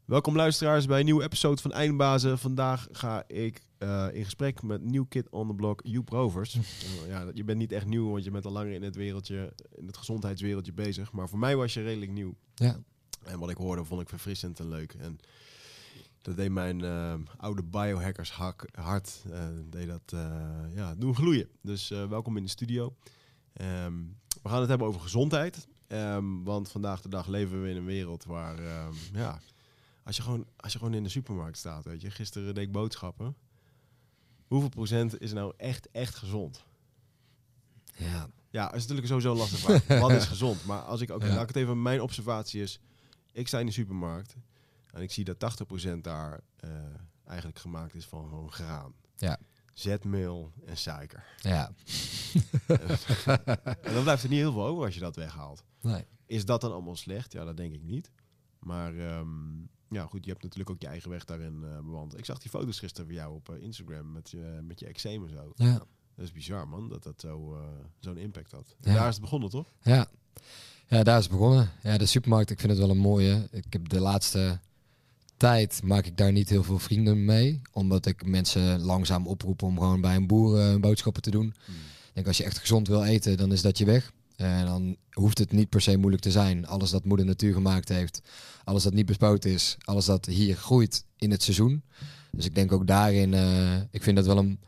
Welkom luisteraars bij een nieuwe episode van Eindbazen. Vandaag ga ik in gesprek met New Kid on the Block, Joep Rovers. Je bent niet echt nieuw, want je bent al langer in het gezondheidswereldje bezig. Maar voor mij was je redelijk nieuw. Ja. En wat ik hoorde vond ik verfrissend en leuk. En dat deed mijn oude biohackers hart doen gloeien. Dus welkom in de studio. We gaan het hebben over gezondheid. Want vandaag de dag leven we in een wereld waar... Als je gewoon in de supermarkt staat, weet je. Gisteren deed ik boodschappen. Hoeveel procent is nou echt gezond? Ja, dat is natuurlijk sowieso lastig vraag. Wat is gezond? Maar als ik laat ik het even, mijn observatie is... Ik sta in de supermarkt en ik zie dat 80% daar eigenlijk gemaakt is van gewoon graan. Ja. Zetmeel en suiker. Ja. En dan blijft er niet heel veel over als je dat weghaalt. Nee. Is dat dan allemaal slecht? Ja, dat denk ik niet. Maar goed, je hebt natuurlijk ook je eigen weg daarin bewandeld. Ik zag die foto's gisteren van jou op Instagram met je eczeem en zo. Ja. Dat is bizar, man, dat zo'n impact had. Ja. Daar is het begonnen, toch? Ja, daar is het begonnen. Ja, de supermarkt, ik vind het wel een mooie. Ik heb de laatste tijd maak ik daar niet heel veel vrienden mee. Omdat ik mensen langzaam oproep om gewoon bij een boer boodschappen te doen. Ik denk, als je echt gezond wil eten, dan is dat je weg. En dan hoeft het niet per se moeilijk te zijn. Alles dat moeder natuur gemaakt heeft, alles dat niet bespoten is, alles dat hier groeit in het seizoen. Dus ik denk ook daarin, ik vind dat wel een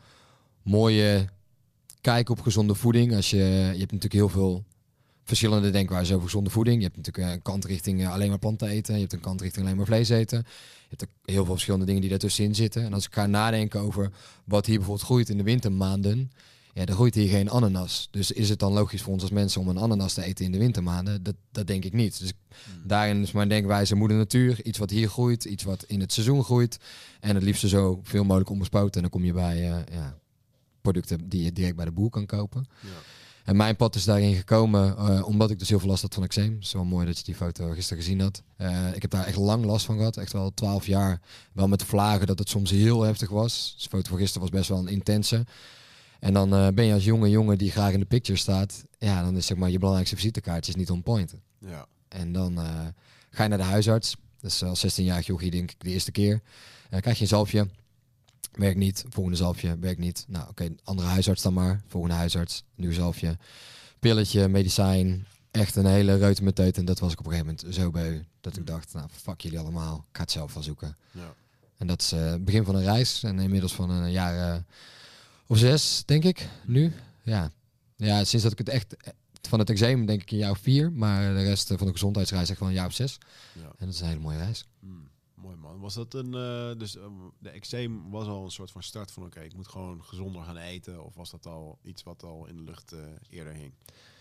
mooie kijk op gezonde voeding. Je hebt natuurlijk heel veel verschillende denkwijzen over gezonde voeding. Je hebt natuurlijk een kant richting alleen maar planten eten. Je hebt een kant richting alleen maar vlees eten. Je hebt ook heel veel verschillende dingen die daartussenin zitten. En als ik ga nadenken over wat hier bijvoorbeeld groeit in de wintermaanden... Ja, er groeit hier geen ananas. Dus is het dan logisch voor ons als mensen om een ananas te eten in de wintermaanden? Dat denk ik niet. Dus daarin is mijn denkwijze moeder natuur. Iets wat hier groeit, iets wat in het seizoen groeit. En het liefst zo veel mogelijk onbespoten. En dan kom je bij producten die je direct bij de boer kan kopen. Ja. En mijn pad is daarin gekomen omdat ik dus heel veel last had van eczeem. Het is wel mooi dat je die foto gisteren gezien had. Ik heb daar echt lang last van gehad. Echt wel 12 jaar. Wel met vlagen dat het soms heel heftig was. Dus de foto van gisteren was best wel een intense. En dan ben je als jonge jongen die graag in de picture staat. Ja, dan is zeg maar je belangrijkste visitekaartje niet on point. Ja. En dan ga je naar de huisarts. Dus als 16-jarig jochie denk ik de eerste keer. Krijg je een zalfje. Werkt niet. Volgende zalfje. Werkt niet. Nou oké, andere huisarts dan maar. Volgende huisarts. Nieuw zalfje. Pilletje, medicijn. Echt een hele reutemeteut. En dat was ik op een gegeven moment zo beu. Dat ik dacht, nou fuck jullie allemaal. Ik ga het zelf wel zoeken. Ja. En dat is het begin van een reis. En inmiddels van een jaar... of 6, denk ik, nu. Ja, sinds dat ik het echt... Van het eczeem denk ik een jaar of 4. Maar de rest van de gezondheidsreis echt wel een jaar of 6. Ja. En dat is een hele mooie reis. Mooi man. Was dat de eczeem was al een soort van start van... Oké, ik moet gewoon gezonder gaan eten. Of was dat al iets wat al in de lucht eerder hing?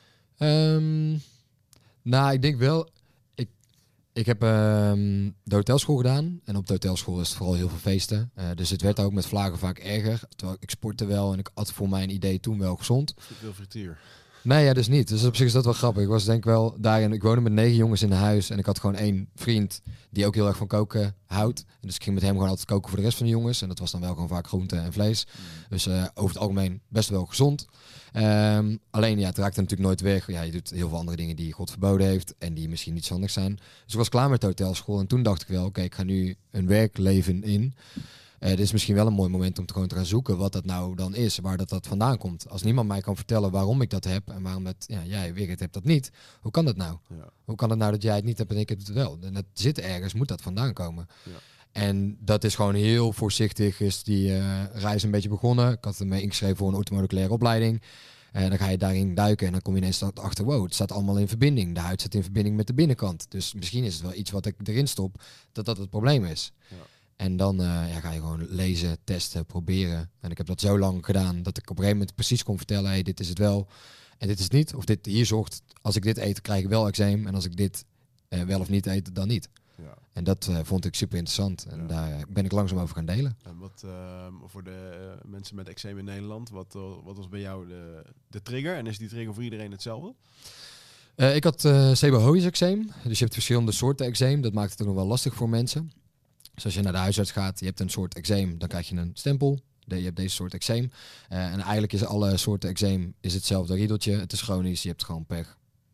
Nou, ik denk wel... Ik heb de hotelschool gedaan. En op de hotelschool is het vooral heel veel feesten. Dus het werd ook met vlagen vaak erger. Terwijl ik sportte wel en ik at voor mijn idee toen wel gezond. Veel frituur. Nee, ja, dus niet. Dus op zich is dat wel grappig. Ik was denk ik wel daarin... Ik woonde met 9 jongens in huis. En ik had gewoon 1 vriend die ook heel erg van koken houdt. En dus ik ging met hem gewoon altijd koken voor de rest van de jongens. En dat was dan wel gewoon vaak groente en vlees. Dus over het algemeen best wel gezond. Alleen ja, het raakte natuurlijk nooit weg. Ja, je doet heel veel andere dingen die God verboden heeft. En die misschien niet zo handig zijn. Dus ik was klaar met de hotelschool. En toen dacht ik wel, oké, ik ga nu een werkleven in. Dit is misschien wel een mooi moment om te gaan zoeken wat dat nou dan is, waar dat vandaan komt. Als niemand mij kan vertellen waarom ik dat heb en waarom jij weer het hebt dat niet, hoe kan dat nou? Ja. Hoe kan het nou dat jij het niet hebt en ik heb het wel? En dat zit ergens, moet dat vandaan komen. Ja. En dat is gewoon heel voorzichtig, is die reis een beetje begonnen. Ik had me ingeschreven voor een orthomoleculaire opleiding. En dan ga je daarin duiken en dan kom je ineens achter, wow, het staat allemaal in verbinding. De huid zit in verbinding met de binnenkant. Dus misschien is het wel iets wat ik erin stop, dat het probleem is. Ja. En dan ga je gewoon lezen, testen, proberen. En ik heb dat zo lang gedaan dat ik op een gegeven moment precies kon vertellen, hey, dit is het wel en dit is het niet. Of dit hier zorgt, als ik dit eet, krijg ik wel eczeem. En als ik dit wel of niet eet, dan niet. Ja. En dat vond ik super interessant. En daar ben ik langzaam over gaan delen. En wat voor de mensen met eczeem in Nederland, wat was bij jou de trigger? En is die trigger voor iedereen hetzelfde? Ik had seborrhoïs eczeem. Dus je hebt verschillende soorten eczeem. Dat maakt het ook nog wel lastig voor mensen. Dus als je naar de huisarts gaat, je hebt een soort eczeem, dan krijg je een stempel. Je hebt deze soort eczeem. En eigenlijk is alle soorten eczeem is hetzelfde riedeltje. Het is chronisch, je hebt gewoon pech.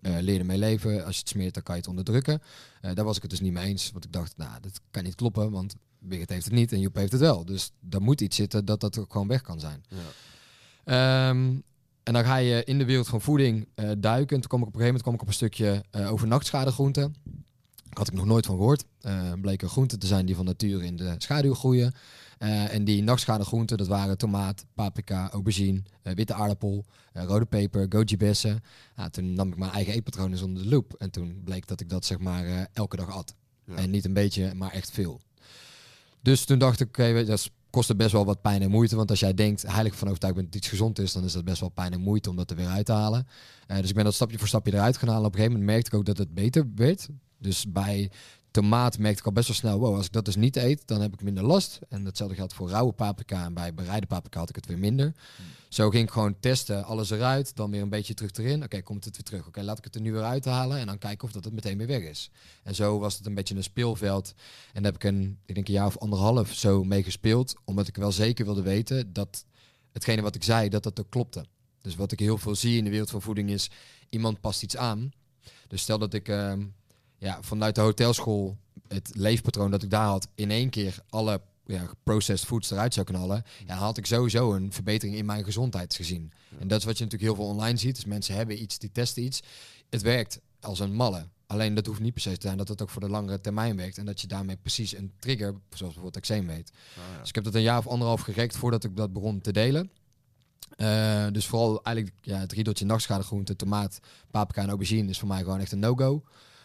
leer ermee leven. Als je het smeert, dan kan je het onderdrukken. Daar was ik het dus niet mee eens. Want ik dacht, nou, dat kan niet kloppen. Want Birgit heeft het niet en Joep heeft het wel. Dus daar moet iets zitten dat ook gewoon weg kan zijn. Ja. En dan ga je in de wereld van voeding duiken. En toen kwam ik op een gegeven moment op een stukje over nachtschadegroenten. Had ik nog nooit van gehoord. Bleken groenten te zijn die van nature in de schaduw groeien. En die nachtschadegroenten, dat waren tomaat, paprika, aubergine, witte aardappel, rode peper, goji-bessen. Toen nam ik mijn eigen eetpatronen onder de loep. En toen bleek dat ik dat zeg maar elke dag at. Ja. En niet een beetje, maar echt veel. Dus toen dacht ik, oké, dat kostte best wel wat pijn en moeite. Want als jij denkt, heilig van overtuigd bent dat iets gezond is, dan is dat best wel pijn en moeite om dat er weer uit te halen. Dus ik ben dat stapje voor stapje eruit gaan halen. Op een gegeven moment merkte ik ook dat het beter werd. Dus bij tomaat merkte ik al best wel snel, wow, als ik dat dus niet eet, dan heb ik minder last. En datzelfde geldt voor rauwe paprika. En bij bereide paprika had ik het weer minder. Zo ging ik gewoon testen, alles eruit, dan weer een beetje terug erin. Oké, komt het weer terug? Oké, laat ik het er nu weer uithalen en dan kijken of dat het meteen weer weg is. En zo was het een beetje een speelveld. En daar heb ik ik denk een jaar of anderhalf zo mee gespeeld, omdat ik wel zeker wilde weten dat hetgene wat ik zei, dat ook klopte. Dus wat ik heel veel zie in de wereld van voeding is, iemand past iets aan. Dus stel dat ik vanuit de hotelschool het leefpatroon dat ik daar had, in één keer alle processed foods eruit zou knallen, dan had ik sowieso een verbetering in mijn gezondheid gezien. Ja. En dat is wat je natuurlijk heel veel online ziet. Dus mensen hebben iets, die testen iets. Het werkt als een malle. Alleen dat hoeft niet per se te zijn dat het ook voor de langere termijn werkt. En dat je daarmee precies een trigger, zoals bijvoorbeeld eczeem weet. Dus ik heb dat een jaar of anderhalf gerekt voordat ik dat begon te delen. Dus vooral eigenlijk het riedeltje nachtschadegroente, tomaat, paprika en aubergine is voor mij gewoon echt een no-go.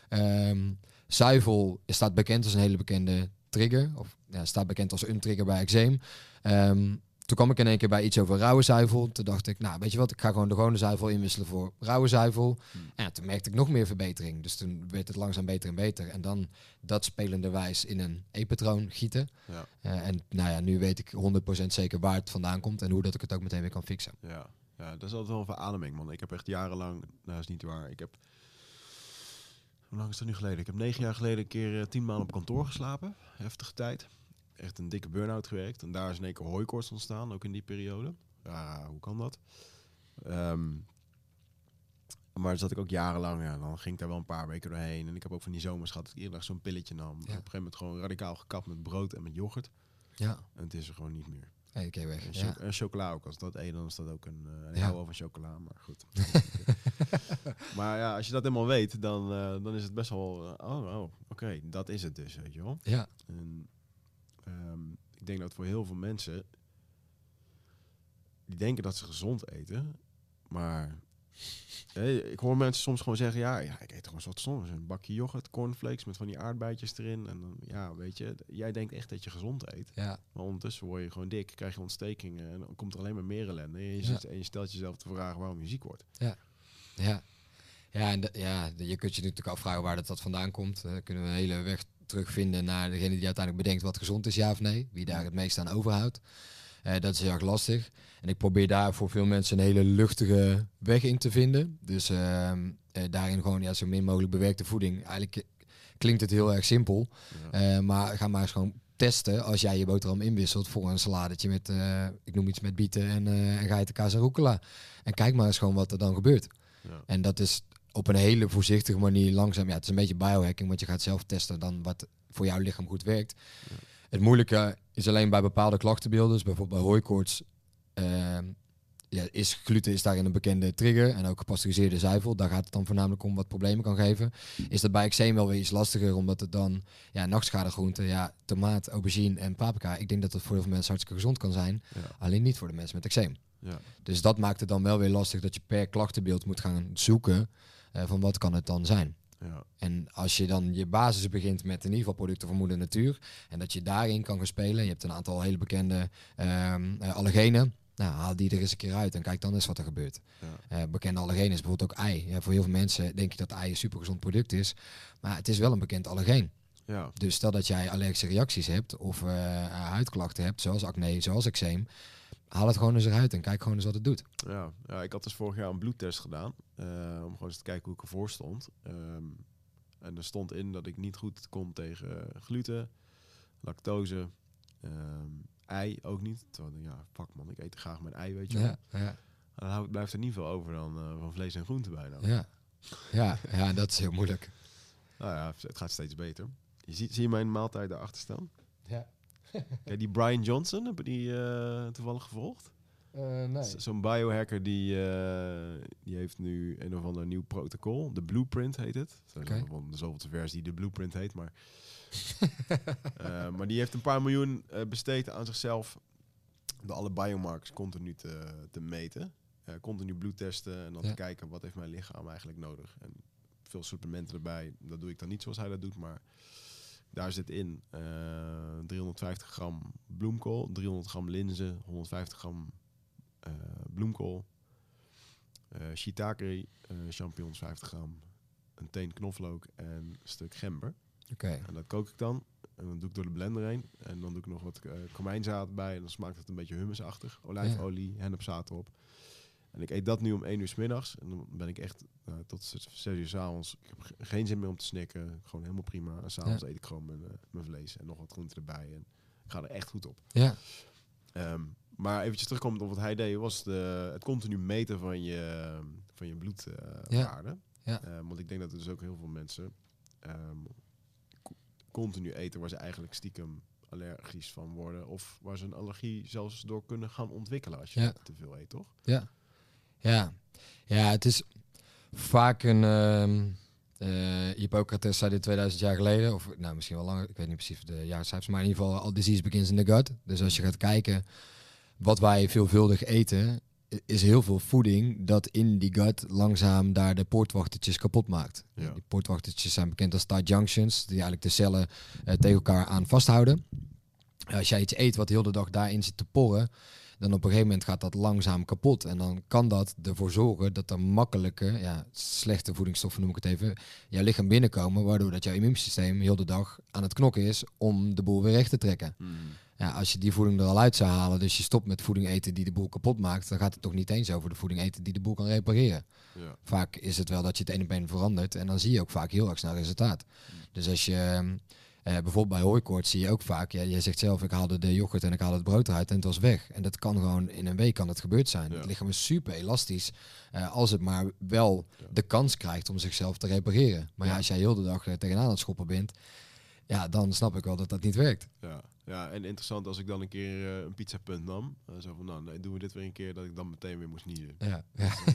Zuivel staat bekend als een hele bekende trigger. Of staat bekend als een trigger bij eczeem. Toen kwam ik in één keer bij iets over rauwe zuivel. Toen dacht ik, nou weet je wat, ik ga gewoon de gewone zuivel inwisselen voor rauwe zuivel. En toen merkte ik nog meer verbetering. Dus toen werd het langzaam beter en beter. En dan dat spelenderwijs in een eetpatroon gieten. Ja. Nu weet ik 100% zeker waar het vandaan komt. En hoe dat ik het ook meteen weer kan fixen. Ja, dat is altijd wel een verademing, man. Ik heb echt jarenlang, dat is niet waar. Hoe lang is dat nu geleden? Ik heb 9 jaar geleden een keer 10 maanden op kantoor geslapen. Heftige tijd. Echt een dikke burn-out gewerkt. En daar is in één keer hooikoorts ontstaan, ook in die periode. Ja, hoe kan dat? Maar zat ik ook jarenlang, dan ging ik daar wel een paar weken doorheen. En ik heb ook van die zomers gehad dat ik iedere dag zo'n pilletje nam. Ja. Op een gegeven moment gewoon radicaal gekapt met brood en met yoghurt. Ja. En het is er gewoon niet meer. Hey, okay, weg. En chocola ook. Als dat eet, dan is dat ook een... ik hou wel van chocola, maar goed. Maar ja, als je dat helemaal weet, dan is het best wel... Oké, dat is het dus, weet je wel. Ja. En, ik denk dat voor heel veel mensen... die denken dat ze gezond eten, maar... ik hoor mensen soms gewoon zeggen... Ja, ik eet gewoon wat soms een bakje yoghurt, cornflakes met van die aardbeidjes erin. En dan, weet je, jij denkt echt dat je gezond eet. Ja. Maar ondertussen word je gewoon dik, krijg je ontstekingen en dan komt er alleen maar meer ellende. En je stelt jezelf de vraag waarom je ziek wordt. Ja. Je kunt je natuurlijk afvragen waar dat vandaan komt. Kunnen we een hele weg terugvinden naar degene die uiteindelijk bedenkt wat gezond is, ja of nee. Wie daar het meest aan overhoudt. Dat is heel erg lastig. En ik probeer daar voor veel mensen een hele luchtige weg in te vinden. Dus daarin gewoon zo min mogelijk bewerkte voeding. Eigenlijk klinkt het heel erg simpel. Ja. Maar ga maar eens gewoon testen als jij je boterham inwisselt voor een saladetje met, ik noem iets met bieten en geitenkaas en rucola. En kijk maar eens gewoon wat er dan gebeurt. Ja. En dat is op een hele voorzichtige manier langzaam. Ja, het is een beetje biohacking, want je gaat zelf testen dan wat voor jouw lichaam goed werkt. Ja. Het moeilijke is alleen bij bepaalde klachtenbeelden. Dus bijvoorbeeld bij hooikoorts is gluten is daarin een bekende trigger. En ook gepasteuriseerde zuivel. Daar gaat het dan voornamelijk om wat problemen kan geven. Is dat bij eczeem wel weer iets lastiger. Omdat het dan nachtschadegroenten, tomaat, aubergine en paprika. Ik denk dat het voor heel veel mensen hartstikke gezond kan zijn. Ja. Alleen niet voor de mensen met eczeem. Ja. Dus dat maakt het dan wel weer lastig dat je per klachtenbeeld moet gaan zoeken. Van wat kan het dan zijn. Ja. En als je dan je basis begint met in ieder geval producten van moeder natuur. En dat je daarin kan gaan spelen. Je hebt een aantal hele bekende allergenen. Nou, haal die er eens een keer uit en kijk dan eens wat er gebeurt. Ja. Bekende allergeen is bijvoorbeeld ook ei. Ja, voor heel veel mensen denk je dat ei een supergezond product is. Maar het is wel een bekend allergeen. Ja. Dus stel dat jij allergische reacties hebt of huidklachten hebt, zoals acne, zoals eczeem. Haal het gewoon eens eruit en kijk gewoon eens wat het doet. Ja, ik had dus vorig jaar een bloedtest gedaan. Om gewoon eens te kijken hoe ik ervoor stond. En er stond in dat ik niet goed kon tegen gluten, lactose, ei ook niet. Terwijl, fuck man, ik eet graag mijn ei, weet je wel. Ja. Dan blijft er niet veel over dan van vlees en groente bijna. Ja. Ja, dat is heel moeilijk. Nou ja, het gaat steeds beter. Zie je mijn maaltijd daarachter staan? Ja. Kijk, die Brian Johnson, heb je die toevallig gevolgd? Nee. Zo'n biohacker die heeft nu een of ander nieuw protocol. De Blueprint heet het. Dat is van de zoveelste versie die de Blueprint heet. Maar, maar die heeft een paar miljoen besteed aan zichzelf. Door alle biomarkers continu te meten. Continu bloed testen en dan te kijken wat heeft mijn lichaam eigenlijk nodig. En veel supplementen erbij. Dat doe ik dan niet zoals hij dat doet, maar daar zit in 350 gram bloemkool, 300 gram linzen, 150 gram bloemkool, shiitake, champignons 50 gram, een teen knoflook en een stuk gember. En dat kook ik dan. En dan doe ik door de blender heen. En dan doe ik nog wat komijnzaad bij. En dan smaakt het een beetje hummusachtig. Olijfolie, hennepzaad erop. En ik eet dat nu om 1 uur 's middags. En dan ben ik echt tot 6 uur 's avonds. Ik heb geen zin meer om te snacken. Gewoon helemaal prima. En 's avonds eet ik gewoon mijn vlees. En nog wat groenten erbij. En ik ga er echt goed op. Ja. Maar eventjes terugkomend op wat hij deed. Was het continu meten van je bloedwaarde. Want ik denk dat er dus ook heel veel mensen continu eten waar ze eigenlijk stiekem allergisch van worden. Of waar ze een allergie zelfs door kunnen gaan ontwikkelen als je te veel eet, toch? Ja, het is vaak een... Hippocrates zei dit 2000 jaar geleden, of nou misschien wel langer, ik weet niet precies de jaarcijfers, maar in ieder geval all disease begins in the gut. Dus als je gaat kijken wat wij veelvuldig eten, is heel veel voeding dat in die gut langzaam daar de poortwachtertjes kapot maakt. Ja. Die poortwachtertjes zijn bekend als tight junctions, die eigenlijk de cellen tegen elkaar aan vasthouden. Als jij iets eet wat de hele dag daarin zit te porren, dan op een gegeven moment gaat dat langzaam kapot. En dan kan dat ervoor zorgen dat er makkelijke, slechte voedingsstoffen noem ik het even, jouw lichaam binnenkomen, waardoor dat jouw immuunsysteem heel de dag aan het knokken is om de boel weer recht te trekken. Ja, als je die voeding er al uit zou halen, dus je stopt met voeding eten die de boel kapot maakt, dan gaat het toch niet eens over de voeding eten die de boel kan repareren. Ja. Vaak is het wel dat je het een op een verandert en dan zie je ook vaak heel erg snel resultaat. Dus als je bijvoorbeeld bij hooikoorts zie je ook vaak, jij zegt zelf, ik haalde de yoghurt en ik haalde het brood eruit en het was weg. En dat kan gewoon in een week kan het gebeurd zijn. Ja. Het lichaam is super elastisch als het maar wel de kans krijgt om zichzelf te repareren. Maar als jij heel de dag tegenaan aan het schoppen bent, dan snap ik wel dat dat niet werkt. Ja, en interessant als ik dan een keer een pizzapunt nam. Zo van, doen we dit weer een keer, dat ik dan meteen weer moest niezen. Ja,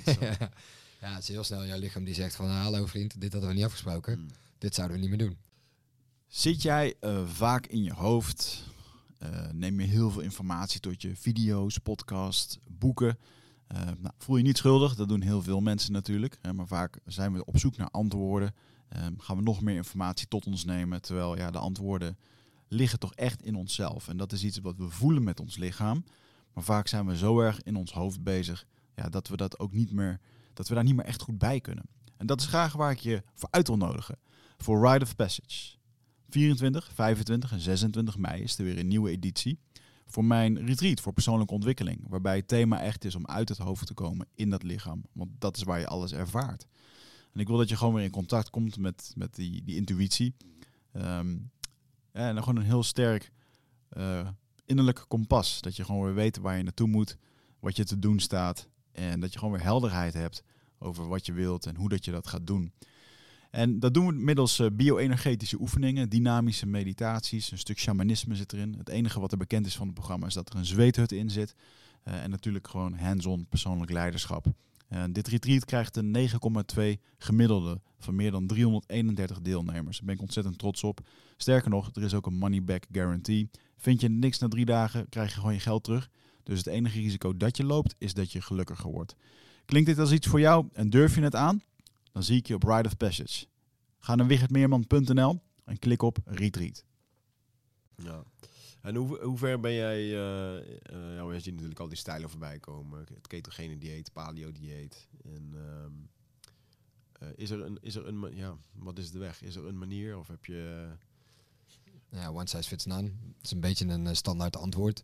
het is heel snel jouw lichaam die zegt van, hallo vriend, dit hadden we niet afgesproken. Dit zouden we niet meer doen. Zit jij vaak in je hoofd? Neem je heel veel informatie tot je video's, podcasts, boeken? Voel je niet schuldig, dat doen heel veel mensen natuurlijk. Maar vaak zijn we op zoek naar antwoorden. Gaan we nog meer informatie tot ons nemen. Terwijl de antwoorden liggen toch echt in onszelf. En dat is iets wat we voelen met ons lichaam. Maar vaak zijn we zo erg in ons hoofd bezig dat we dat ook niet meer, dat we daar niet meer echt goed bij kunnen. En dat is graag waar ik je voor uit wil nodigen. Voor Rite of Passage. 24, 25 en 26 mei is er weer een nieuwe editie voor mijn retreat voor persoonlijke ontwikkeling. Waarbij het thema echt is om uit het hoofd te komen in dat lichaam. Want dat is waar je alles ervaart. En ik wil dat je gewoon weer in contact komt met die intuïtie. En dan gewoon een heel sterk innerlijk kompas. Dat je gewoon weer weet waar je naartoe moet, wat je te doen staat. En dat je gewoon weer helderheid hebt over wat je wilt en hoe dat je dat gaat doen. En dat doen we middels bio-energetische oefeningen, dynamische meditaties, een stuk shamanisme zit erin. Het enige wat er bekend is van het programma is dat er een zweethut in zit. En natuurlijk gewoon hands-on persoonlijk leiderschap. Dit retreat krijgt een 9,2 gemiddelde van meer dan 331 deelnemers. Daar ben ik ontzettend trots op. Sterker nog, er is ook een money-back guarantee. Vind je niks na 3 dagen, krijg je gewoon je geld terug. Dus het enige risico dat je loopt, is dat je gelukkiger wordt. Klinkt dit als iets voor jou en durf je het aan? Dan zie ik je op Rite of Passage. Ga naar wichertmeerman.nl en klik op Retreat. Ja. En hoe ver ben jij... je ziet natuurlijk al die stijlen voorbij komen. Het ketogene dieet, paleo dieet. En wat is de weg? Is er een manier of heb je... One size fits none. Het is een beetje een standaard antwoord.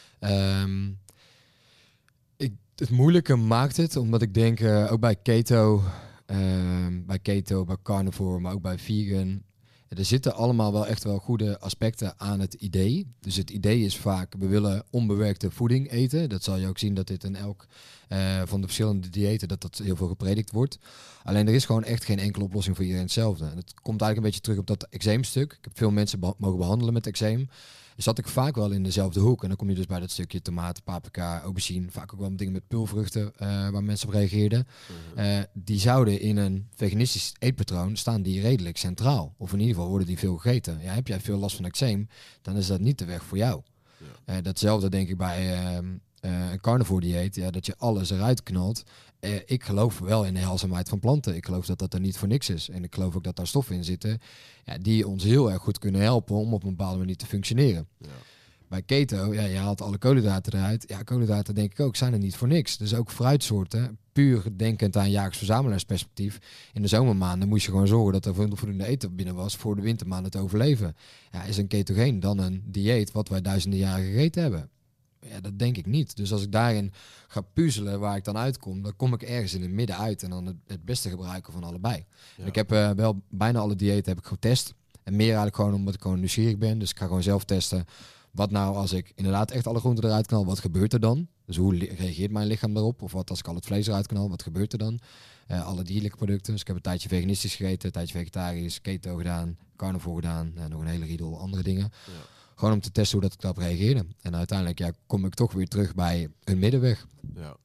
Het moeilijke maakt het, omdat ik denk, ook bij keto, bij carnivore, maar ook bij vegan, er zitten allemaal wel echt wel goede aspecten aan het idee. Dus het idee is vaak, we willen onbewerkte voeding eten. Dat zal je ook zien dat dit in elk van de verschillende diëten, dat heel veel gepredikt wordt. Alleen er is gewoon echt geen enkele oplossing voor iedereen hetzelfde. En het komt eigenlijk een beetje terug op dat eczeemstuk. Ik heb veel mensen mogen behandelen met eczeem. Zat ik vaak wel in dezelfde hoek. En dan kom je dus bij dat stukje tomaat, paprika, aubergine. Vaak ook wel dingen met pulvruchten waar mensen op reageerden. Die zouden in een veganistisch eetpatroon staan die redelijk centraal. Of in ieder geval worden die veel gegeten. Ja, heb jij veel last van eczeem, dan is dat niet de weg voor jou. Ja. Datzelfde denk ik bij een carnivore dieet. Ja, dat je alles eruit knalt. Ik geloof wel in de heilzaamheid van planten. Ik geloof dat dat er niet voor niks is. En ik geloof ook dat daar stoffen in zitten die ons heel erg goed kunnen helpen om op een bepaalde manier te functioneren. Ja. Bij keto, je haalt alle koolhydraten eruit. Ja, koolhydraten denk ik ook, zijn er niet voor niks. Dus ook fruitsoorten, puur denkend aan jagers-verzamelaarsperspectief. In de zomermaanden moest je gewoon zorgen dat er voldoende eten binnen was voor de wintermaanden te overleven. Ja, is een ketogeen dan een dieet wat wij duizenden jaren gegeten hebben? Ja, dat denk ik niet. Dus als ik daarin ga puzzelen waar ik dan uitkom, dan kom ik ergens in het midden uit en dan het beste gebruiken van allebei. Ja. En ik heb wel bijna alle diëten heb ik getest. En meer eigenlijk gewoon omdat ik gewoon nieuwsgierig ben. Dus ik ga gewoon zelf testen. Wat nou als ik inderdaad echt alle groenten eruit knal, wat gebeurt er dan? Dus hoe reageert mijn lichaam daarop? Of wat als ik al het vlees eruit knal, wat gebeurt er dan? Alle dierlijke producten. Dus ik heb een tijdje veganistisch gegeten, een tijdje vegetarisch, keto gedaan, carnivore gedaan en nog een hele riedel andere dingen. Ja. Gewoon om te testen hoe dat ik daarop reageerde. En uiteindelijk kom ik toch weer terug bij een middenweg. Ja.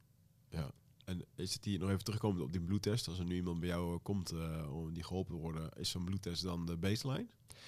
En is het hier nog even terugkomen op die bloedtest? Als er nu iemand bij jou komt om die geholpen te worden, is zo'n bloedtest dan de baseline?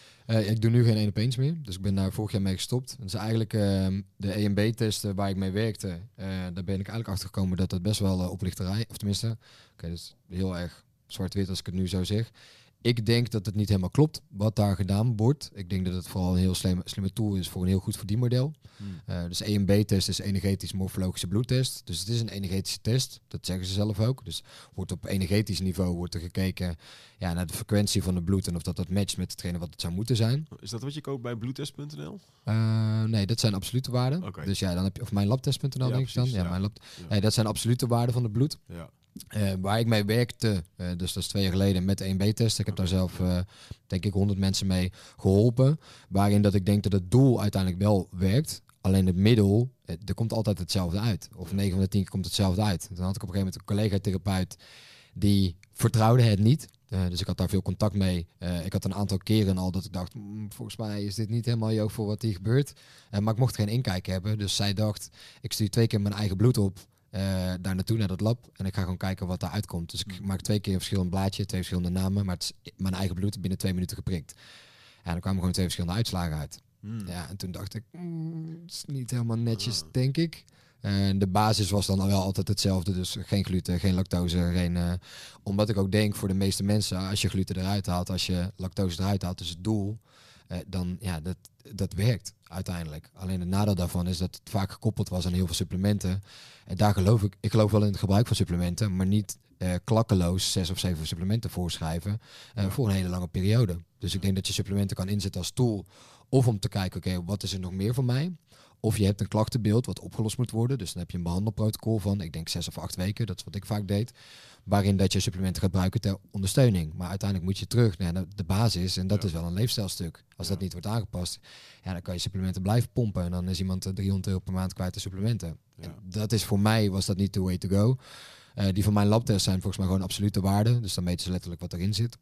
Ik doe nu geen 1-op-1's meer. Dus ik ben daar vorig jaar mee gestopt. Dat is eigenlijk de EMB-testen waar ik mee werkte. Daar ben ik eigenlijk achter gekomen dat dat best wel oplichterij, of tenminste, dat is heel erg zwart-wit als ik het nu zo zeg. Ik denk dat het niet helemaal klopt wat daar gedaan wordt. Ik denk dat het vooral een heel slimme tool is voor een heel goed verdienmodel. Dus EMB-test is energetisch morfologische bloedtest. Dus het is een energetische test. Dat zeggen ze zelf ook. Dus wordt op energetisch niveau wordt er gekeken naar de frequentie van het bloed en of dat matcht met hetgene wat het zou moeten zijn. Is dat wat je koopt bij bloedtest.nl? Nee, dat zijn absolute waarden. Okay. Dus dan heb je, of mijnlabtest.nl denk ik dan. Ja, mijn lab. Nee, dat zijn absolute waarden van het bloed. Ja. Waar ik mee werkte, dus dat is 2 jaar geleden met 1B-testen. Ik heb daar zelf, denk ik, 100 mensen mee geholpen. Waarin dat ik denk dat het doel uiteindelijk wel werkt. Alleen het middel, er komt altijd hetzelfde uit. Of 9 van de 10 keer komt hetzelfde uit. Dan had ik op een gegeven moment een collega-therapeut die vertrouwde het niet. Dus ik had daar veel contact mee. Ik had een aantal keren al dat ik dacht, volgens mij is dit niet helemaal jou voor wat hier gebeurt. Maar ik mocht geen inkijk hebben. Dus zij dacht, ik stuur 2 keer mijn eigen bloed op. Daar naartoe, naar dat lab. En ik ga gewoon kijken wat daar uitkomt. Dus ik maak 2 keer een verschillend blaadje, 2 verschillende namen. Maar het is mijn eigen bloed binnen 2 minuten geprikt. En dan kwamen gewoon 2 verschillende uitslagen uit. Ja, en toen dacht ik, het is niet helemaal netjes, denk ik. De basis was dan wel altijd hetzelfde. Dus geen gluten, geen lactose. Omdat ik ook denk voor de meeste mensen, als je gluten eruit haalt, als je lactose eruit haalt, dus het doel, dan dat werkt uiteindelijk. Alleen het nadeel daarvan is dat het vaak gekoppeld was aan heel veel supplementen. En daar geloof ik geloof wel in het gebruik van supplementen, maar niet klakkeloos 6 of 7 supplementen voorschrijven voor een hele lange periode. Dus ik denk dat je supplementen kan inzetten als tool, of om te kijken, oké, wat is er nog meer van mij? Of je hebt een klachtenbeeld wat opgelost moet worden. Dus dan heb je een behandelprotocol van, ik denk 6 of 8 weken. Dat is wat ik vaak deed. Waarin dat je supplementen gaat gebruiken ter ondersteuning. Maar uiteindelijk moet je terug naar de basis. En dat is wel een leefstijlstuk. Als dat niet wordt aangepast, dan kan je supplementen blijven pompen. En dan is iemand €300 per maand kwijt aan supplementen. Ja. Dat is voor mij, was dat niet the way to go. Die van mijn labtest zijn volgens mij gewoon absolute waarden. Dus dan meten ze letterlijk wat erin zit.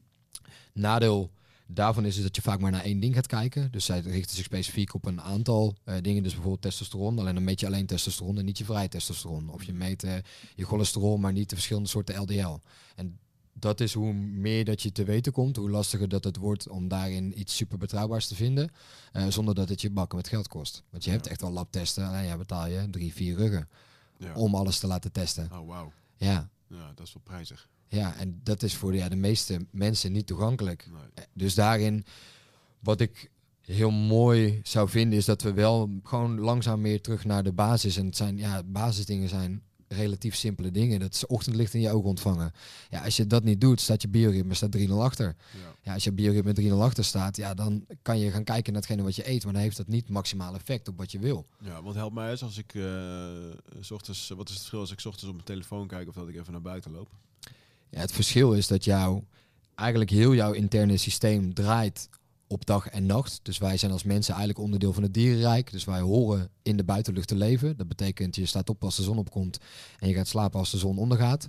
Nadeel daarvan is dat je vaak maar naar 1 ding gaat kijken. Dus zij richten zich specifiek op een aantal dingen. Dus bijvoorbeeld testosteron. Alleen dan meet je alleen testosteron en niet je vrije testosteron. Of je meet je cholesterol, maar niet de verschillende soorten LDL. En dat is hoe meer dat je te weten komt, hoe lastiger dat het wordt om daarin iets super betrouwbaars te vinden. Zonder dat het je bakken met geld kost. Want je hebt echt wel labtesten. Alleen betaal je 3-4 ruggen om alles te laten testen. Oh, wauw. Ja. Ja, dat is wel prijzig. Ja, en dat is voor de meeste mensen niet toegankelijk. Nee. Dus daarin, wat ik heel mooi zou vinden, is dat we wel gewoon langzaam meer terug naar de basis. En het zijn, basisdingen zijn relatief simpele dingen. Dat is ochtendlicht in je ogen ontvangen. Ja, als je dat niet doet, staat je bioritme staat 3-0 achter. Ja, als je bioritme 3-0 achter staat, dan kan je gaan kijken naar hetgene wat je eet, maar dan heeft dat niet maximaal effect op wat je wil. Ja, wat helpt mij is als ik 's ochtends, wat is het verschil als ik 's ochtends op mijn telefoon kijk of dat ik even naar buiten loop? Ja, het verschil is dat eigenlijk heel jouw interne systeem draait op dag en nacht. Dus wij zijn als mensen eigenlijk onderdeel van het dierenrijk. Dus wij horen in de buitenlucht te leven. Dat betekent, je staat op als de zon opkomt en je gaat slapen als de zon ondergaat.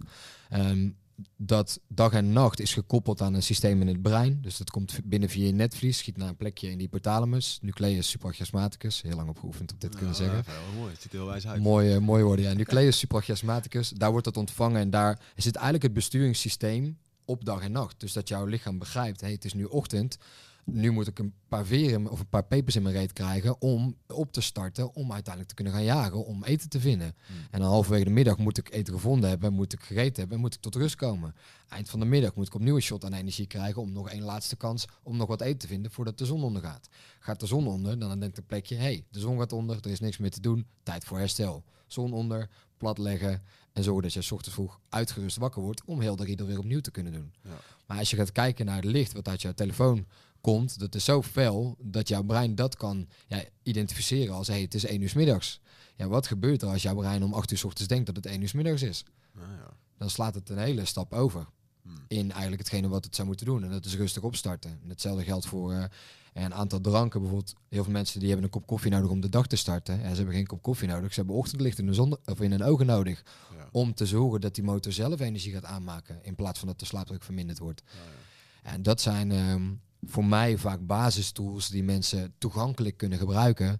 Dat dag en nacht is gekoppeld aan een systeem in het brein. Dus dat komt binnen via je netvlies, schiet naar een plekje in die hypothalamus, nucleus suprachiasmaticus. Heel lang op geoefend op dit kunnen zeggen. Ja, mooi. Het ziet er heel wijs uit. Mooi worden, ja. Nucleus suprachiasmaticus, daar wordt dat ontvangen en daar zit eigenlijk het besturingssysteem op dag en nacht. Dus dat jouw lichaam begrijpt, hey, het is nu ochtend. Nu moet ik een paar veren of een paar pepers in mijn reet krijgen om op te starten, om uiteindelijk te kunnen gaan jagen, om eten te vinden. En dan halverwege de middag moet ik eten gevonden hebben, moet ik gegeten hebben en moet ik tot rust komen. Eind van de middag moet ik opnieuw een shot aan energie krijgen om nog één laatste kans om nog wat eten te vinden voordat de zon ondergaat. Gaat de zon onder, dan denkt het plekje, hey, de zon gaat onder, er is niks meer te doen, tijd voor herstel. Zon onder, platleggen en zorgen dat je 's ochtends vroeg uitgerust wakker wordt om heel de dag weer opnieuw te kunnen doen. Ja. Maar als je gaat kijken naar het licht wat uit jouw telefoon komt, dat is zo fel dat jouw brein dat kan identificeren als hey, het is 1 uur 's middags. Ja, wat gebeurt er als jouw brein om 8 uur 's ochtends denkt dat het 1 uur 's middags is? Dan slaat het een hele stap over in eigenlijk hetgene wat het zou moeten doen. En dat is rustig opstarten. En hetzelfde geldt voor een aantal dranken. Bijvoorbeeld heel veel mensen die hebben een kop koffie nodig om de dag te starten. Ja, ze hebben geen kop koffie nodig. Ze hebben ochtendlicht in de zon of in hun ogen nodig. Ja. Om te zorgen dat die motor zelf energie gaat aanmaken. In plaats van dat de slaapdruk verminderd wordt. En dat zijn voor mij vaak basistools die mensen toegankelijk kunnen gebruiken.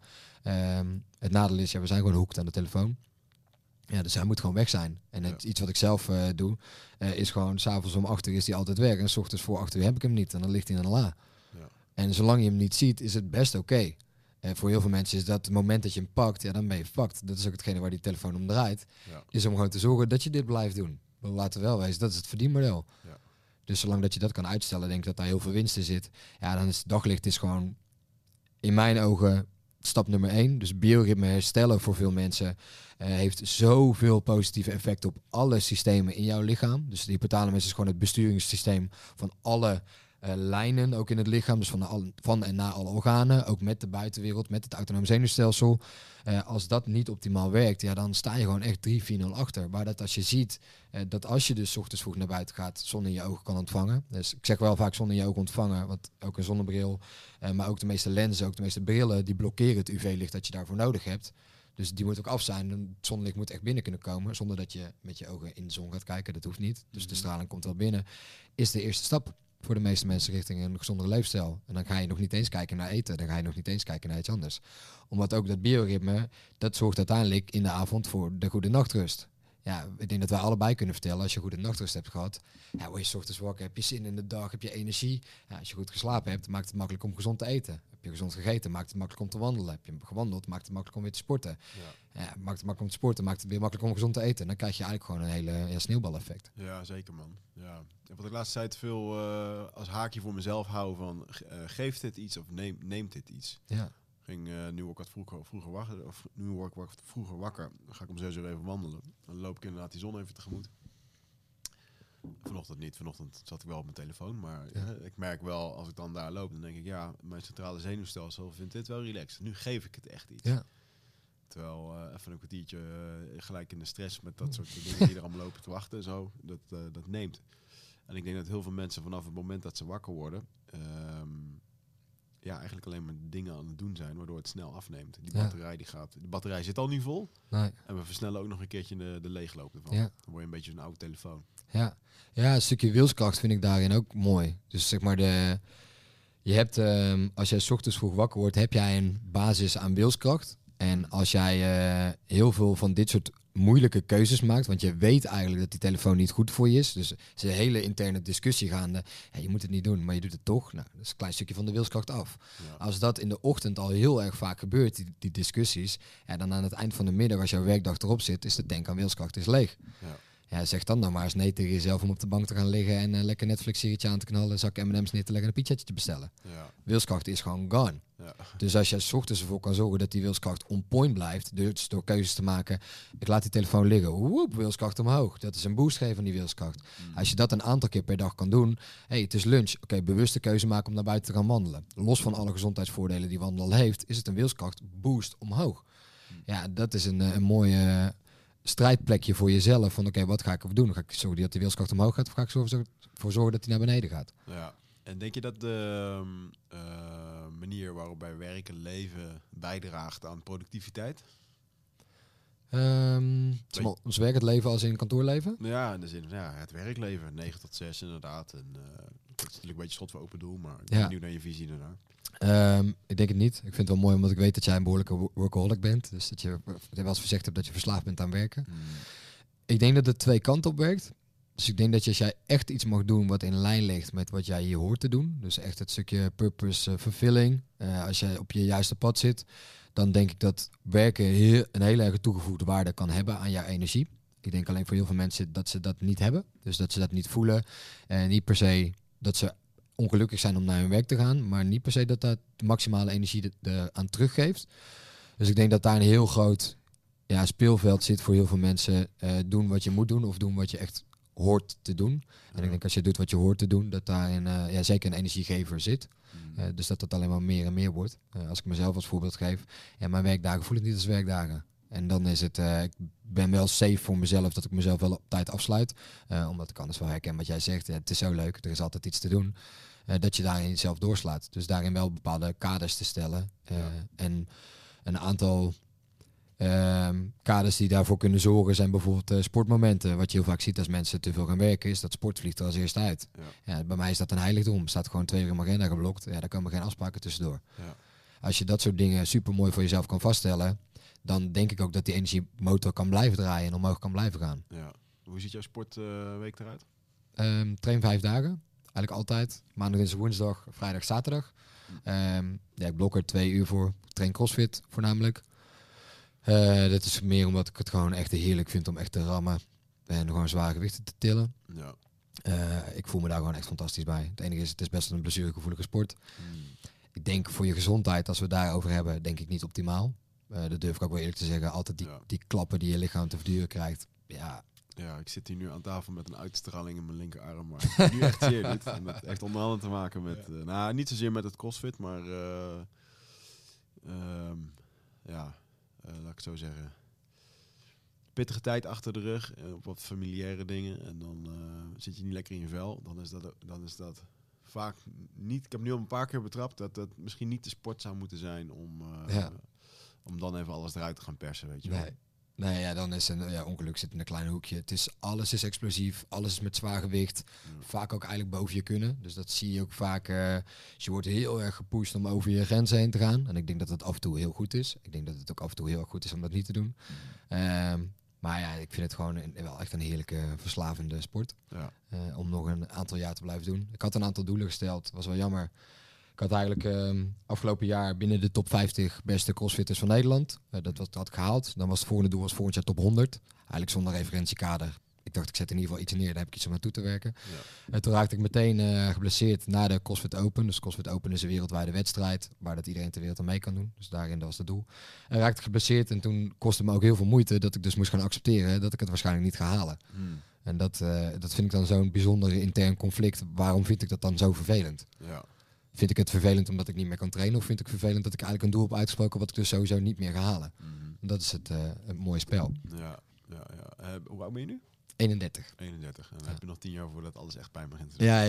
Het nadeel is, we zijn gewoon hoekt aan de telefoon. Ja, dus hij moet gewoon weg zijn. En iets wat ik zelf doe, is gewoon 's avonds om 8 uur is hij altijd weg. En 's ochtends voor 8 uur heb ik hem niet. En dan ligt hij in een la. Ja. En zolang je hem niet ziet, is het best oké. Voor heel veel mensen is dat het moment dat je hem pakt, ja, dan ben je fucked. Dat is ook hetgene waar die telefoon om draait. Ja. Is om gewoon te zorgen dat je dit blijft doen. Maar laten we wel wezen, dat is het verdienmodel. Ja. Dus zolang dat je dat kan uitstellen, denk ik dat daar heel veel winst in zit. Ja, dan is het daglicht is gewoon in mijn ogen stap nummer 1. Dus bioritme herstellen voor veel mensen heeft zoveel positieve effecten op alle systemen in jouw lichaam. Dus de hypothalamus is gewoon het besturingssysteem van alle lijnen, ook in het lichaam. Dus van en na alle organen, ook met de buitenwereld, met het autonoom zenuwstelsel. Als dat niet optimaal werkt, ja, dan sta je gewoon echt 3-4-0 achter. Maar dat als je ziet dat als je dus 's ochtends vroeg naar buiten gaat, zon in je ogen kan ontvangen. Dus ik zeg wel vaak zon in je ogen ontvangen, want ook een zonnebril, maar ook de meeste lenzen, ook de meeste brillen, die blokkeren het UV-licht dat je daarvoor nodig hebt. Dus die moet ook af zijn. Het zonlicht moet echt binnen kunnen komen, zonder dat je met je ogen in de zon gaat kijken. Dat hoeft niet. Dus de straling komt wel binnen. Is de eerste stap voor de meeste mensen richting een gezondere leefstijl. En dan ga je nog niet eens kijken naar eten. Dan ga je nog niet eens kijken naar iets anders. Omdat ook dat bioritme, dat zorgt uiteindelijk in de avond voor de goede nachtrust. Ja, ik denk dat wij allebei kunnen vertellen, als je goede nachtrust hebt gehad, ja, word je 's ochtends wakker, heb je zin in de dag, heb je energie. Ja, als je goed geslapen hebt, maakt het makkelijk om gezond te eten. Heb je gezond gegeten, maakt het makkelijk om te wandelen. Heb je gewandeld, maakt het makkelijk om weer te sporten. Ja. Ja, maakt het makkelijk om te sporten, maakt het weer makkelijk om gezond te eten. Dan krijg je eigenlijk gewoon een hele sneeuwbaleffect. Ja, zeker man. Ja. Wat ik laatste tijd veel als haakje voor mezelf hou van, geeft dit iets of neemt dit iets? Ja. Nu word ik wat vroeger wakker, dan ga ik om 6 uur even wandelen. Dan loop ik inderdaad die zon even tegemoet. Vanochtend niet. Vanochtend zat ik wel op mijn telefoon. Maar ik merk wel, als ik dan daar loop, dan denk ik, ja, mijn centrale zenuwstelsel vindt dit wel relaxed. Nu geef ik het echt iets. Ja. Terwijl even een kwartiertje gelijk in de stress met dat soort dingen die er allemaal lopen te wachten. Zo, dat neemt. En ik denk dat heel veel mensen vanaf het moment dat ze wakker worden, eigenlijk alleen maar dingen aan het doen zijn, waardoor het snel afneemt. Die batterij de batterij zit al niet vol. Nee. En we versnellen ook nog een keertje de leegloop ervan. Ja. Dan word je een beetje zo'n oude telefoon. Ja, een stukje wilskracht vind ik daarin ook mooi. Dus zeg maar je hebt, als jij 's ochtends vroeg wakker wordt, heb jij een basis aan wilskracht. En als jij heel veel van dit soort moeilijke keuzes maakt, want je weet eigenlijk dat die telefoon niet goed voor je is. Dus er is een hele interne discussie gaande. Ja, je moet het niet doen, maar je doet het toch. Nou, dat is een klein stukje van de wilskracht af. Ja. Als dat in de ochtend al heel erg vaak gebeurt, die discussies, dan aan het eind van de middag, als jouw werkdag erop zit, is de tank aan wilskracht is leeg. Ja. Ja, zeg dan nou maar eens nee tegen jezelf om op de bank te gaan liggen en lekker Netflix-serietje aan te knallen, een zak M&M's neer te leggen en een pizzetje te bestellen. Ja. Wilskracht is gewoon gone. Ja. Dus als je 's ochtends ervoor kan zorgen dat die wilskracht on point blijft, dus door keuzes te maken, ik laat die telefoon liggen, woep, wilskracht omhoog. Dat is een boost geven van die wilskracht. Als je dat een aantal keer per dag kan doen, het is lunch, oké, bewuste keuze maken om naar buiten te gaan wandelen. Los van alle gezondheidsvoordelen die wandelen al heeft, is het een wilskracht boost omhoog. Ja, dat is een mooie strijdplekje voor jezelf. Van oké, wat ga ik ervoor doen? Ga ik zorgen dat die wilskracht omhoog gaat, of ga ik ervoor zorgen dat hij naar beneden gaat? En denk je dat de manier waarop wij werken, leven, bijdraagt aan productiviteit? Ons werk, het leven als in kantoorleven? Ja, in de zin van het werkleven, 9 tot 6 inderdaad. En dat is natuurlijk een beetje schot voor open doel, maar ik ben benieuwd naar je visie daarna. Ik denk het niet. Ik vind het wel mooi, omdat ik weet dat jij een behoorlijke workaholic bent. Dus dat je wel eens gezegd hebt dat je verslaafd bent aan werken. Ik denk dat het twee kanten op werkt. Dus ik denk dat als jij echt iets mag doen wat in lijn ligt met wat jij hier hoort te doen. Dus echt het stukje purpose, fulfilling. Als jij op je juiste pad zit, dan denk ik dat werken een hele erg toegevoegde waarde kan hebben aan jouw energie. Ik denk alleen voor heel veel mensen dat ze dat niet hebben. Dus dat ze dat niet voelen. En niet per se dat ze ongelukkig zijn om naar hun werk te gaan. Maar niet per se dat dat de maximale energie aan teruggeeft. Dus ik denk dat daar een heel groot speelveld zit voor heel veel mensen. Doen wat je moet doen of doen wat je echt hoort te doen. En ik denk als je doet wat je hoort te doen, dat daarin zeker een energiegever zit. Dus dat alleen maar meer en meer wordt. Als ik mezelf als voorbeeld geef, mijn werkdagen voel ik niet als werkdagen. En dan is het, ik ben wel safe voor mezelf dat ik mezelf wel op tijd afsluit. Omdat ik anders wel herken wat jij zegt. Het is zo leuk, er is altijd iets te doen. Dat je daarin jezelf doorslaat. Dus daarin wel bepaalde kaders te stellen. En een aantal kaders die daarvoor kunnen zorgen zijn bijvoorbeeld sportmomenten. Wat je heel vaak ziet als mensen te veel gaan werken, is dat sport vliegt er als eerste uit. Bij mij is dat een heiligdom. Staat gewoon 2 uur in mijn agenda geblokt. Daar komen geen afspraken tussendoor. Als je dat soort dingen super mooi voor jezelf kan vaststellen, dan denk ik ook dat die energiemotor kan blijven draaien en omhoog kan blijven gaan. Hoe ziet jouw sportweek eruit? Train 5 dagen. Eigenlijk altijd. Maandag, dinsdag, woensdag, vrijdag, zaterdag. Ik blok er 2 uur voor. Ik train CrossFit voornamelijk. Dat is meer omdat ik het gewoon echt heerlijk vind om echt te rammen. En gewoon zware gewichten te tillen. Ik voel me daar gewoon echt fantastisch bij. Het enige is, het is best een blessuregevoelige sport. Ik denk voor je gezondheid, als we het daarover hebben, denk ik niet optimaal. Dat durf ik ook wel eerlijk te zeggen. Altijd die klappen die je lichaam te verduren krijgt. Ja, ik zit hier nu aan tafel met een uitstraling in mijn linkerarm. Maar het nu echt zeer doet. En dat heeft onder andere te maken met... niet zozeer met het CrossFit, maar... laat ik het zo zeggen. Pittige tijd achter de rug. Op wat familiaire dingen. En dan zit je niet lekker in je vel. Dan is dat vaak niet... Ik heb nu al een paar keer betrapt dat dat misschien niet de sport zou moeten zijn om dan even alles eruit te gaan persen, weet je wel. Nee, dan is ongeluk zit in een klein hoekje. Alles is explosief, alles is met zwaar gewicht. Vaak ook eigenlijk boven je kunnen. Dus dat zie je ook vaak. Dus je wordt heel erg gepusht om over je grenzen heen te gaan. En ik denk dat het af en toe heel goed is. Ik denk dat het ook af en toe heel erg goed is om dat niet te doen. Maar ik vind het gewoon wel echt een heerlijke verslavende sport. Om nog een aantal jaar te blijven doen. Ik had een aantal doelen gesteld. Was wel jammer. Ik had eigenlijk afgelopen jaar binnen de top 50 beste crossfitters van Nederland. Dat had ik gehaald. Dan was het volgende doel volgend jaar top 100. Eigenlijk zonder referentiekader. Ik dacht, ik zet in ieder geval iets neer. Daar heb ik iets om naartoe te werken. Toen raakte ik meteen geblesseerd na de CrossFit Open. Dus CrossFit Open is een wereldwijde wedstrijd. Waar dat iedereen ter wereld aan mee kan doen. Dus daarin, dat was het doel. En raakte ik geblesseerd. En toen kostte het me ook heel veel moeite dat ik dus moest gaan accepteren dat ik het waarschijnlijk niet ga halen. En dat vind ik dan zo'n bijzonder intern conflict. Waarom vind ik dat dan zo vervelend? Vind ik het vervelend omdat ik niet meer kan trainen? Of vind ik vervelend dat ik eigenlijk een doel heb uitgesproken wat ik dus sowieso niet meer ga halen? Dat is het mooie spel. Hoe oud ben je nu? 31. 31. En dan heb je nog 10 jaar voordat alles echt pijn begint. Ja.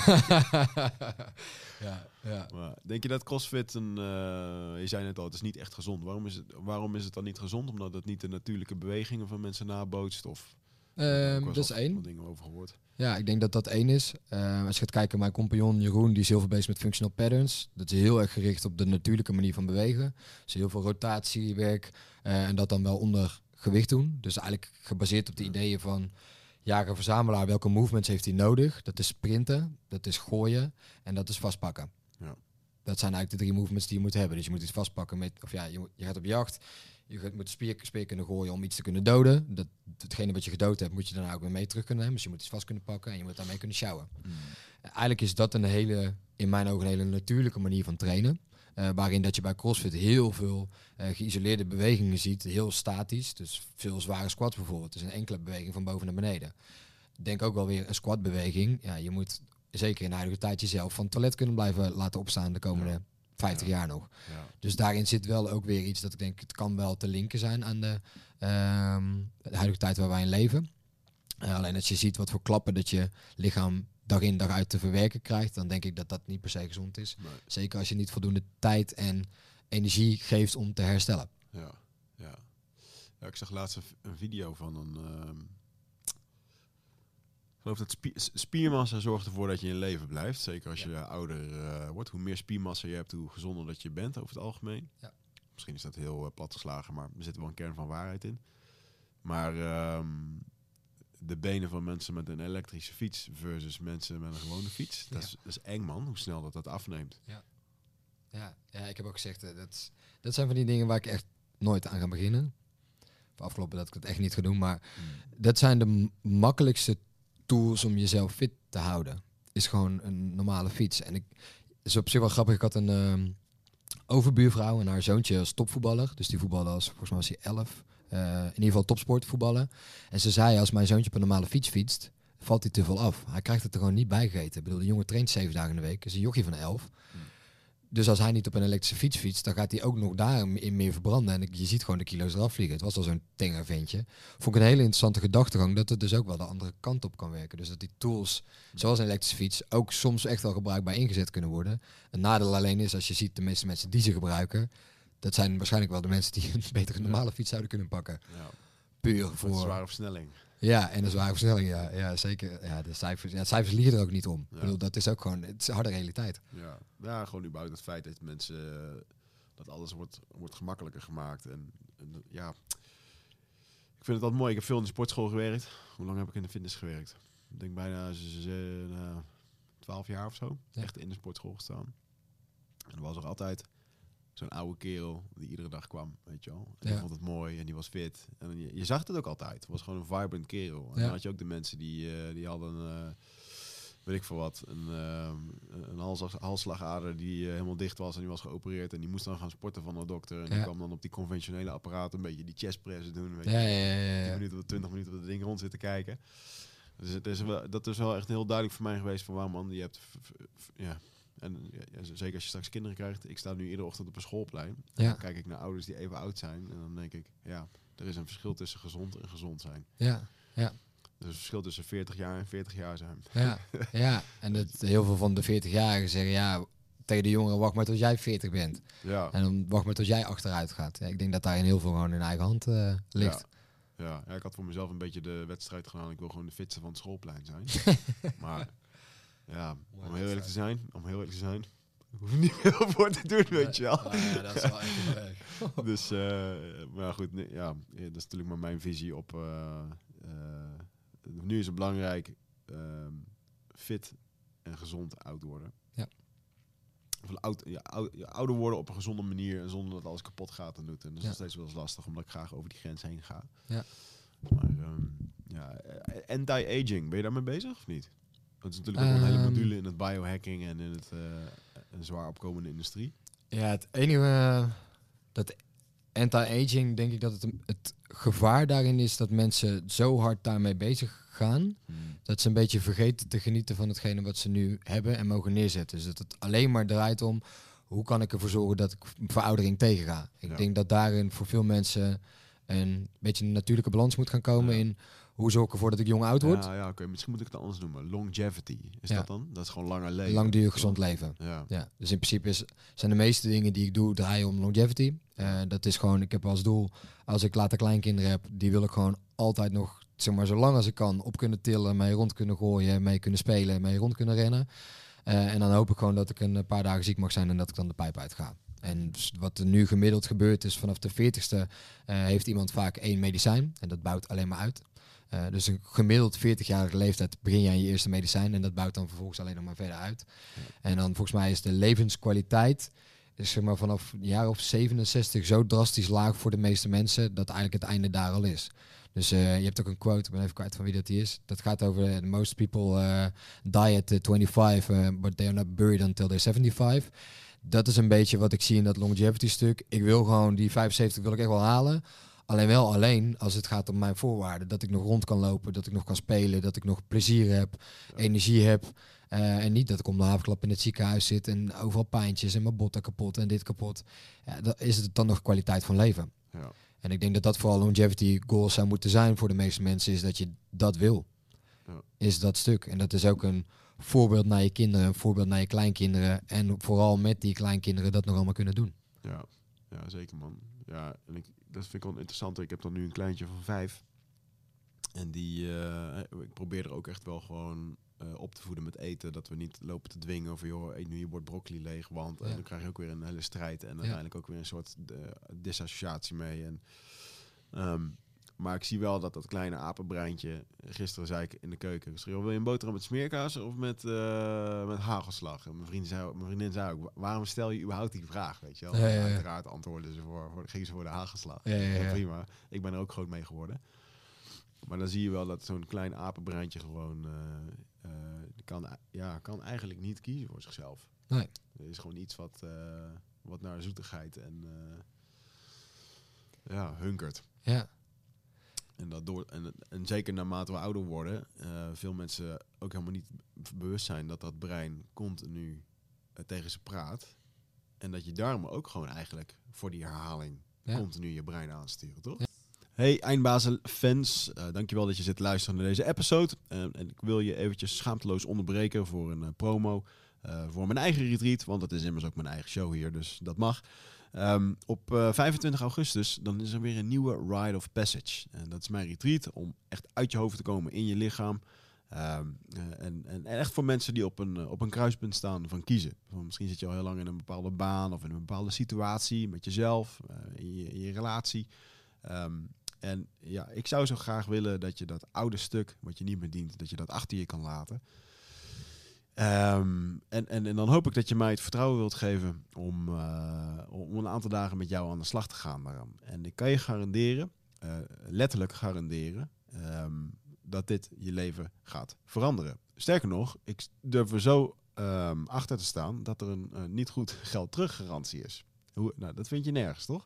Maar denk je dat CrossFit je zei net al, het is niet echt gezond. Waarom is het dan niet gezond? Omdat het niet de natuurlijke bewegingen van mensen nabootst? Of dat is 1. Dingen over gehoord. Ja, ik denk dat dat 1 is. Als je gaat kijken, mijn compagnon Jeroen, die is heel veel bezig met functional patterns. Dat is heel erg gericht op de natuurlijke manier van bewegen. Dus heel veel rotatiewerk en dat dan wel onder gewicht doen. Dus eigenlijk gebaseerd op de ideeën van jager-verzamelaar. Welke movements heeft hij nodig? Dat is sprinten, dat is gooien en dat is vastpakken. Dat zijn eigenlijk de 3 movements die je moet hebben. Dus je moet iets vastpakken met, je gaat op jacht. Je moet speer kunnen gooien om iets te kunnen doden. Hetgene wat je gedood hebt, moet je daarna ook weer mee terug kunnen nemen. Dus je moet iets vast kunnen pakken en je moet daarmee kunnen sjouwen. Eigenlijk is dat in mijn ogen een hele natuurlijke manier van trainen. Waarin dat je bij CrossFit heel veel geïsoleerde bewegingen ziet. Heel statisch. Dus veel zware squats bijvoorbeeld. Dus een enkele beweging van boven naar beneden. Denk ook wel weer een squatbeweging. Ja, je moet zeker in de huidige tijd jezelf van het toilet kunnen blijven laten opstaan de komende 50 jaar nog. Dus daarin zit wel ook weer iets dat ik denk, het kan wel te linken zijn aan de huidige tijd waar wij in leven. Alleen als je ziet wat voor klappen dat je lichaam dag in dag uit te verwerken krijgt, dan denk ik dat dat niet per se gezond is. Nee. Zeker als je niet voldoende tijd en energie geeft om te herstellen. Ja. Ja, ik zag laatst een video van een... ik geloof dat spiermassa zorgt ervoor dat je in leven blijft. Zeker als je ouder wordt. Hoe meer spiermassa je hebt, hoe gezonder dat je bent over het algemeen. Ja. Misschien is dat heel platgeslagen, maar er zit wel een kern van waarheid in. Maar de benen van mensen met een elektrische fiets versus mensen met een gewone fiets, dat is eng, man. Hoe snel dat afneemt. Ja, ik heb ook gezegd, dat zijn van die dingen waar ik echt nooit aan ga beginnen. Afgelopen dat ik het echt niet ga doen, maar dat zijn de makkelijkste tools om jezelf fit te houden. Is gewoon een normale fiets. En het is op zich wel grappig. Ik had een overbuurvrouw en haar zoontje als topvoetballer. Dus die voetbalde volgens mij was hij 11. In ieder geval topsportvoetballen. En ze zei, als mijn zoontje op een normale fiets fietst, valt hij te veel af. Hij krijgt het er gewoon niet bij gegeten. Ik bedoel, de jongen traint 7 dagen in de week. Is een jochie van 11. Dus als hij niet op een elektrische fiets fietst, dan gaat hij ook nog daarin meer verbranden. En je ziet gewoon de kilo's eraf vliegen. Het was al zo'n tenger ventje. Vond ik een hele interessante gedachtegang, dat het dus ook wel de andere kant op kan werken. Dus dat die tools, zoals een elektrische fiets, ook soms echt wel gebruikbaar ingezet kunnen worden. Een nadeel alleen is, als je ziet de meeste mensen die ze gebruiken, dat zijn waarschijnlijk wel de mensen die een betere normale fiets zouden kunnen pakken. Ja. Puur Voor voor... een zware versnelling. Ja, en een zware versnelling, ja zeker. Ja, de cijfers liegen er ook niet om. Ja. Ik bedoel, dat is ook gewoon, het is harde realiteit. Ja, gewoon überhaupt het feit dat mensen, dat alles wordt gemakkelijker gemaakt. En ja, ik vind het altijd mooi. Ik heb veel in de sportschool gewerkt. Hoe lang heb ik in de fitness gewerkt? Ik denk bijna 12 jaar of zo. Ja. Echt in de sportschool gestaan. En er was er altijd zo'n oude kerel die iedere dag kwam, weet je wel. En die vond het mooi en die was fit. En je zag het ook altijd. Het was gewoon een vibrant kerel. En dan had je ook de mensen die hadden, weet ik veel wat, een halsslagader die helemaal dicht was en die was geopereerd. En die moest dan gaan sporten van de dokter. En die kwam dan op die conventionele apparaten een beetje die chestpressen doen. Weet je, 10 minuten of 20 minuten op het ding rond zitten kijken. Dus dat is wel echt heel duidelijk voor mij geweest van waar man, je hebt... En zeker als je straks kinderen krijgt. Ik sta nu iedere ochtend op een schoolplein. En dan kijk ik naar ouders die even oud zijn. En dan denk ik, er is een verschil tussen gezond en gezond zijn. Ja. Er is een verschil tussen 40 jaar en 40 jaar zijn. Ja. En heel veel van de 40-jarigen zeggen, tegen de jongeren, wacht maar tot jij 40 bent. Ja. En dan wacht maar tot jij achteruit gaat. Ja, ik denk dat daar in heel veel gewoon in eigen hand ligt. Ja, ik had voor mezelf een beetje de wedstrijd gedaan. Ik wil gewoon de fitste van het schoolplein zijn. Maar... Ja, om heel eerlijk te zijn, hoef je niet heel voor te doen, weet je wel. Ja, dat is wel echt heel erg. Dus, maar goed, dat is natuurlijk maar mijn visie op... nu is het belangrijk fit en gezond oud worden. Ja. Of ouder worden op een gezonde manier en zonder dat alles kapot gaat en doet. En dat is nog steeds wel eens lastig, omdat ik graag over die grens heen ga. Ja. Maar anti-aging, ben je daarmee bezig of niet? Dat is natuurlijk ook een hele module in het biohacking en in het een zwaar opkomende industrie. Ja, het enige dat anti-aging, denk ik dat het gevaar daarin is dat mensen zo hard daarmee bezig gaan, dat ze een beetje vergeten te genieten van hetgene wat ze nu hebben en mogen neerzetten. Dus dat het alleen maar draait om, hoe kan ik ervoor zorgen dat ik veroudering tegenga? Ik denk dat daarin voor veel mensen een beetje een natuurlijke balans moet gaan komen in... Hoe zorg ik ervoor dat ik jong oud word? Ja, oké. Misschien moet ik het anders noemen. Longevity. Is dat dan? Dat is gewoon langer leven. Langdurig gezond leven. Ja. Dus in principe zijn de meeste dingen die ik doe draaien om longevity. Dat is gewoon, ik heb als doel, als ik later kleinkinderen heb, die wil ik gewoon altijd nog, zeg maar, zo lang als ik kan, op kunnen tillen, mee rond kunnen gooien, mee kunnen spelen, mee rond kunnen rennen. En dan hoop ik gewoon dat ik een paar dagen ziek mag zijn en dat ik dan de pijp uit ga. En dus wat er nu gemiddeld gebeurt is, vanaf de 40ste heeft iemand vaak 1 medicijn. En dat bouwt alleen maar uit. Dus een gemiddeld 40-jarige leeftijd begin je aan je eerste medicijn en dat bouwt dan vervolgens alleen nog maar verder uit. En dan volgens mij is de levenskwaliteit zeg maar vanaf een jaar of 67 zo drastisch laag voor de meeste mensen dat eigenlijk het einde daar al is. Dus je hebt ook een quote, ik ben even kwijt van wie dat die is. Dat gaat over most people die at 25, but they are not buried until they're 75. Dat is een beetje wat ik zie in dat longevity stuk. Ik wil gewoon die 75 wil ik echt wel halen. Alleen als het gaat om mijn voorwaarden. Dat ik nog rond kan lopen, dat ik nog kan spelen, dat ik nog plezier heb, energie heb. En niet dat ik om de havenklap in het ziekenhuis zit en overal pijntjes en mijn botten kapot en dit kapot. Ja, dan is het dan nog kwaliteit van leven. Ja. En ik denk dat dat vooral longevity goals zou moeten zijn voor de meeste mensen, is dat je dat wil. Ja. Is dat stuk. En dat is ook een voorbeeld naar je kinderen, voorbeeld naar je kleinkinderen. En vooral met die kleinkinderen dat nog allemaal kunnen doen. Ja, zeker man. Ja, en dat vind ik wel interessant. Ik heb dan nu een kleintje van 5. En ik probeer er ook echt wel gewoon op te voeden met eten. Dat we niet lopen te dwingen over, joh, eet nu je bord broccoli leeg. Want en dan krijg je ook weer een hele strijd. En uiteindelijk ook weer een soort disassociatie mee. Maar ik zie wel dat kleine apenbreintje... Gisteren zei ik in de keuken... Ik zei, wil je een boterham met smeerkaas of met hagelslag? En mijn vriendin zei ook... Waarom stel je überhaupt die vraag? Weet je wel? Ja. Uiteraard antwoorden ze gingen ze voor de hagelslag. Ja. Prima. Ik ben er ook groot mee geworden. Maar dan zie je wel dat zo'n klein apenbreintje gewoon... kan eigenlijk niet kiezen voor zichzelf. Nee. Er is gewoon iets wat naar zoetigheid en hunkert. Ja. En zeker naarmate we ouder worden, veel mensen ook helemaal niet bewust zijn dat brein continu tegen ze praat. En dat je daarom ook gewoon eigenlijk voor die herhaling continu je brein aansturen, toch? Ja. Hey Eindbazen fans, dankjewel dat je zit te luisteren naar deze episode. En ik wil je eventjes schaamteloos onderbreken voor een promo voor mijn eigen retreat, want het is immers ook mijn eigen show hier, dus dat mag. Op 25 augustus dan is er weer een nieuwe Rite of Passage. En dat is mijn retreat om echt uit je hoofd te komen in je lichaam. En echt voor mensen die op een kruispunt staan van kiezen. Misschien zit je al heel lang in een bepaalde baan of in een bepaalde situatie met jezelf, in je relatie. En ja, ik zou zo graag willen dat je dat oude stuk wat je niet meer dient, dat je dat achter je kan laten. En dan hoop ik dat je mij het vertrouwen wilt geven om een aantal dagen met jou aan de slag te gaan daaraan. En ik kan je garanderen, letterlijk garanderen, dat dit je leven gaat veranderen. Sterker nog, ik durf er zo achter te staan dat er een niet goed geld teruggarantie is. Nou, dat vind je nergens, toch?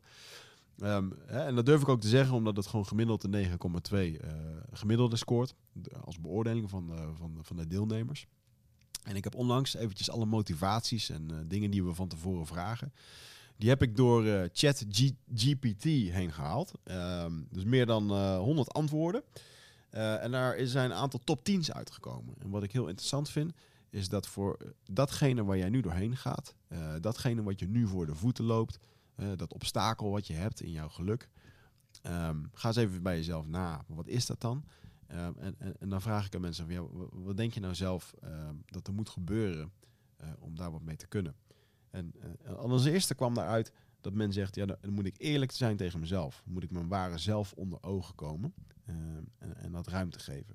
En dat durf ik ook te zeggen, omdat het gewoon gemiddeld een 9,2 gemiddelde scoort. Als beoordeling van de deelnemers. En ik heb onlangs eventjes alle motivaties en dingen die we van tevoren vragen. Die heb ik door ChatGPT heen gehaald. Dus meer dan 100 antwoorden. En daar zijn een aantal top 10's uitgekomen. En wat ik heel interessant vind, is dat voor datgene waar jij nu doorheen gaat, datgene wat je nu voor de voeten loopt, dat obstakel wat je hebt in jouw geluk, ga eens even bij jezelf na. Wat is dat dan? En dan vraag ik aan mensen van, wat denk je nou zelf dat er moet gebeuren om daar wat mee te kunnen? En als eerste kwam daaruit dat men zegt, dan moet ik eerlijk zijn tegen mezelf. Moet ik mijn ware zelf onder ogen komen en dat ruimte geven.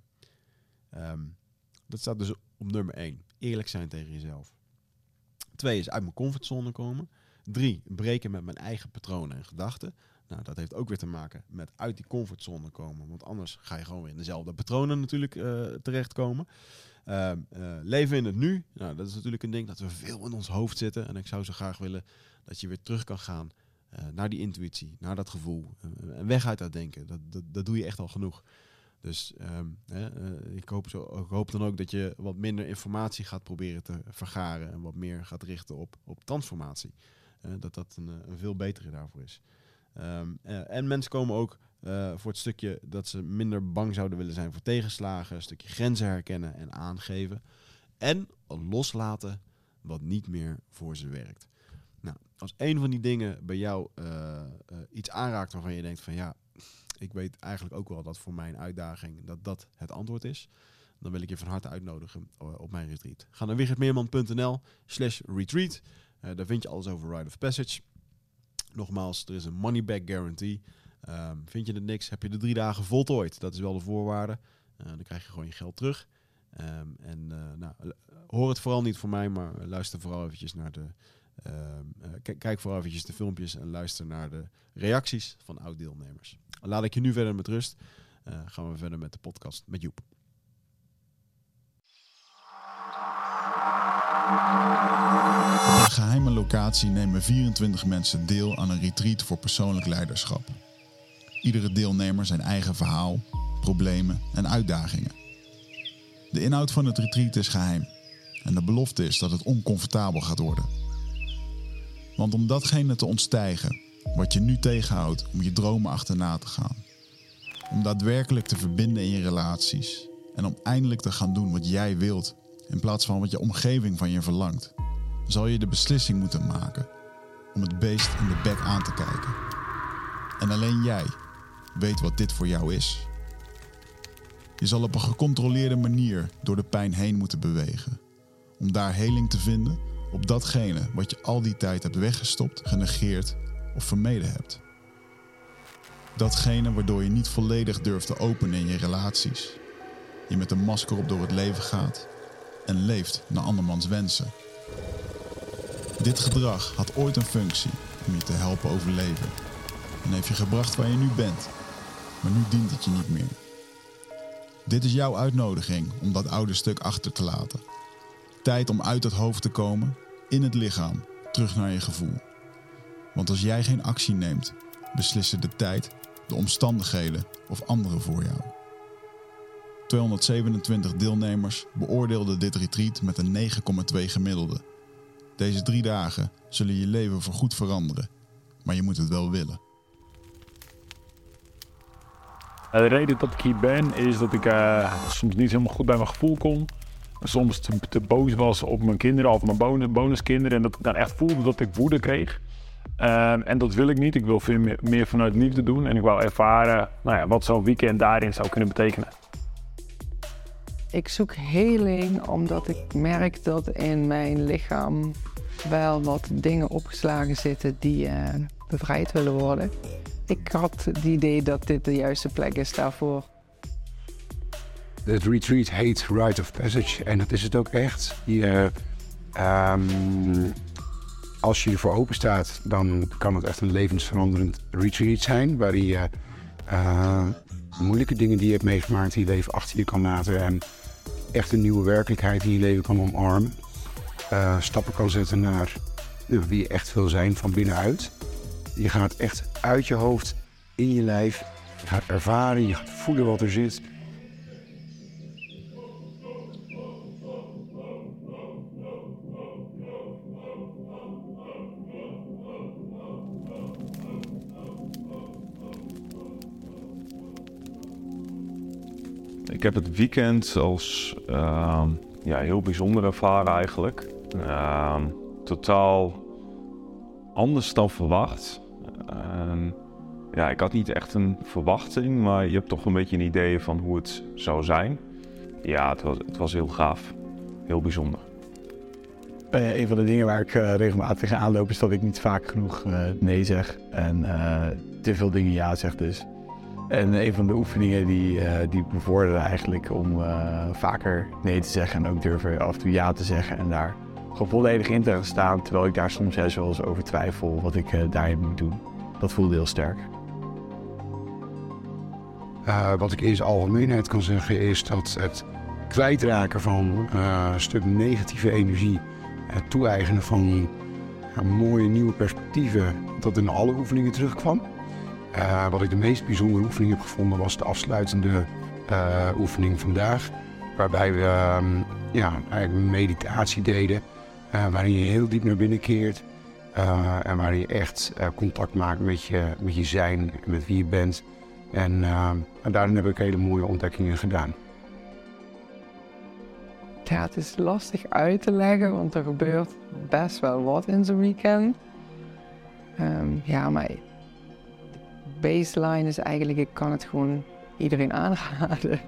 Dat staat dus op nummer 1. Eerlijk zijn tegen jezelf. 2 is uit mijn comfortzone komen. 3, breken met mijn eigen patronen en gedachten. Nou, dat heeft ook weer te maken met uit die comfortzone komen. Want anders ga je gewoon weer in dezelfde patronen natuurlijk terechtkomen. Leven in het nu. Nou, dat is natuurlijk een ding dat we veel in ons hoofd zitten. En ik zou zo graag willen dat je weer terug kan gaan naar die intuïtie, naar dat gevoel. En weg uit dat denken. Dat doe je echt al genoeg. Dus ik hoop dan ook dat je wat minder informatie gaat proberen te vergaren. En wat meer gaat richten op transformatie. Dat een veel betere daarvoor is. En mensen komen ook voor het stukje dat ze minder bang zouden willen zijn voor tegenslagen. Een stukje grenzen herkennen en aangeven. En loslaten wat niet meer voor ze werkt. Nou, als een van die dingen bij jou iets aanraakt waarvan je denkt van ja, ik weet eigenlijk ook wel dat voor mijn uitdaging dat het antwoord is, dan wil ik je van harte uitnodigen op mijn retreat. Ga naar wichertmeerman.nl/retreat. Daar vind je alles over Rite of Passage. Nogmaals, er is een money back guarantee. Vind je het niks, heb je de 3 dagen voltooid. Dat is wel de voorwaarde. Dan krijg je gewoon je geld terug. Hoor het vooral niet voor mij, maar luister vooral eventjes naar kijk vooral eventjes de filmpjes en luister naar de reacties van oud-deelnemers. Laat ik je nu verder met rust. Gaan we verder met de podcast met Joep. Op een geheime locatie nemen 24 mensen deel aan een retreat voor persoonlijk leiderschap. Iedere deelnemer zijn eigen verhaal, problemen en uitdagingen. De inhoud van het retreat is geheim en de belofte is dat het oncomfortabel gaat worden. Want om datgene te ontstijgen wat je nu tegenhoudt om je dromen achterna te gaan. Om daadwerkelijk te verbinden in je relaties en om eindelijk te gaan doen wat jij wilt in plaats van wat je omgeving van je verlangt, zal je de beslissing moeten maken om het beest in de bek aan te kijken. En alleen jij weet wat dit voor jou is. Je zal op een gecontroleerde manier door de pijn heen moeten bewegen, om daar heling te vinden op datgene wat je al die tijd hebt weggestopt, genegeerd of vermeden hebt. Datgene waardoor je niet volledig durft te openen in je relaties. Je met een masker op door het leven gaat en leeft naar andermans wensen. Dit gedrag had ooit een functie om je te helpen overleven en heeft je gebracht waar je nu bent, maar nu dient het je niet meer. Dit is jouw uitnodiging om dat oude stuk achter te laten. Tijd om uit het hoofd te komen, in het lichaam, terug naar je gevoel. Want als jij geen actie neemt, beslissen de tijd, de omstandigheden of anderen voor jou. 227 deelnemers beoordeelden dit retreat met een 9,2 gemiddelde. Deze 3 dagen zullen je leven voorgoed veranderen, maar je moet het wel willen. De reden dat ik hier ben is dat ik soms niet helemaal goed bij mijn gevoel kon. Soms te boos was op mijn kinderen of mijn bonuskinderen en dat ik dan echt voelde dat ik woede kreeg. En dat wil ik niet. Ik wil veel meer vanuit liefde doen en ik wou ervaren wat zo'n weekend daarin zou kunnen betekenen. Ik zoek heling omdat ik merk dat in mijn lichaam wel wat dingen opgeslagen zitten die bevrijd willen worden. Ik had het idee dat dit de juiste plek is daarvoor. Het retreat heet Rite of Passage en dat is het ook echt. Als je ervoor open staat, dan kan het echt een levensveranderend retreat zijn. Waarin je moeilijke dingen die je hebt meegemaakt in je leven achter je kan laten. En echt een nieuwe werkelijkheid in je leven kan omarmen. Stappen kan zetten naar wie je echt wil zijn van binnenuit. Je gaat echt uit je hoofd, in je lijf. Je gaat ervaren, je gaat voelen wat er zit. Ik heb het weekend als heel bijzonder ervaren eigenlijk. Totaal anders dan verwacht. Ik had niet echt een verwachting, maar je hebt toch een beetje een idee van hoe het zou zijn. Ja, het was heel gaaf. Heel bijzonder. Een van de dingen waar ik regelmatig tegenaan loop is dat ik niet vaak genoeg nee zeg. En te veel dingen ja zeg dus. En een van de oefeningen die bevorderen eigenlijk om vaker nee te zeggen en ook durven af en toe ja te zeggen en daar gewoon volledig in te staan, terwijl ik daar soms wel eens over twijfel wat ik daarin moet doen. Dat voelde heel sterk. Wat ik in zijn algemeenheid kan zeggen is dat het kwijtraken van een stuk negatieve energie, het toe-eigenen van mooie nieuwe perspectieven, dat in alle oefeningen terugkwam. Wat ik de meest bijzondere oefening heb gevonden was de afsluitende oefening vandaag. Waarbij we eigenlijk een meditatie deden. Waarin je heel diep naar binnen keert. En waarin je echt contact maakt met je zijn, met wie je bent. En daarin heb ik hele mooie ontdekkingen gedaan. Ja, het is lastig uit te leggen, want er gebeurt best wel wat in zo'n weekend. Maar de baseline is eigenlijk, ik kan het gewoon iedereen aanraden.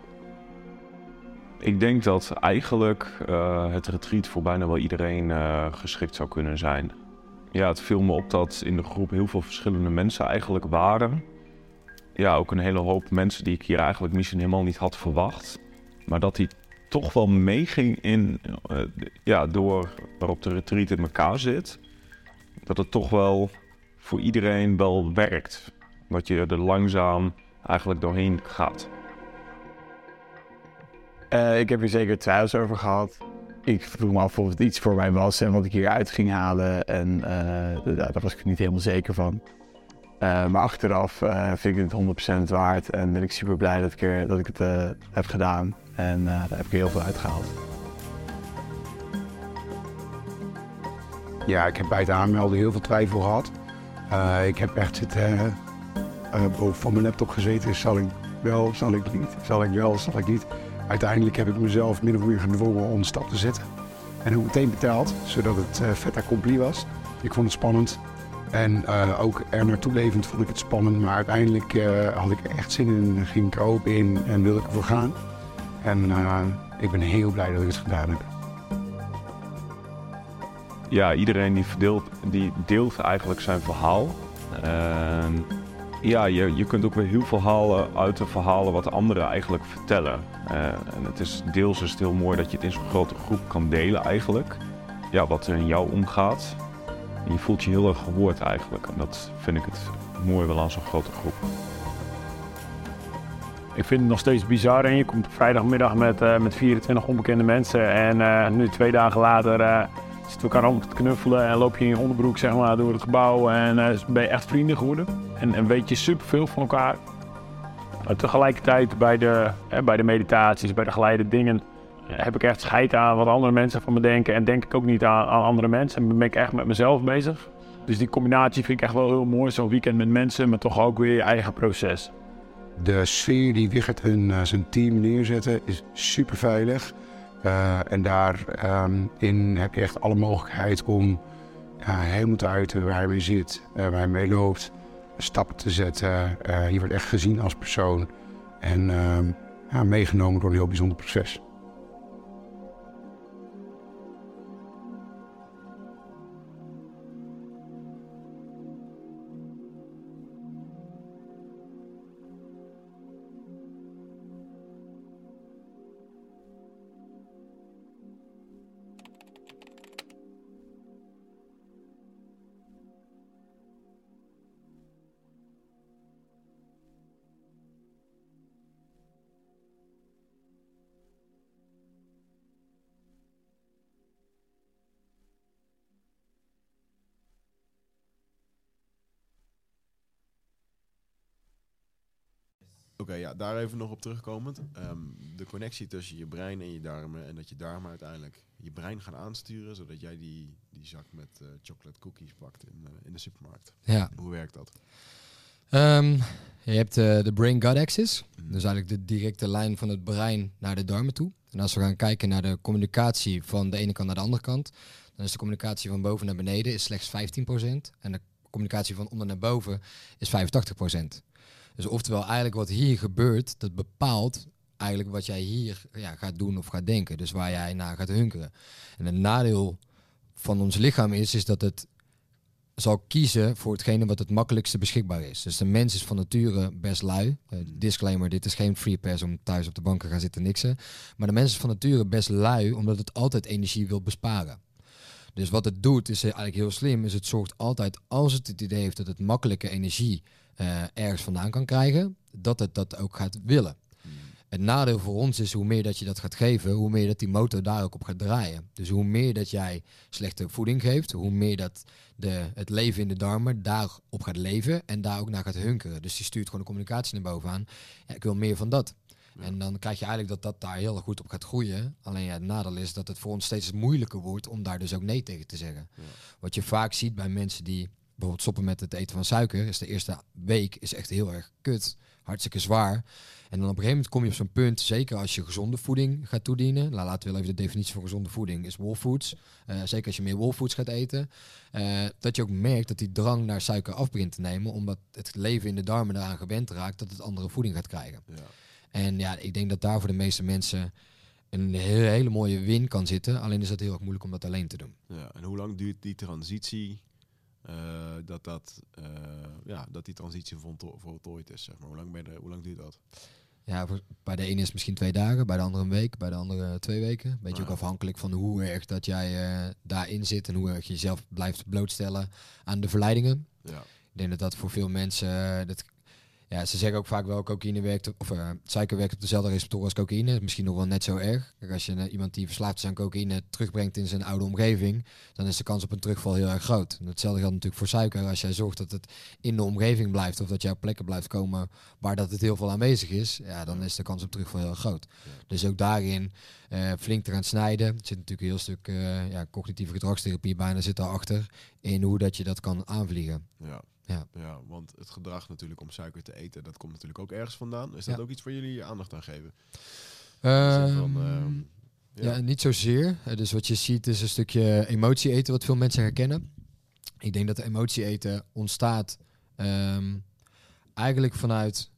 Ik denk dat eigenlijk het retreat voor bijna wel iedereen geschikt zou kunnen zijn. Ja, het viel me op dat in de groep heel veel verschillende mensen eigenlijk waren. Ja, ook een hele hoop mensen die ik hier eigenlijk misschien helemaal niet had verwacht. Maar dat die toch wel meeging in, door waarop de retreat in elkaar zit. Dat het toch wel voor iedereen wel werkt. Dat je er langzaam eigenlijk doorheen gaat. Ik heb hier zeker twijfels over gehad. Ik vroeg me af of het iets voor mij was en wat ik hieruit ging halen. En daar was ik niet helemaal zeker van. Maar achteraf vind ik het 100% waard. En ben ik super blij dat ik het heb gedaan. En daar heb ik heel veel uitgehaald. Ja, ik heb bij het aanmelden heel veel twijfel gehad. Ik heb echt boven van mijn laptop gezeten. Zal ik wel, zal ik niet? Zal ik wel, zal ik niet? Uiteindelijk heb ik mezelf min of meer gedwongen om een stap te zetten. En hoe meteen betaald, zodat het fait accompli was. Ik vond het spannend. En ook er naartoe levend vond ik het spannend. Maar uiteindelijk had ik er echt zin in, ging ik er open in en wilde ik ervoor gaan. En ik ben heel blij dat ik het gedaan heb. Ja, iedereen die deelt eigenlijk zijn verhaal. Ja, je kunt ook weer heel veel halen uit de verhalen wat anderen eigenlijk vertellen. En deels is het heel mooi dat je het in zo'n grote groep kan delen eigenlijk. Ja, wat er in jou omgaat. En je voelt je heel erg gehoord eigenlijk. En dat vind ik het mooie wel aan zo'n grote groep. Ik vind het nog steeds bizar en je komt op vrijdagmiddag met 24 onbekende mensen. En nu 2 dagen later zitten we elkaar allemaal te knuffelen en loop je in je onderbroek zeg maar, door het gebouw. En ben je echt vrienden geworden. En weet je superveel van elkaar. Maar tegelijkertijd bij de meditaties, bij de geleide dingen, heb ik echt scheid aan wat andere mensen van me denken. En denk ik ook niet aan andere mensen. En ben ik echt met mezelf bezig. Dus die combinatie vind ik echt wel heel mooi. Zo'n weekend met mensen, maar toch ook weer je eigen proces. De sfeer die Wichert zijn team neerzetten is super veilig. En daarin heb je echt alle mogelijkheid om helemaal te uiten waar hij mee zit, waar hij mee loopt. Stappen te zetten. Je wordt echt gezien als persoon. En meegenomen door een heel bijzonder proces. Oké, ja, daar even nog op terugkomend. De connectie tussen je brein en je darmen. En dat je darmen uiteindelijk je brein gaan aansturen. Zodat jij die zak met chocolate cookies pakt in de supermarkt. Ja. Hoe werkt dat? Je hebt de brain-gut axis. Dus eigenlijk de directe lijn van het brein naar de darmen toe. En als we gaan kijken naar de communicatie van de ene kant naar de andere kant. Dan is de communicatie van boven naar beneden is slechts 15%. En de communicatie van onder naar boven is 85%. Dus oftewel eigenlijk wat hier gebeurt, dat bepaalt eigenlijk wat jij hier gaat doen of gaat denken. Dus waar jij naar gaat hunkeren. En het nadeel van ons lichaam is dat het zal kiezen voor hetgene wat het makkelijkste beschikbaar is. Dus de mens is van nature best lui. Disclaimer, dit is geen free pass om thuis op de bank te gaan zitten niksen. Maar de mens is van nature best lui, omdat het altijd energie wil besparen. Dus wat het doet, is eigenlijk heel slim, is het zorgt altijd, als het het idee heeft dat het makkelijke energie ergens vandaan kan krijgen, dat het dat ook gaat willen. Het nadeel voor ons is, hoe meer dat je dat gaat geven, hoe meer dat die motor daar ook op gaat draaien. Dus hoe meer dat jij slechte voeding geeft, hoe meer dat het leven in de darmen daarop gaat leven en daar ook naar gaat hunkeren. Dus die stuurt gewoon de communicatie naar bovenaan. Ja, ik wil meer van dat. Ja. En dan krijg je eigenlijk dat daar heel erg goed op gaat groeien. Alleen het nadeel is dat het voor ons steeds moeilijker wordt om daar dus ook nee tegen te zeggen. Ja. Wat je vaak ziet bij mensen die bijvoorbeeld stoppen met het eten van suiker, is de eerste week is echt heel erg kut, hartstikke zwaar. En dan op een gegeven moment kom je op zo'n punt, zeker als je gezonde voeding gaat toedienen. Laten we wel even de definitie van gezonde voeding is whole foods. Zeker als je meer whole foods gaat eten. Dat je ook merkt dat die drang naar suiker af begint te nemen, omdat het leven in de darmen eraan gewend raakt dat het andere voeding gaat krijgen. Ja. En ja, ik denk dat daar voor de meeste mensen een hele mooie win kan zitten. Alleen is het heel erg moeilijk om dat alleen te doen. Ja, en hoe lang duurt die transitie? Dat die transitie voltooid is, zeg maar. Hoe lang duurt dat? Ja, bij de ene is het misschien 2 dagen, bij de andere een week, bij de andere 2 weken. Beetje ook afhankelijk van hoe erg dat jij daarin zit en hoe erg je jezelf blijft blootstellen aan de verleidingen. Ja. Ik denk dat voor veel mensen ze zeggen ook vaak wel cocaïne werkt, of suiker werkt op dezelfde receptoren als cocaïne. Misschien nog wel net zo erg. Kijk, als je iemand die verslaafd is aan cocaïne terugbrengt in zijn oude omgeving, dan is de kans op een terugval heel erg groot. En hetzelfde geldt natuurlijk voor suiker. Als jij zorgt dat het in de omgeving blijft, of dat jij op plekken blijft komen waar dat het heel veel aanwezig is, ja, dan is de kans op terugval heel erg groot. Ja. Dus ook daarin flink te gaan snijden. Het zit natuurlijk een heel stuk cognitieve gedragstherapie bijna zit daarachter, in hoe dat je dat kan aanvliegen. Ja. Ja, want het gedrag natuurlijk om suiker te eten, dat komt natuurlijk ook ergens vandaan. Is dat ook iets waar jullie aandacht aan geven? Ja, niet zozeer. Dus wat je ziet is een stukje emotie eten wat veel mensen herkennen. Ik denk dat de emotie eten ontstaat eigenlijk vanuit...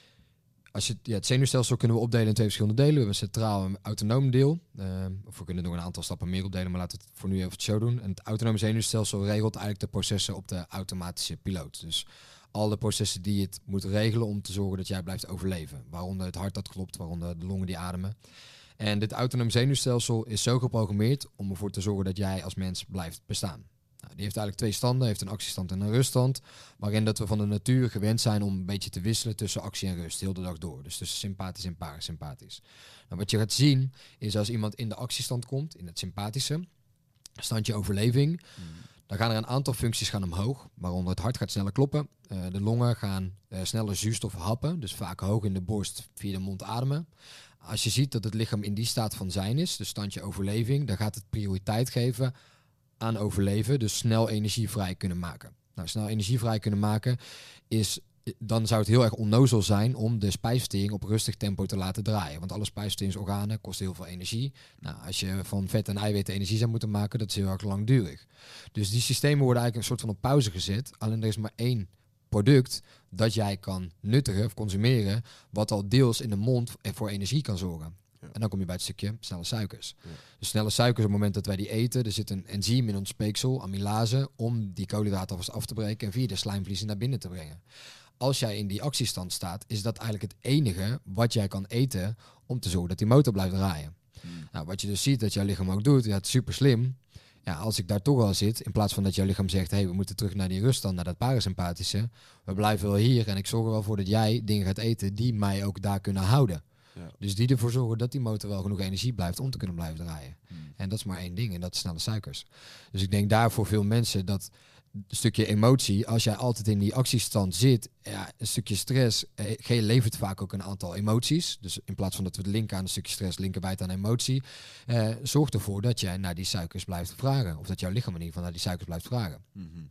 het zenuwstelsel kunnen we opdelen in 2 verschillende delen. We hebben een centraal en autonoom deel. Of we kunnen nog een aantal stappen meer opdelen, maar laten we het voor nu even zo doen. En het autonome zenuwstelsel regelt eigenlijk de processen op de automatische piloot. Dus alle processen die het moet regelen om te zorgen dat jij blijft overleven. Waaronder het hart dat klopt, waaronder de longen die ademen. En dit autonoom zenuwstelsel is zo geprogrammeerd om ervoor te zorgen dat jij als mens blijft bestaan. Nou, die heeft eigenlijk 2 standen, heeft een actiestand en een ruststand, waarin dat we van de natuur gewend zijn om een beetje te wisselen tussen actie en rust, heel de dag door. Dus tussen sympathisch en parasympathisch. Nou, wat je gaat zien is als iemand in de actiestand komt, in het sympathische, standje overleving, dan gaan er een aantal functies gaan omhoog, waaronder het hart gaat sneller kloppen, de longen gaan sneller zuurstof happen, dus vaak hoog in de borst via de mond ademen. Als je ziet dat het lichaam in die staat van zijn is, dus standje overleving, dan gaat het prioriteit geven aan overleven, dus snel energie vrij kunnen maken. Nou, snel energie vrij kunnen maken is, dan zou het heel erg onnozel zijn om de spijsvertering op rustig tempo te laten draaien. Want alle spijsverteringsorganen kosten heel veel energie. Nou, als je van vet en eiwitten energie zou moeten maken, dat is heel erg langdurig. Dus die systemen worden eigenlijk een soort van op pauze gezet. Alleen er is maar 1 product dat jij kan nuttigen of consumeren, wat al deels in de mond voor energie kan zorgen. Ja. En dan kom je bij het stukje snelle suikers. Ja. Dus snelle suikers, op het moment dat wij die eten, er zit een enzym in ons speeksel, amylase, om die koolhydraten alvast af te breken en via de slijmvliezen naar binnen te brengen. Als jij in die actiestand staat, is dat eigenlijk het enige wat jij kan eten om te zorgen dat die motor blijft draaien. Nou, wat je dus ziet dat jouw lichaam ook doet, het is super slim. Ja, als ik daar toch al zit, in plaats van dat jouw lichaam zegt, hey, we moeten terug naar die ruststand, naar dat parasympathische, we blijven wel hier en ik zorg er wel voor dat jij dingen gaat eten die mij ook daar kunnen houden. Ja. Dus die ervoor zorgen dat die motor wel genoeg energie blijft om te kunnen blijven draaien. En dat is maar 1 ding en dat is snelle suikers. Dus ik denk daar voor veel mensen dat een stukje emotie, als jij altijd in die actiestand zit, ja, een stukje stress levert vaak ook een aantal emoties. Dus in plaats van dat we het linken aan een stukje stress, linken wij het aan emotie. Zorg ervoor dat jij naar die suikers blijft vragen. Of dat jouw lichaam in ieder geval naar die suikers blijft vragen.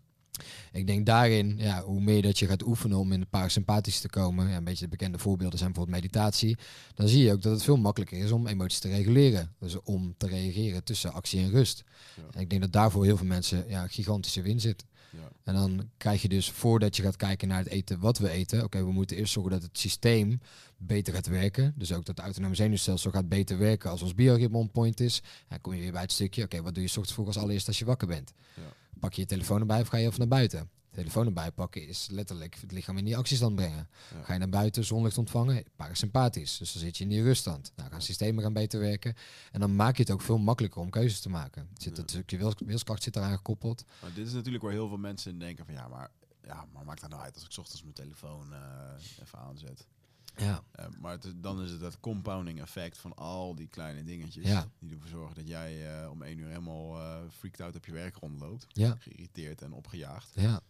Ik denk daarin, hoe meer dat je gaat oefenen om in het parasympathisch te komen, een beetje de bekende voorbeelden zijn bijvoorbeeld meditatie, dan zie je ook dat het veel makkelijker is om emoties te reguleren. Dus om te reageren tussen actie en rust. Ja. En ik denk dat daarvoor heel veel mensen gigantische win zit. Ja. En dan krijg je dus, voordat je gaat kijken naar het eten wat we eten, we moeten eerst zorgen dat het systeem beter gaat werken. Dus ook dat het autonome zenuwstelsel gaat beter werken als ons bioritme on point is. Dan kom je weer bij het stukje, wat doe je 's ochtends vroeg als allereerst als je wakker bent? Ja. Pak je je telefoon erbij of ga je even naar buiten? Telefoon erbij pakken is letterlijk het lichaam in die actiestand brengen. Ja. Ga je naar buiten, zonlicht ontvangen, parasympathisch. Dus dan zit je in die ruststand. Nou, gaan systemen gaan beter werken. En dan maak je het ook veel makkelijker om keuzes te maken. Het stukje wilskracht zit eraan gekoppeld. Maar dit is natuurlijk waar heel veel mensen denken van maar maakt dat nou uit als ik 's ochtends mijn telefoon even aanzet? Ja. Maar dan is het dat compounding effect van al die kleine dingetjes die ervoor zorgen dat jij om 1 uur helemaal freaked out op je werk rondloopt. Ja. Geïrriteerd en opgejaagd. Ja.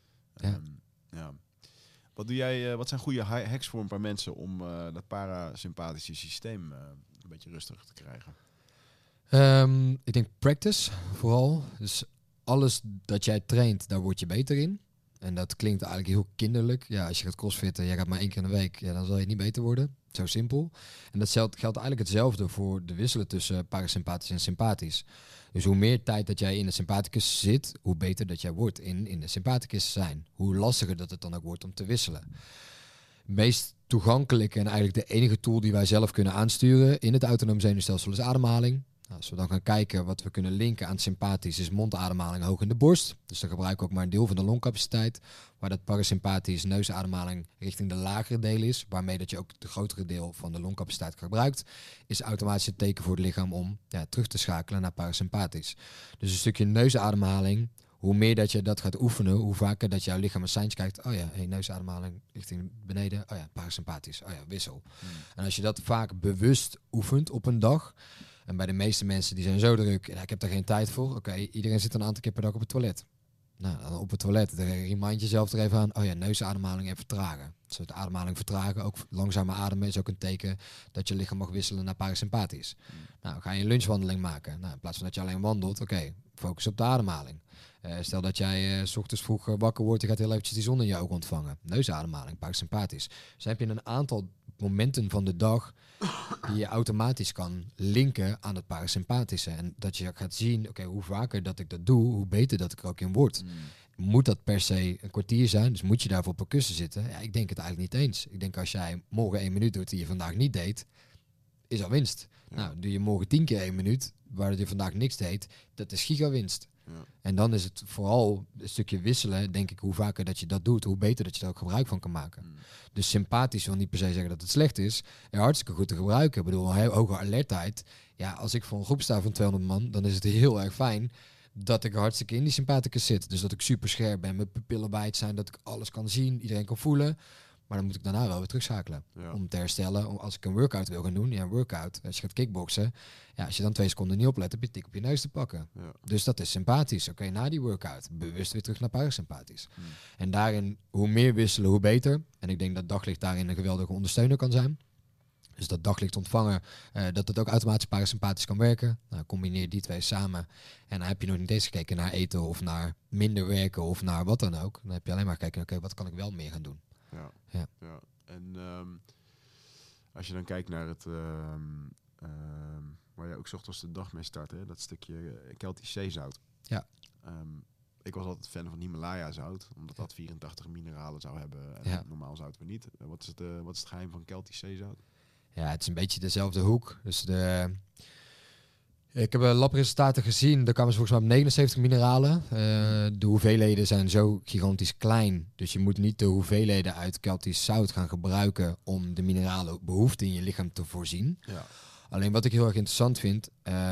Wat doe jij? Wat zijn goede hacks voor een paar mensen om dat parasympathische systeem een beetje rustig te krijgen? Ik denk practice vooral. Dus alles dat jij traint, daar word je beter in. En dat klinkt eigenlijk heel kinderlijk. Ja, als je gaat crossfitten, jij gaat maar 1 keer in de week, dan zal je niet beter worden. Zo simpel. En dat geldt eigenlijk hetzelfde voor de wisselen tussen parasympathisch en sympathisch. Dus hoe meer tijd dat jij in de sympathicus zit, hoe beter dat jij wordt in de sympathicus zijn. Hoe lastiger dat het dan ook wordt om te wisselen. Het meest toegankelijke en eigenlijk de enige tool die wij zelf kunnen aansturen in het autonoom zenuwstelsel is ademhaling. Als we dan gaan kijken wat we kunnen linken aan sympathisch, is mondademhaling hoog in de borst. Dus dan gebruiken we ook maar een deel van de longcapaciteit. Waar dat parasympathisch neusademhaling richting de lagere deel is, waarmee dat je ook het grotere deel van de longcapaciteit gebruikt, is automatisch het teken voor het lichaam om terug te schakelen naar parasympathisch. Dus een stukje neusademhaling, hoe meer dat je dat gaat oefenen, hoe vaker dat jouw lichaam een seintje kijkt, neusademhaling richting beneden, parasympathisch, wissel. En als je dat vaak bewust oefent op een dag. En bij de meeste mensen die zijn zo druk, ik heb daar geen tijd voor. Iedereen zit een aantal keer per dag op het toilet. Nou, dan op het toilet, dan remind jezelf er even aan, neusademhaling even vertragen. Dus de ademhaling vertragen, ook langzamer ademen is ook een teken dat je lichaam mag wisselen naar parasympathisch. Nou, ga je een lunchwandeling maken. Nou, in plaats van dat je alleen wandelt, focus op de ademhaling. Stel dat jij 's ochtends vroeg wakker wordt, je gaat heel eventjes die zon in je ogen ontvangen. Neusademhaling, parasympathisch. Dus dan heb je een aantal momenten van de dag die je automatisch kan linken aan het parasympathische. En dat je gaat zien, oké, hoe vaker dat ik dat doe, hoe beter dat ik er ook in word. Moet dat per se een kwartier zijn? Dus moet je daarvoor op een kussen zitten? Ja, ik denk het eigenlijk niet eens. Ik denk als jij morgen 1 minuut doet die je vandaag niet deed, is al winst. Ja. Nou, doe je morgen 10 keer 1 minuut, waar je vandaag niks deed, dat is gigawinst. Ja. En dan is het vooral een stukje wisselen, denk ik, hoe vaker dat je dat doet, hoe beter dat je daar ook gebruik van kan maken. Dus sympathisch wil niet per se zeggen dat het slecht is. En hartstikke goed te gebruiken. Ik bedoel, heel hoge alertheid. Ja, als ik voor een groep sta van 200 man, dan is het heel erg fijn dat ik hartstikke in die sympathicus zit. Dus dat ik super scherp ben, mijn pupillen wijd zijn, dat ik alles kan zien, iedereen kan voelen. Maar dan moet ik daarna wel weer terugschakelen. Ja. Om te herstellen. Als ik een workout wil gaan doen, ja, een workout. Als je gaat kickboksen, ja, als je dan 2 seconden niet oplet, heb je tik op je neus te pakken. Ja. Dus dat is sympathisch. Oké, na die workout, bewust weer terug naar parasympathisch. En daarin, hoe meer wisselen, hoe beter. En ik denk dat daglicht daarin een geweldige ondersteuner kan zijn. Dus dat daglicht ontvangen, dat het ook automatisch parasympathisch kan werken. Nou, combineer die 2 samen. En dan heb je nog niet eens gekeken naar eten of naar minder werken of naar wat dan ook. Dan heb je alleen maar gekeken, oké, wat kan ik wel meer gaan doen? Ja. En als je dan kijkt naar het waar je ook 's ochtends de dag mee start, hè, dat stukje Keltisch zeezout. Ja. Ik was altijd fan van Himalaya zout, omdat dat 84 mineralen zou hebben. En normaal zout we niet. Wat is het geheim van Keltisch zeezout? Ja, het is een beetje dezelfde hoek. Dus ik heb labresultaten gezien. Daar kwamen ze volgens mij op 79 mineralen. De hoeveelheden zijn zo gigantisch klein. Dus je moet niet de hoeveelheden uit Keltisch zout gaan gebruiken om de mineralen behoefte in je lichaam te voorzien. Ja. Alleen wat ik heel erg interessant vind,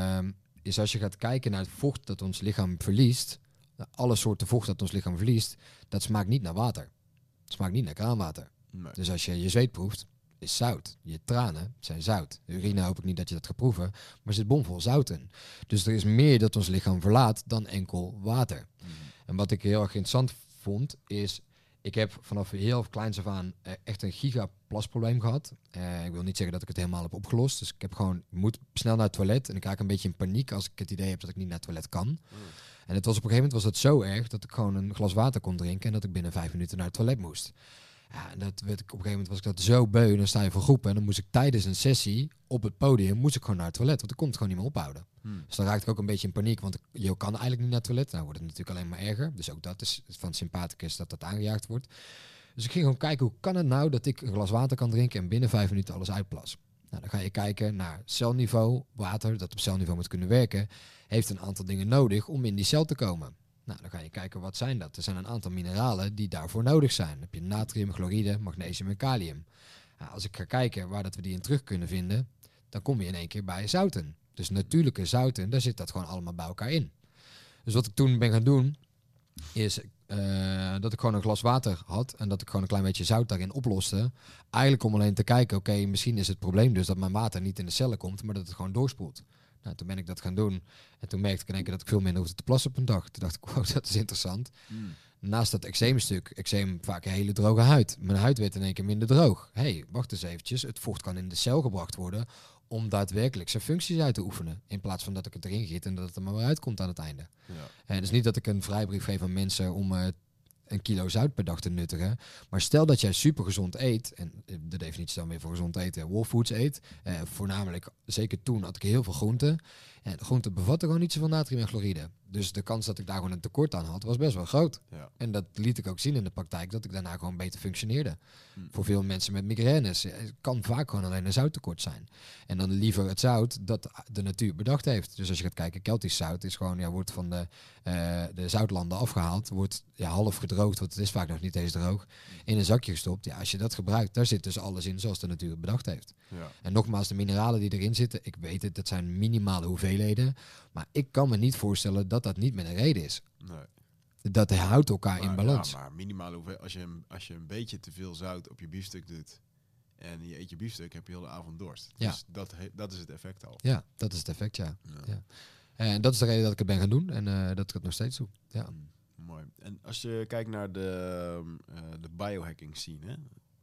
is als je gaat kijken naar het vocht dat ons lichaam verliest. Alle soorten vocht dat ons lichaam verliest, dat smaakt niet naar water. Het smaakt niet naar kraanwater. Nee. Dus als je je zweet proeft, is zout. Je tranen zijn zout. De urine hoop ik niet dat je dat gaat proeven, maar er zit bomvol zout in. Dus er is meer dat ons lichaam verlaat dan enkel water. En wat ik heel erg interessant vond, is ik heb vanaf heel kleins af aan echt een gigaplasprobleem gehad. Ik wil niet zeggen dat ik het helemaal heb opgelost. Dus ik moet snel naar het toilet en ik raak een beetje in paniek als ik het idee heb dat ik niet naar het toilet kan. En het was op een gegeven moment was het zo erg dat ik gewoon een glas water kon drinken en dat ik binnen 5 minuten naar het toilet moest. Ja, en dat werd ik, op een gegeven moment was ik dat zo beu. Dan sta je voor groepen en dan moest ik tijdens een sessie op het podium moest ik gewoon naar het toilet, want ik kon het gewoon niet meer ophouden. Dus dan raakte ik ook een beetje in paniek, want je kan eigenlijk niet naar het toilet. Nou wordt het natuurlijk alleen maar erger. Dus ook dat is van sympathicus dat aangejaagd wordt. Dus ik ging gewoon kijken, hoe kan het nou dat ik een glas water kan drinken en binnen 5 minuten alles uitplas? Nou, dan ga je kijken naar celniveau. Water, dat op celniveau moet kunnen werken, heeft een aantal dingen nodig om in die cel te komen. Nou, dan ga je kijken, wat zijn dat? Er zijn een aantal mineralen die daarvoor nodig zijn. Dan heb je natrium, chloride, magnesium en kalium. Nou, als ik ga kijken waar dat we die in terug kunnen vinden, dan kom je in één keer bij zouten. Dus natuurlijke zouten, daar zit dat gewoon allemaal bij elkaar in. Dus wat ik toen ben gaan doen, is dat ik gewoon een glas water had en dat ik gewoon een klein beetje zout daarin oploste. Eigenlijk om alleen te kijken, oké, misschien is het probleem dus dat mijn water niet in de cellen komt, maar dat het gewoon doorspoelt. Nou, toen ben ik dat gaan doen en toen merkte ik in één keer dat ik veel minder hoefde te plassen op een dag. Toen dacht ik, wow, dat is interessant. Naast dat eczeemstuk, eczeem vaak een hele droge huid. Mijn huid werd in één keer minder droog. Wacht eens eventjes, het vocht kan in de cel gebracht worden om daadwerkelijk zijn functies uit te oefenen. In plaats van dat ik het erin giet en dat het er maar weer uitkomt aan het einde. Ja. Dus niet dat ik een vrijbrief geef aan mensen om 1 kilo zout per dag te nuttigen. Maar stel dat jij super gezond eet, en de definitie dan weer voor gezond eten, Whole Foods eet. Voornamelijk, zeker toen had ik heel veel groenten. En de groenten bevatten gewoon niet zoveel natrium en chloride. Dus de kans dat ik daar gewoon een tekort aan had, was best wel groot. Ja. En dat liet ik ook zien in de praktijk, dat ik daarna gewoon beter functioneerde. Voor veel mensen met migraines kan vaak gewoon alleen een zouttekort zijn. En dan liever het zout dat de natuur bedacht heeft. Dus als je gaat kijken, Keltisch zout is gewoon, wordt van de zoutlanden afgehaald, wordt half gedroogd, want het is vaak nog niet eens droog, in een zakje gestopt. Ja, als je dat gebruikt, daar zit dus alles in zoals de natuur het bedacht heeft. Ja. En nogmaals, de mineralen die erin zitten, ik weet het, dat zijn minimale hoeveelheden. Maar ik kan me niet voorstellen dat dat niet met een reden is. Nee. Dat houdt elkaar in balans. Ja, maar minimaal als je een beetje te veel zout op je biefstuk doet en je eet je biefstuk, heb je heel de avond dorst. Ja. Dus dat is het effect al. Ja, dat is het effect, ja. En dat is de reden dat ik het ben gaan doen en dat ik het nog steeds doe. Ja. Mooi. En als je kijkt naar de biohacking scene, hè?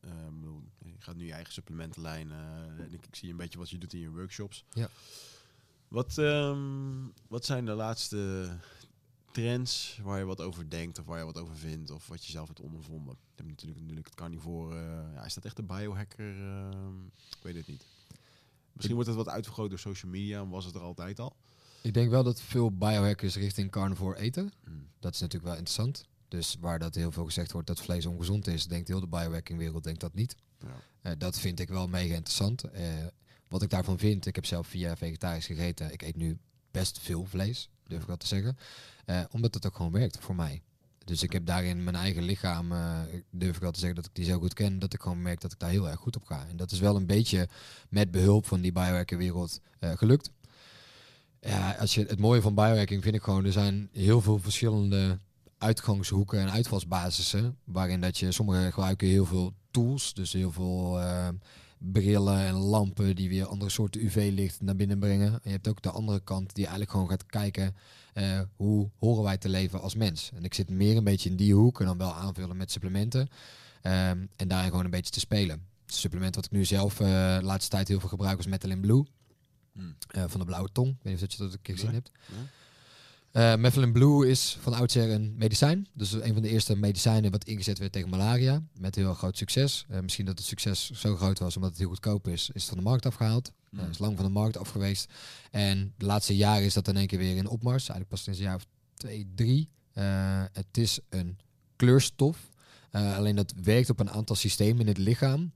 Je gaat nu je eigen supplementenlijn. En ik zie een beetje wat je doet in je workshops. Ja. Wat zijn de laatste trends waar je wat over denkt of waar je wat over vindt of wat je zelf hebt ondervonden? Je hebt natuurlijk het carnivore. Is dat echt een biohacker? Ik weet het niet. Misschien wordt het wat uitvergroot door social media. Was het er altijd al? Ik denk wel dat veel biohackers richting carnivore eten. Dat is natuurlijk wel interessant. Dus waar dat heel veel gezegd wordt dat vlees ongezond is, denkt heel de biohacking-wereld denkt dat niet. Ja. Dat vind ik wel mega interessant. Wat ik daarvan vind, ik heb zelf 4 jaar vegetarisch gegeten. Ik eet nu best veel vlees, durf ik wel te zeggen. Omdat het ook gewoon werkt voor mij. Dus ik heb daarin mijn eigen lichaam, durf ik wel te zeggen dat ik die zo goed ken, dat ik gewoon merk dat ik daar heel erg goed op ga. En dat is wel een beetje met behulp van die biohacking-wereld gelukt. Ja, het mooie van biohacking vind ik gewoon, er zijn heel veel verschillende uitgangshoeken en uitvalsbasissen, waarin dat je, sommigen gebruiken heel veel tools, dus heel veel brillen en lampen die weer andere soorten UV-licht naar binnen brengen. En je hebt ook de andere kant die eigenlijk gewoon gaat kijken, hoe horen wij te leven als mens. En ik zit meer een beetje in die hoek en dan wel aanvullen met supplementen en daarin gewoon een beetje te spelen. Het supplement wat ik nu zelf de laatste tijd heel veel gebruik was Methylene Blue. Van de blauwe tong. Ik weet niet of je dat een keer gezien hebt. Methylene Blue is van oudsher een medicijn. Dus een van de eerste medicijnen wat ingezet werd tegen malaria. Met heel groot succes. Misschien dat het succes zo groot was omdat het heel goedkoop is het van de markt afgehaald. Is lang van de markt af geweest. En de laatste jaren is dat in één keer weer in opmars. Eigenlijk pas sinds een jaar of 2, 3. Het is een kleurstof. Alleen dat werkt op een aantal systemen in het lichaam.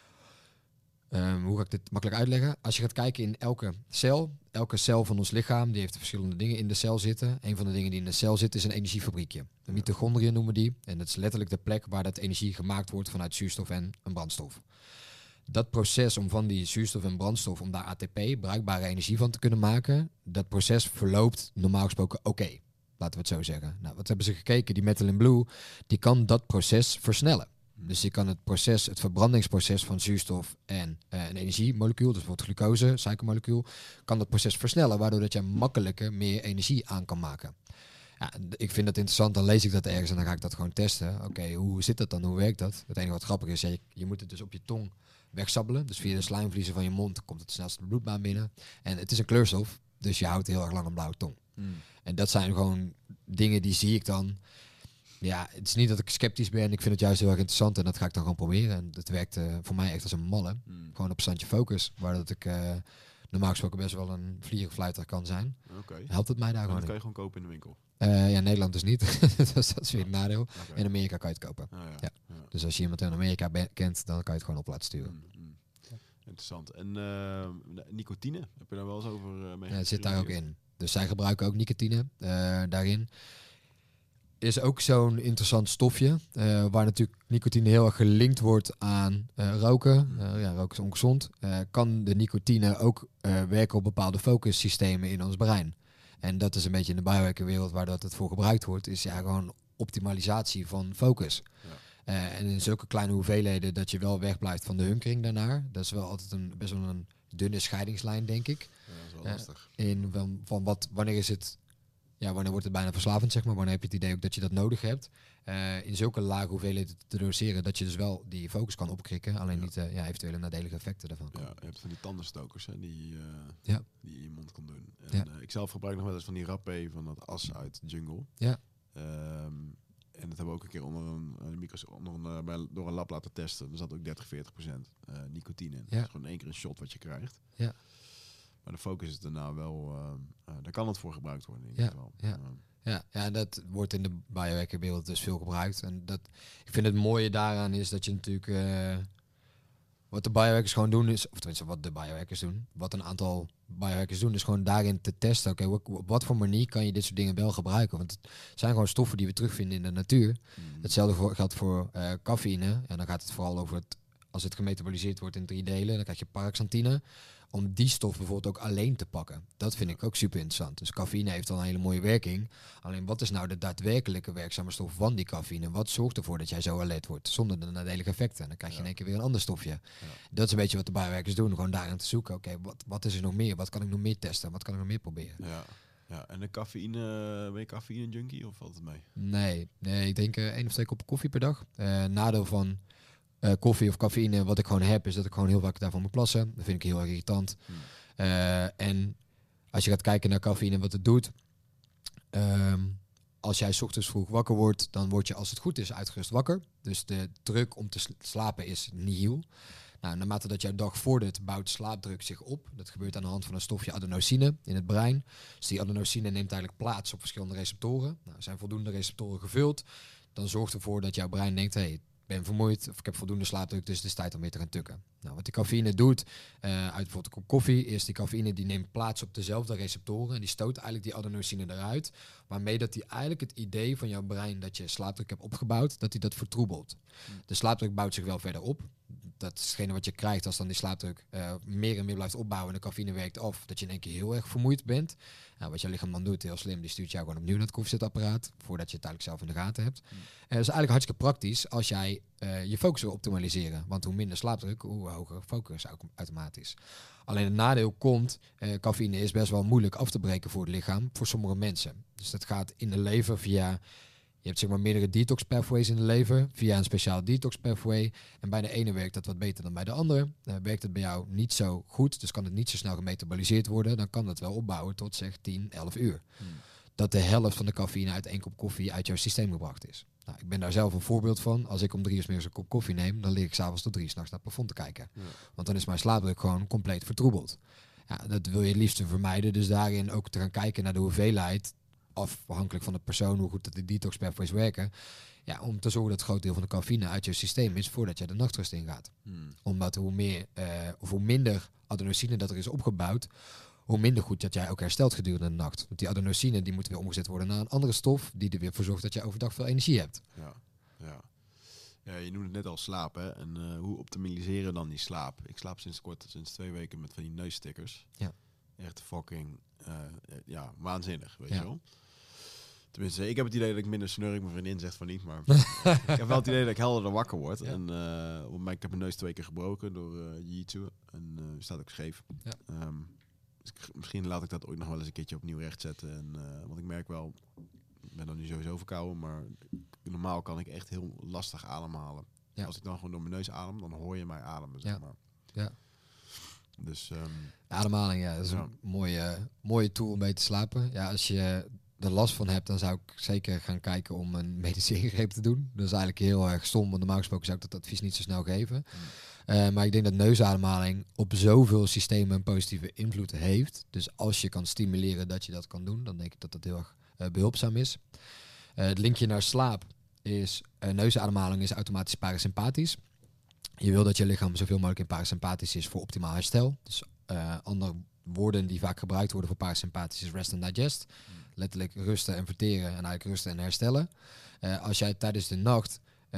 Hoe ga ik dit makkelijk uitleggen? Als je gaat kijken in elke cel van ons lichaam, die heeft verschillende dingen in de cel zitten. Een van de dingen die in de cel zit is een energiefabriekje. De mitochondriën noemen die. En dat is letterlijk de plek waar dat energie gemaakt wordt vanuit zuurstof en een brandstof. Dat proces om van die zuurstof en brandstof, om daar ATP, bruikbare energie van te kunnen maken, dat proces verloopt normaal gesproken oké. Laten we het zo zeggen. Nou, wat hebben ze gekeken? Die Methylene Blue, die kan dat proces versnellen. Dus je kan het verbrandingsproces van zuurstof en een energiemolecuul, dus bijvoorbeeld glucose, suikermolecuul, kan dat proces versnellen, waardoor dat je makkelijker meer energie aan kan maken. Ja, ik vind dat interessant, dan lees ik dat ergens en dan ga ik dat gewoon testen. Oké, hoe zit dat dan? Hoe werkt dat? Het enige wat grappig is, je moet het dus op je tong wegsabbelen. Dus via de slijmvliezen van je mond komt het snelst de bloedbaan binnen. En het is een kleurstof, dus je houdt heel erg lang een blauwe tong. En dat zijn gewoon dingen die zie ik dan. Ja, het is niet dat ik sceptisch ben. Ik vind het juist heel erg interessant en dat ga ik dan gewoon proberen. En dat werkt voor mij echt als een malle. Gewoon op standje focus. Waar dat ik normaal gesproken best wel een vliegenfluiter kan zijn. Helpt het mij daar gewoon dat kan je gewoon kopen in de winkel? Ja, Nederland dus niet. Dus dat is weer een nadeel. In Amerika kan je het kopen. Ja. Dus als je iemand in Amerika kent, dan kan je het gewoon op laten sturen. Interessant. En nicotine, heb je daar wel eens over mee? Ja, het zit daar ook in. Dus zij gebruiken ook nicotine daarin. Is ook zo'n interessant stofje, waar natuurlijk nicotine heel erg gelinkt wordt aan roken. Roken is ongezond. Kan de nicotine ook werken op bepaalde focussystemen in ons brein. En dat is een beetje in de biohacking-wereld waar dat het voor gebruikt wordt, is gewoon optimalisatie van focus. En in zulke kleine hoeveelheden dat je wel wegblijft van de hunkering daarnaar. Dat is wel altijd best wel een dunne scheidingslijn, denk ik. Ja, dat is wel lastig. Wanneer is het... Ja, wanneer wordt het bijna verslavend, zeg maar. Wanneer heb je het idee ook dat je dat nodig hebt. In zulke lage hoeveelheden te doseren, dat je dus wel die focus kan opkrikken. Alleen niet eventuele nadelige effecten daarvan. Ja, je hebt van die tandenstokers die je in je mond kan doen. En, ik zelf gebruik nog wel eens van die Rapé, van dat as uit Jungle. Ja. En dat hebben we ook een keer door een lab laten testen. Er zat ook 30-40% nicotine in. Dat is gewoon 1 keer een shot wat je krijgt. Ja. Maar de focus is daarna wel... daar kan het voor gebruikt worden in ieder geval. Ja, dat wordt in de biohacking-wereld dus veel gebruikt. En ik vind het mooie daaraan is dat je natuurlijk... wat de biohackers gewoon doen is... Of tenminste, wat de biohackers doen. Wat een aantal biohackers doen, is gewoon daarin te testen. Oké, op wat voor manier kan je dit soort dingen wel gebruiken? Want het zijn gewoon stoffen die we terugvinden in de natuur. Hetzelfde geldt voor cafeïne. En dan gaat het vooral over als het gemetaboliseerd wordt in 3 delen, dan krijg je paraxanthine. Om die stof bijvoorbeeld ook alleen te pakken. Dat vind ik ook super interessant. Dus cafeïne heeft al een hele mooie werking. Alleen wat is nou de daadwerkelijke werkzame stof van die cafeïne? Wat zorgt ervoor dat jij zo alert wordt zonder de nadelige effecten? En dan krijg je in één keer weer een ander stofje. Ja. Dat is een beetje wat de biohackers doen. Gewoon daarin te zoeken. Oké, wat is er nog meer? Wat kan ik nog meer testen? Wat kan ik nog meer proberen? Ja, en de cafeïne, ben je cafeïne junkie of valt het mee? Nee, ik denk 1 of 2 koppen koffie per dag. Nadeel van koffie of cafeïne, wat ik gewoon heb, is dat ik gewoon heel vaak daarvan moet plassen. Dat vind ik heel erg irritant. En als je gaat kijken naar cafeïne, wat het doet, als jij 's ochtends vroeg wakker wordt, dan word je als het goed is uitgerust wakker. Dus de druk om te slapen is nihil. Nou, naarmate dat jouw dag vordert, bouwt slaapdruk zich op. Dat gebeurt aan de hand van een stofje adenosine in het brein. Dus die adenosine neemt eigenlijk plaats op verschillende receptoren. Nou, zijn voldoende receptoren gevuld, dan zorgt ervoor dat jouw brein denkt, hey, ik ben vermoeid of ik heb voldoende slaapdruk, dus het is tijd om weer te gaan tukken. Nou, wat die cafeïne doet, uit bijvoorbeeld een kop koffie, is die cafeïne die neemt plaats op dezelfde receptoren en die stoot eigenlijk die adenosine eruit, waarmee dat die eigenlijk het idee van jouw brein dat je slaapdruk hebt opgebouwd, dat die dat vertroebelt. De slaapdruk bouwt zich wel verder op. Dat is hetgene wat je krijgt als dan die slaapdruk meer en meer blijft opbouwen en de cafeïne werkt af, dat je in één keer heel erg vermoeid bent. Nou, wat je lichaam dan doet, heel slim, die stuurt jou gewoon opnieuw naar het koffiezetapparaat, voordat je het eigenlijk zelf in de gaten hebt. Dat is eigenlijk hartstikke praktisch als jij je focus wil optimaliseren. Want hoe minder slaapdruk, hoe hoger focus automatisch. Alleen het nadeel komt, cafeïne is best wel moeilijk af te breken voor het lichaam, voor sommige mensen. Dus dat gaat in de lever via... Je hebt zeg maar meerdere detox pathways in de lever via een speciaal detox pathway. En bij de ene werkt dat wat beter dan bij de andere. Werkt het bij jou niet zo goed, dus kan het niet zo snel gemetaboliseerd worden. Dan kan het wel opbouwen tot zeg 10, 11 uur. Dat de helft van de cafeïne uit 1 kop koffie uit jouw systeem gebracht is. Nou, ik ben daar zelf een voorbeeld van. Als ik om 3 uur 's middags een kop koffie neem, dan lig ik 's avonds tot 3 uur 's nachts naar het plafond te kijken. Ja. Want dan is mijn slaapdruk gewoon compleet vertroebeld. Ja, dat wil je het liefst vermijden. Dus daarin ook te gaan kijken naar de hoeveelheid, afhankelijk van de persoon, hoe goed dat de detox pathways werken. Ja, om te zorgen dat het groot deel van de cafeïne uit je systeem is voordat je de nachtrust ingaat. Omdat hoe minder adenosine dat er is opgebouwd, hoe minder goed dat jij ook herstelt gedurende de nacht. Want die adenosine die moet weer omgezet worden naar een andere stof die er weer voor zorgt dat je overdag veel energie hebt. Ja, je noemde het net al slaap, hè? En hoe optimaliseren dan die slaap? Ik slaap sinds 2 weken met van die neusstickers. Ja. Echt fucking, waanzinnig, weet je wel. Tenminste, ik heb het idee dat ik minder snurk. Mijn vriendin zegt van niet, maar ik heb wel het idee dat ik helderder wakker word. Ja. En ik heb mijn neus 2 keer gebroken door jiu-jitsu. En staat ook scheef. Ja. Dus misschien laat ik dat ooit nog wel eens een keertje opnieuw rechtzetten. Want ik merk wel, ik ben dan nu sowieso verkouden, maar normaal kan ik echt heel lastig ademhalen. Ja. Als ik dan gewoon door mijn neus adem, dan hoor je mij ademen, zeg maar. Ja. Dus, ademhaling, dat is een mooie tool om mee te slapen. Ja, als je er last van hebt, dan zou ik zeker gaan kijken om een medische ingreep te doen. Dat is eigenlijk heel erg stom, want normaal gesproken zou ik dat advies niet zo snel geven. Maar ik denk dat neusademhaling op zoveel systemen een positieve invloed heeft. Dus als je kan stimuleren dat je dat kan doen, dan denk ik dat dat heel erg behulpzaam is. Het linkje naar slaap is, neusademhaling is automatisch parasympathisch. Je wil dat je lichaam zoveel mogelijk in parasympathisch is voor optimaal herstel. Dus andere woorden die vaak gebruikt worden voor parasympathisch is rest and digest. Letterlijk rusten en verteren en eigenlijk rusten en herstellen. Als jij tijdens de nacht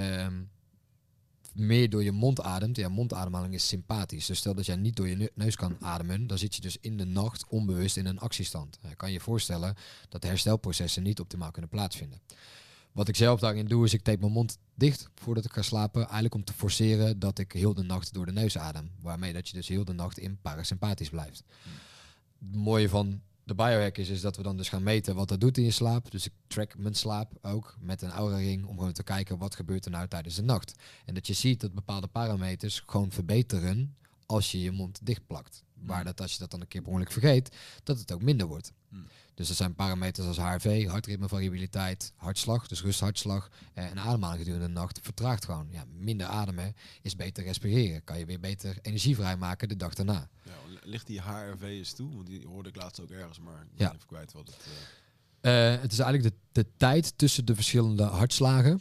meer door je mond ademt, ja, mondademhaling is sympathisch. Dus stel dat jij niet door je neus kan ademen, dan zit je dus in de nacht onbewust in een actiestand. Je kan je voorstellen dat de herstelprocessen niet optimaal kunnen plaatsvinden. Wat ik zelf daarin doe, is ik tape mijn mond dicht voordat ik ga slapen. Eigenlijk om te forceren dat ik heel de nacht door de neus adem. Waarmee dat je dus heel de nacht in parasympathisch blijft. Het mooie van de biohack is dat we dan dus gaan meten wat dat doet in je slaap. Dus ik track mijn slaap ook met een Oura ring om gewoon te kijken wat gebeurt er nou tijdens de nacht. En dat je ziet dat bepaalde parameters gewoon verbeteren als je je mond dicht plakt. Waar dat als je dat dan een keer per ongeluk vergeet, dat het ook minder wordt. Dus er zijn parameters als HRV, hartritmevariabiliteit, hartslag, dus rusthartslag en ademhaling gedurende de nacht vertraagt gewoon. Ja, minder ademen is beter respireren. Kan je weer beter energie vrijmaken de dag daarna. Ja, ligt die HRV eens toe? Want die hoorde ik laatst ook ergens, maar ik ben even kwijt wat het... Het is eigenlijk de tijd tussen de verschillende hartslagen.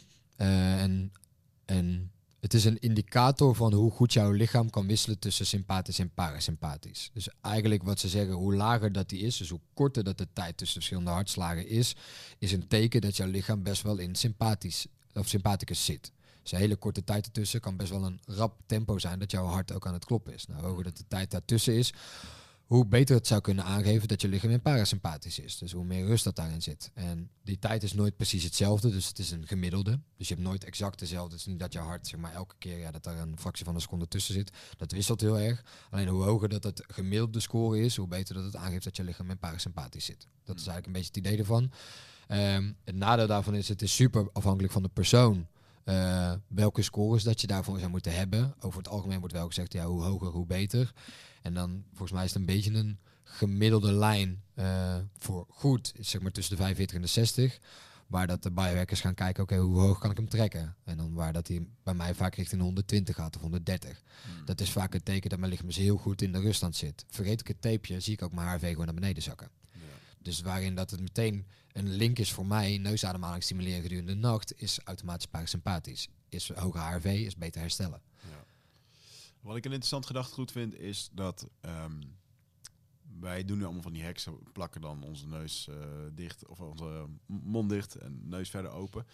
En het is een indicator van hoe goed jouw lichaam kan wisselen tussen sympathisch en parasympathisch. Dus eigenlijk wat ze zeggen, hoe lager dat die is, dus hoe korter dat de tijd tussen de verschillende hartslagen is een teken dat jouw lichaam best wel in sympathicus zit. Dus een hele korte tijd ertussen kan best wel een rap tempo zijn dat jouw hart ook aan het kloppen is. Nou, hoe hoger dat de tijd daartussen is, hoe beter het zou kunnen aangeven dat je lichaam in parasympathisch is. Dus hoe meer rust dat daarin zit. En die tijd is nooit precies hetzelfde, dus het is een gemiddelde. Dus je hebt nooit exact dezelfde. Het is niet dat je hart, zeg maar, elke keer dat er een fractie van een seconde tussen zit. Dat wisselt heel erg. Alleen hoe hoger dat het gemiddelde score is, hoe beter dat het aangeeft dat je lichaam in parasympathisch zit. Dat is eigenlijk een beetje het idee ervan. Het nadeel daarvan is, het is super afhankelijk van de persoon. Welke scores dat je daarvoor zou moeten hebben. Over het algemeen wordt wel gezegd, ja, hoe hoger, hoe beter. En dan, volgens mij is het een beetje een gemiddelde lijn voor goed, is zeg maar tussen de 45 en de 60. Waar dat de biohackers gaan kijken, oké, hoe hoog kan ik hem trekken? En dan waar dat hij bij mij vaak richting 120 gaat of 130. Dat is vaak het teken dat mijn lichaam dus heel goed in de ruststand zit. Vergeet ik het tapeje, zie ik ook mijn HRV gewoon naar beneden zakken. Ja. Dus waarin dat het meteen een link is voor mij, neusademhaling stimuleren gedurende de nacht, is automatisch parasympathisch. Is hoge HRV, is beter herstellen. Ja. Wat ik een interessant gedachtegoed vind, is dat wij doen nu allemaal van die hacks, we plakken dan onze neus dicht, of onze mond dicht en neus verder open.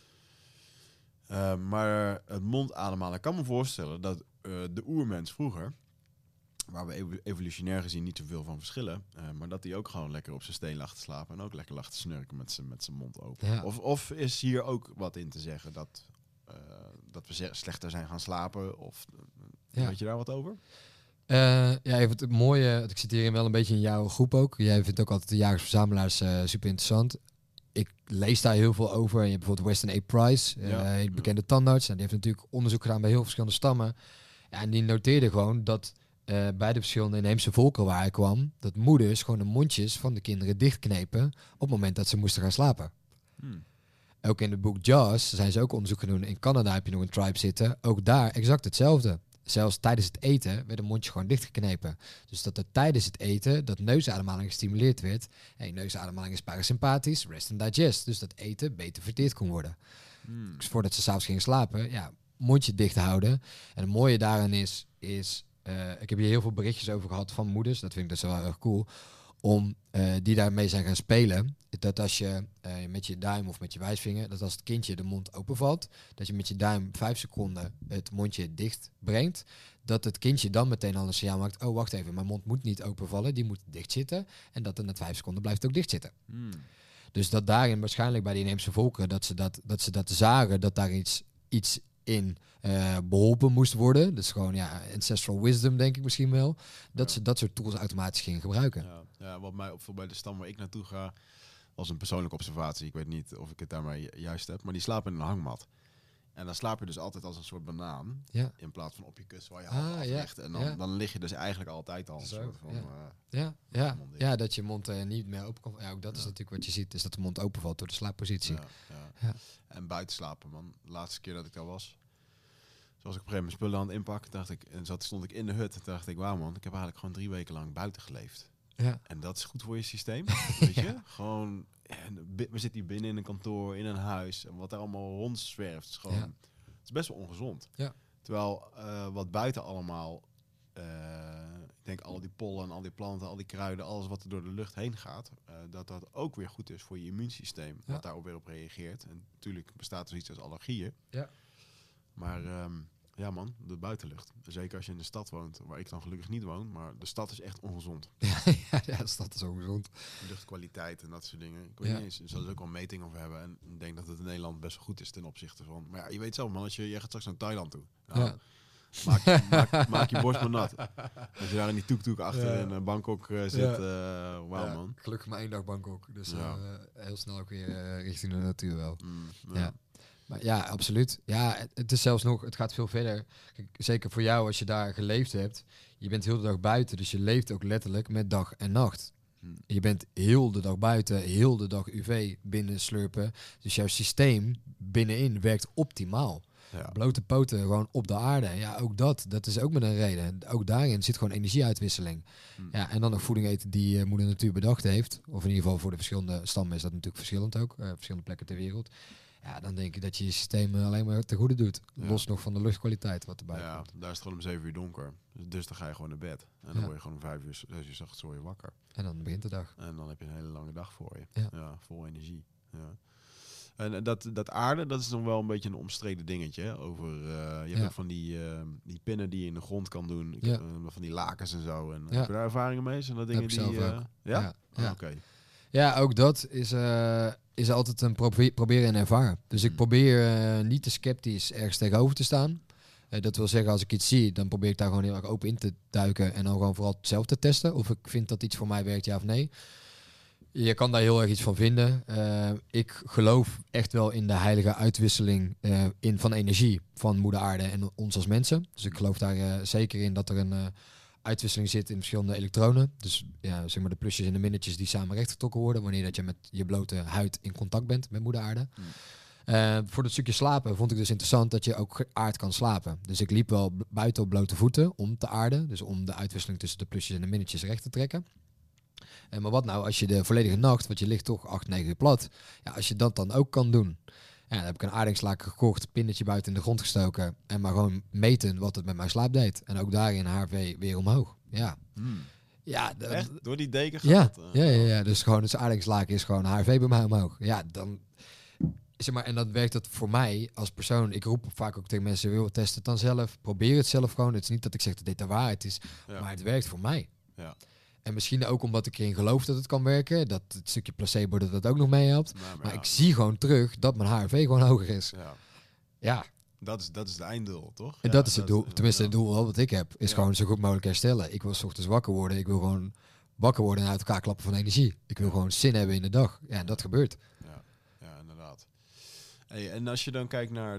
Maar het mondademhalen, ik kan me voorstellen dat de oermens vroeger, waar we evolutionair gezien niet zoveel van verschillen, maar dat hij ook gewoon lekker op zijn steen lag te slapen en ook lekker lag te snurken met zijn mond open. Ja. Of is hier ook wat in te zeggen dat we slechter zijn gaan slapen? Of weet je daar wat over? Even het mooie, ik zit hierin wel een beetje in jouw groep ook. Jij vindt ook altijd de jagers-verzamelaars super interessant. Ik lees daar heel veel over. Je hebt bijvoorbeeld Weston A. Price, een bekende tandarts. En die heeft natuurlijk onderzoek gedaan bij heel verschillende stammen. Ja, en die noteerde gewoon dat bij de verschillende inheemse volken waar hij kwam, dat moeders gewoon de mondjes van de kinderen dichtknepen op het moment dat ze moesten gaan slapen. Ook in het boek Jaws zijn ze ook onderzoek gaan doen. In Canada heb je nog een tribe zitten. Ook daar exact hetzelfde. Zelfs tijdens het eten werd een mondje gewoon dichtgeknepen. Dus dat er tijdens het eten dat neusademhaling gestimuleerd werd. Hey, neusademhaling is parasympathisch, rest and digest. Dus dat eten beter verteerd kon worden. Dus voordat ze s'avonds gingen slapen, mondje dicht houden. En het mooie daarin is ik heb hier heel veel berichtjes over gehad van moeders. Dat vind ik dus wel erg cool. Die daarmee zijn gaan spelen. Dat als je met je duim of met je wijsvinger, dat als het kindje de mond openvalt, dat je met je duim 5 seconden het mondje dicht brengt, dat het kindje dan meteen al een signaal maakt, oh wacht even, mijn mond moet niet openvallen, die moet dicht zitten. En dat er na 5 seconden blijft het ook dicht zitten. Dus dat daarin waarschijnlijk bij de inheemse volkeren, dat ze dat zagen, dat daar iets in beholpen moest worden. Dus gewoon ancestral wisdom, denk ik misschien wel. Dat ze dat soort tools automatisch gingen gebruiken. Ja, wat mij opviel bij de stam waar ik naartoe ga, was een persoonlijke observatie. Ik weet niet of ik het daarmee juist heb, maar die slapen in een hangmat. En dan slaap je dus altijd als een soort banaan. Ja. In plaats van op je kussen waar je hand aflegt. En dan lig je dus eigenlijk altijd al een soort van... dat je mond niet meer open kan. Ja, ook dat is natuurlijk wat je ziet, is dat de mond openvalt door de slaappositie. Ja. En buiten slapen, man. De laatste keer dat ik daar was, zoals ik op een gegeven moment spullen aan het inpakken, dacht ik, stond ik in de hut en dacht ik, wauw man, ik heb eigenlijk gewoon 3 weken lang buiten geleefd. Ja. En dat is goed voor je systeem, weet je? Gewoon, we zitten hier binnen in een kantoor, in een huis, en wat daar allemaal rondzwerft, is gewoon, het is best wel ongezond. Ja. Terwijl wat buiten allemaal, ik denk al die pollen en al die planten, al die kruiden, alles wat er door de lucht heen gaat, dat ook weer goed is voor je immuunsysteem, wat daar ook weer op reageert. En natuurlijk bestaat er iets als allergieën. Ja. Maar ja man, de buitenlucht. Zeker als je in de stad woont, waar ik dan gelukkig niet woon, maar de stad is echt ongezond. Ja, de stad is ongezond. Luchtkwaliteit en dat soort dingen. Ik weet niet eens, er zullen ook wel een meting over hebben. En ik denk dat het in Nederland best wel goed is ten opzichte van... Maar ja, je weet zelf man, jij gaat straks naar Thailand toe. Nou, maak je borst maar nat. Als je daar in die toek achter in Bangkok zit, wauw man. Gelukkig maar 1 dag Bangkok. Dus heel snel ook weer richting de natuur wel. Maar ja, absoluut. Ja, het is zelfs nog, het gaat veel verder. Kijk, zeker voor jou als je daar geleefd hebt. Je bent heel de dag buiten, dus je leeft ook letterlijk met dag en nacht. Je bent heel de dag buiten, heel de dag UV binnen slurpen. Dus jouw systeem binnenin werkt optimaal. Ja. Blote poten gewoon op de aarde. Ja, ook dat is ook met een reden. Ook daarin zit gewoon energieuitwisseling. Ja, en dan nog voeding eten die moeder natuur bedacht heeft. Of in ieder geval voor de verschillende stammen is dat natuurlijk verschillend ook. Verschillende plekken ter wereld. Ja, dan denk ik dat je systeem alleen maar te goede doet. Los nog van de luchtkwaliteit wat erbij komt. Daar is het gewoon om 7 uur donker. Dus dan ga je gewoon naar bed. En dan word je gewoon om 5 uur, 6 uur 's ochtends word je wakker. En dan begint de dag. En dan heb je een hele lange dag voor je. Ja, vol energie. Ja. En dat aarde, dat is nog wel een beetje een omstreden dingetje. Hè? Over, je hebt ook van die pinnen die je in de grond kan doen. Van die lakens en zo. En heb je daar ervaringen mee? Zijn dat dingen die... Ja. Oké. Ja, ook dat is altijd een proberen en ervaren. Dus ik probeer niet te sceptisch ergens tegenover te staan. Dat wil zeggen, als ik iets zie, dan probeer ik daar gewoon heel erg open in te duiken. En dan gewoon vooral zelf te testen. Of ik vind dat iets voor mij werkt, ja of nee. Je kan daar heel erg iets van vinden. Ik geloof echt wel in de heilige uitwisseling van energie van moeder aarde en ons als mensen. Dus ik geloof daar zeker in dat er een uitwisseling zit in verschillende elektronen. Dus ja, zeg maar de plusjes en de minnetjes die samen rechtgetrokken worden wanneer dat je met je blote huid in contact bent met moeder aarde. Voor dat stukje slapen vond ik dus interessant dat je ook geaard kan slapen. Dus ik liep wel buiten op blote voeten om te aarden. Dus om de uitwisseling tussen de plusjes en de minnetjes recht te trekken. Maar wat nou als je de volledige nacht, want je ligt toch 8-9 uur plat. Ja, als je dat dan ook kan doen. Ja, dan heb ik een aardingslaken gekocht, pinnetje buiten in de grond gestoken. En maar gewoon meten wat het met mijn slaap deed. En ook daarin HRV weer omhoog. Ja. Ja, Echt? Door die deken gaat ja, dat? ja. Dus gewoon het aardingslaken is gewoon HRV bij mij omhoog. Ja, dan... Zeg maar, en dan werkt dat voor mij als persoon. Ik roep vaak ook tegen mensen, wil test het dan zelf. Probeer het zelf gewoon. Het is niet dat ik zeg dat dit de waarheid is. Ja. Maar het werkt voor mij. Ja. En misschien ook omdat ik erin geloof dat het kan werken. Dat het stukje placebo dat ook nog meehelpt. Nou, Maar ja. ik zie gewoon terug dat mijn HRV gewoon hoger is. Ja. Ja, Dat is het einddoel, toch? en Ja, dat is het doel. Tenminste, ja. het doel wel wat ik heb. Is Ja. gewoon zo goed mogelijk herstellen. Ik wil 's ochtends wakker worden. Ik wil gewoon wakker worden en uit elkaar klappen van energie. Ik wil gewoon zin hebben in de dag. Ja, en dat gebeurt. Ja, inderdaad. Hey, en als je dan kijkt naar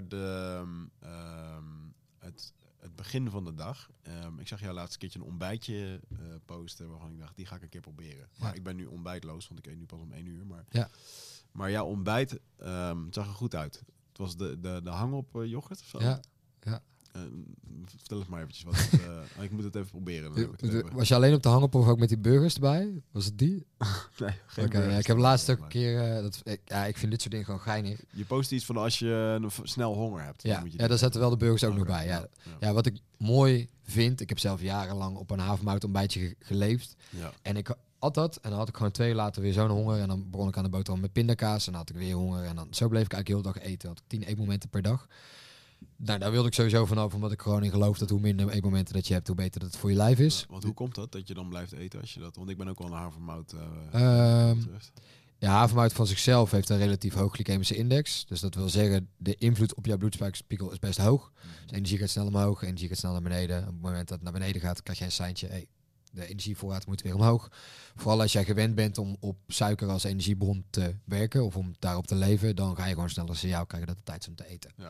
het begin van de dag. Ik zag jou laatst een keertje een ontbijtje posten waarvan ik dacht, die ga ik een keer proberen. Ja. Maar ik ben nu ontbijtloos, want ik eet nu pas om 1 uur. Maar, Ja. maar jouw ontbijt het zag er goed uit. Het was de hang op yoghurt of zo? Ja. Vertel eens maar eventjes wat het, ik moet het even proberen. Dan heb ik het even. Was je alleen op de hang op of ook met die burgers erbij? Was het die? Nee, geen Oké, burgers. ja, ik heb laatst ook Maar een keer... ik vind dit soort dingen gewoon geinig. Je post iets van als je snel honger hebt. dan Ja, moet je ja, dit daar zetten wel de burgers ook Oké, nog bij. Ja. Ja. Ja, wat ik mooi vind... Ik heb zelf jarenlang op een havermout ontbijtje geleefd. Ja. En ik at dat. En dan had ik gewoon 2 uur later weer zo'n honger. En dan begon ik aan de boterham met pindakaas. En dan had ik weer honger. En dan zo bleef ik eigenlijk heel de dag eten. Had ik 10 eetmomenten per dag. Nou, daar wilde ik sowieso vanaf. Omdat ik gewoon in geloof dat hoe minder eetmomenten dat je hebt, hoe beter dat het voor je lijf is. Want hoe komt dat je dan blijft eten als je dat... Want ik ben ook wel een havermout. Betreft. Ja, havermout van zichzelf heeft een relatief hoog glycemische index. Dus dat wil zeggen, de invloed op jouw bloedsuikerspiegel is best hoog. Dus energie gaat snel omhoog, energie gaat snel naar beneden. Op het moment dat het naar beneden gaat, krijg je een seintje. Hey, de energievoorraad moet weer omhoog. Vooral als jij gewend bent om op suiker als energiebron te werken of om daarop te leven, dan ga je gewoon sneller een signaal krijgen dat het tijd is om te eten. Ja.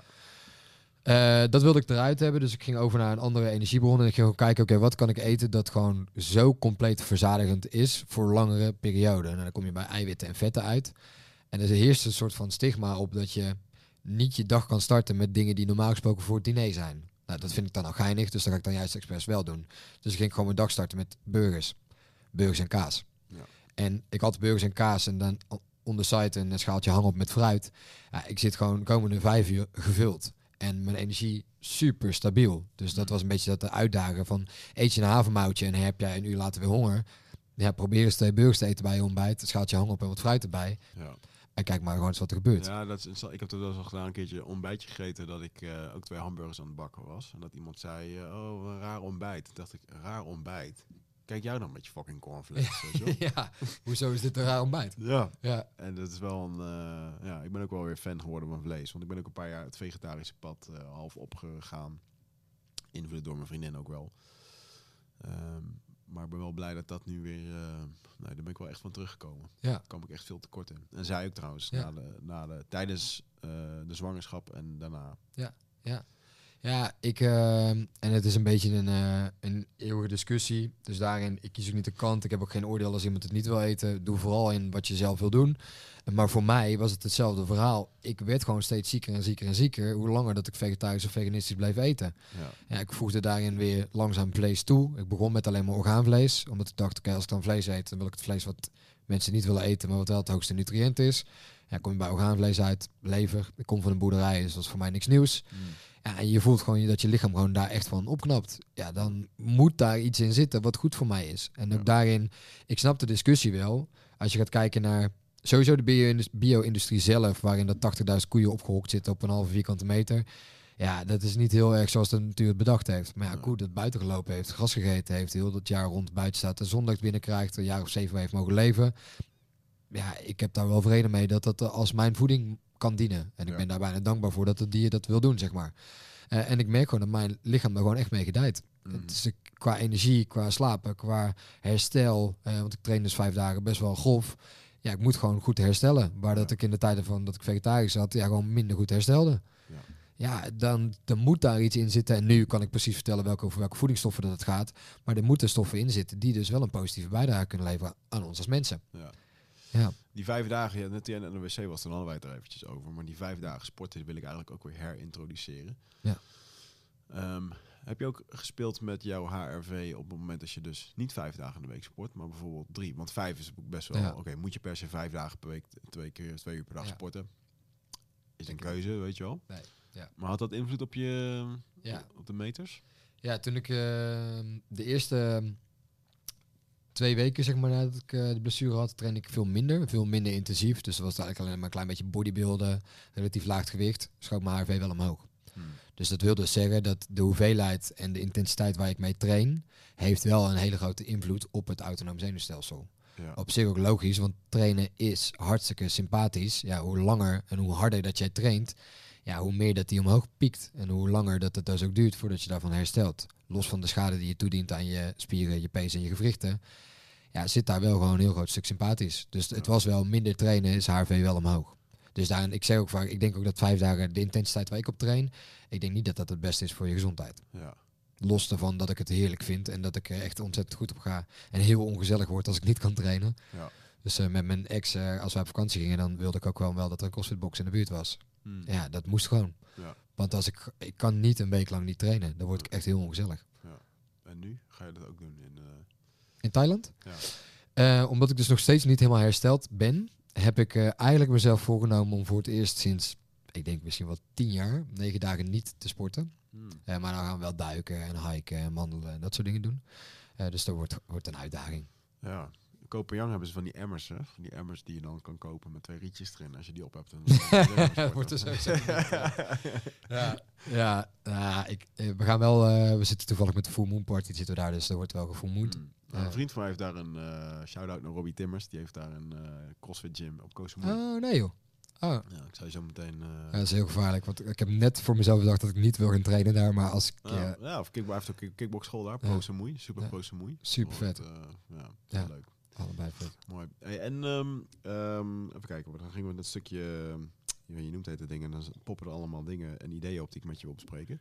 Dat wilde ik eruit hebben, dus ik ging over naar een andere energiebron en ik ging gewoon kijken, oké, wat kan ik eten dat gewoon zo compleet verzadigend is voor langere perioden. En dan kom je bij eiwitten en vetten uit. En er heerst een soort van stigma op dat je niet je dag kan starten met dingen die normaal gesproken voor het diner zijn. Nou, dat vind ik dan al geinig, dus dat ga ik dan juist expres wel doen. Dus ik ging gewoon mijn dag starten met burgers en kaas. Ja. En ik had burgers en kaas en dan on the side een schaaltje hang op met fruit. Ja, ik zit gewoon de komende 5 uur gevuld. En mijn energie super stabiel. Dus dat was een beetje dat de uitdagen van eet je een havermoutje en heb jij een uur later weer honger. Ja, probeer eens 2 burgers te eten bij je ontbijt. Een schaaltje hang op en wat fruit erbij. Ja. En kijk maar gewoon eens wat er gebeurt. Ja, ik heb er wel eens al gedaan, een keertje een ontbijtje gegeten dat ik ook 2 hamburgers aan het bakken was. En dat iemand zei, oh, een raar ontbijt. Toen dacht ik, raar ontbijt? Kijk jou dan met je fucking cornflakes, weet je wel? Ja, hoezo is dit een raar ontbijt? Ja. Ja, En dat is wel een... ja, ik ben ook wel weer fan geworden van vlees. Want ik ben ook een paar jaar het vegetarische pad half opgegaan. Invloed door mijn vriendin ook wel. Maar ik ben wel blij dat dat nu weer... daar ben ik wel echt van teruggekomen. Ja. Daar kwam ik echt veel tekort in. En zij ook trouwens, Ja. tijdens de zwangerschap en daarna. ja, en het is een beetje een eeuwige discussie. Dus daarin, ik kies ook niet de kant. Ik heb ook geen oordeel als iemand het niet wil eten. Doe vooral in wat je zelf wil doen. Maar voor mij was het hetzelfde verhaal. Ik werd gewoon steeds zieker en zieker en zieker. Hoe langer dat ik vegetarisch of veganistisch bleef eten. Ja. Ja, ik voegde daarin weer langzaam vlees toe. Ik begon met alleen maar orgaanvlees. Omdat ik dacht, oké, als ik dan vlees eet, dan wil ik het vlees wat mensen niet willen eten, maar wat wel het hoogste nutriënt is. Ja, kom je bij orgaanvlees uit, lever. Ik kom van een boerderij, dus dat is voor mij niks nieuws. Ja, en je voelt gewoon dat je lichaam gewoon daar echt van opknapt. Ja, dan moet daar iets in zitten wat goed voor mij is. En ook daarin, ik snap de discussie wel. Als je gaat kijken naar sowieso de bio-industrie zelf, waarin dat 80.000 koeien opgehokt zitten op een halve vierkante meter. Ja, dat is niet heel erg zoals de natuur het bedacht heeft. Maar ja, koe dat buiten gelopen heeft, gras gegeten heeft, heel dat jaar rond buiten staat, de zondag binnenkrijgt, een jaar of 7 heeft mogen leven. Ja, ik heb daar wel vrede mee dat dat als mijn voeding kan dienen. En ik ben daar bijna dankbaar voor dat het dier dat wil doen, zeg maar. En ik merk gewoon dat mijn lichaam daar gewoon echt mee gedijt. Het is qua energie, qua slapen, qua herstel. Want ik train dus 5 dagen best wel grof. Ja, ik moet gewoon goed herstellen. Waar dat ik in de tijden van dat ik vegetarisch zat, ja, gewoon minder goed herstelde. ja, dan moet daar iets in zitten. En nu kan ik precies vertellen over welke voedingsstoffen dat het gaat. Maar er moeten stoffen in zitten die dus wel een positieve bijdrage kunnen leveren aan ons als mensen. Ja. Ja. Die 5 dagen, ja, net in de NOC was, dan hadden wij het er eventjes over. Maar die 5 dagen sporten wil ik eigenlijk ook weer herintroduceren. Ja. Heb je ook gespeeld met jouw HRV op het moment dat je dus niet 5 dagen in de week sport, maar bijvoorbeeld 3? Want 5 is best wel, oké, moet je per se 5 dagen per week, 2 uur per dag sporten? Is een keuze, weet je wel. Nee. Ja. Maar had dat invloed op je, op de meters? Ja, toen ik de eerste 2 weken, zeg maar, nadat ik de blessure had, trainde ik veel minder intensief. Dus dat was eigenlijk alleen maar een klein beetje bodybuilden, relatief laag gewicht, schoot mijn HRV wel omhoog. Dus dat wil dus zeggen dat de hoeveelheid en de intensiteit waar ik mee train, heeft wel een hele grote invloed op het autonoom zenuwstelsel. Ja. Op zich ook logisch, want trainen is hartstikke sympathisch. Ja, hoe langer en hoe harder dat jij traint, ja, hoe meer dat die omhoog piekt. En hoe langer dat het dus ook duurt voordat je daarvan herstelt. Los van de schade die je toedient aan je spieren, je pees en je gewrichten. Ja, zit daar wel gewoon een heel groot stuk sympathisch. Dus het was wel minder trainen, is HRV wel omhoog. Dus daarin, ik zeg ook vaak, ik denk ook dat 5 dagen de intensiteit waar ik op train, ik denk niet dat dat het beste is voor je gezondheid. Ja. Los daarvan dat ik het heerlijk vind en dat ik er echt ontzettend goed op ga. En heel ongezellig word als ik niet kan trainen. Ja. Dus met mijn ex, als wij op vakantie gingen, dan wilde ik ook wel dat er een CrossFit-box in de buurt was. Ja, dat moest gewoon. Ja. Want als ik kan niet een week lang niet trainen, dan word ik echt heel ongezellig. Ja. En nu ga je dat ook doen in Thailand? Ja. Omdat ik dus nog steeds niet helemaal hersteld ben, heb ik eigenlijk mezelf voorgenomen om voor het eerst sinds, ik denk misschien wel 10 jaar, 9 dagen niet te sporten. Maar dan gaan we wel duiken en hiken en wandelen en dat soort dingen doen. Dus dat wordt een uitdaging. Ja. In Kopenhagen hebben ze van die emmers, hè? Van die emmers die je dan kan kopen met 2 rietjes erin. Als je die op hebt, dan wordt er zo. We gaan wel. We zitten toevallig met de Full Moon Party, zitten we daar, dus er wordt wel gefullmoond. Een vriend van mij heeft daar een shout-out naar Robbie Timmers. Die heeft daar een CrossFit gym op Koh Samui. Oh nee joh. Oh. Ja, ik zou je zo meteen... dat is heel gevaarlijk, want ik heb net voor mezelf bedacht dat ik niet wil gaan trainen daar, maar als ik... of heeft ook een kickboxschool daar, Pro Samui, super Pro Samui. Super vet. Leuk. Allebei vet. Mooi. Hey, en even kijken, dan gingen we dat stukje... je noemt het dingen, dan poppen er allemaal dingen en ideeën op die ik met je wil bespreken.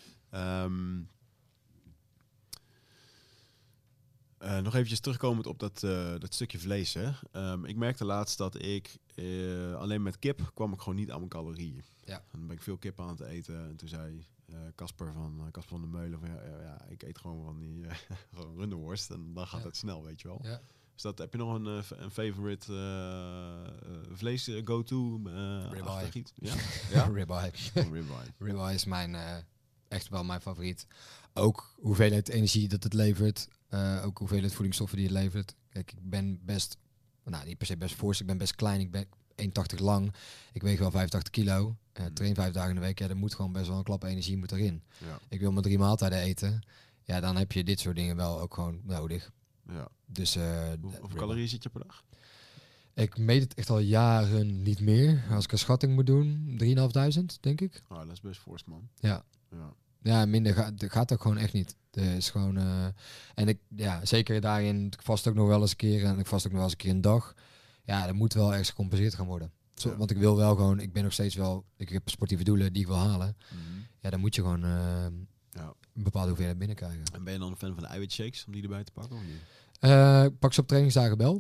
Nog eventjes terugkomend op dat stukje vlees. Hè. Ik merkte laatst dat ik alleen met kip kwam ik gewoon niet aan mijn calorieën. Ja. En dan ben ik veel kip aan het eten. En toen zei Casper van der Meulen van ik eet gewoon van die gewoon runderworst. En dan gaat het snel, weet je wel. Ja. Dus heb je nog een favorite vlees go-to? Ribeye. Ja? Ribeye. Ribeye is echt wel mijn favoriet. Ook hoeveelheid energie dat het levert. Ook hoeveelheid voedingsstoffen die het levert. Kijk, ik ben best, niet per se best fors, ik ben best klein. Ik ben 1,80 lang. Ik weeg wel 85 kilo. Train 5 dagen in de week. Ja, er moet gewoon best wel een klap energie moet erin. Ja. Ik wil maar 3 maaltijden eten. Ja, dan heb je dit soort dingen wel ook gewoon nodig. Ja. Dus, hoeveel calorieën zit je per dag? Ik meet het echt al jaren niet meer. Als ik een schatting moet doen, 3.500, denk ik. Oh, dat is best fors, man. Ja. Ja, minder gaat ook gewoon echt niet. Dus gewoon, en ik, zeker daarin, ik vast ook nog wel eens een keer en ik vast ook nog wel eens een keer een dag. Ja, dat moet wel ergens gecompenseerd gaan worden. Want ik wil wel gewoon, ik ben nog steeds wel, ik heb sportieve doelen die ik wil halen. Ja, dan moet je gewoon een bepaalde hoeveelheid binnenkrijgen. En ben je dan een fan van de eiwitshakes, om die erbij te pakken of niet? Ik pak ze op trainingsdagen wel.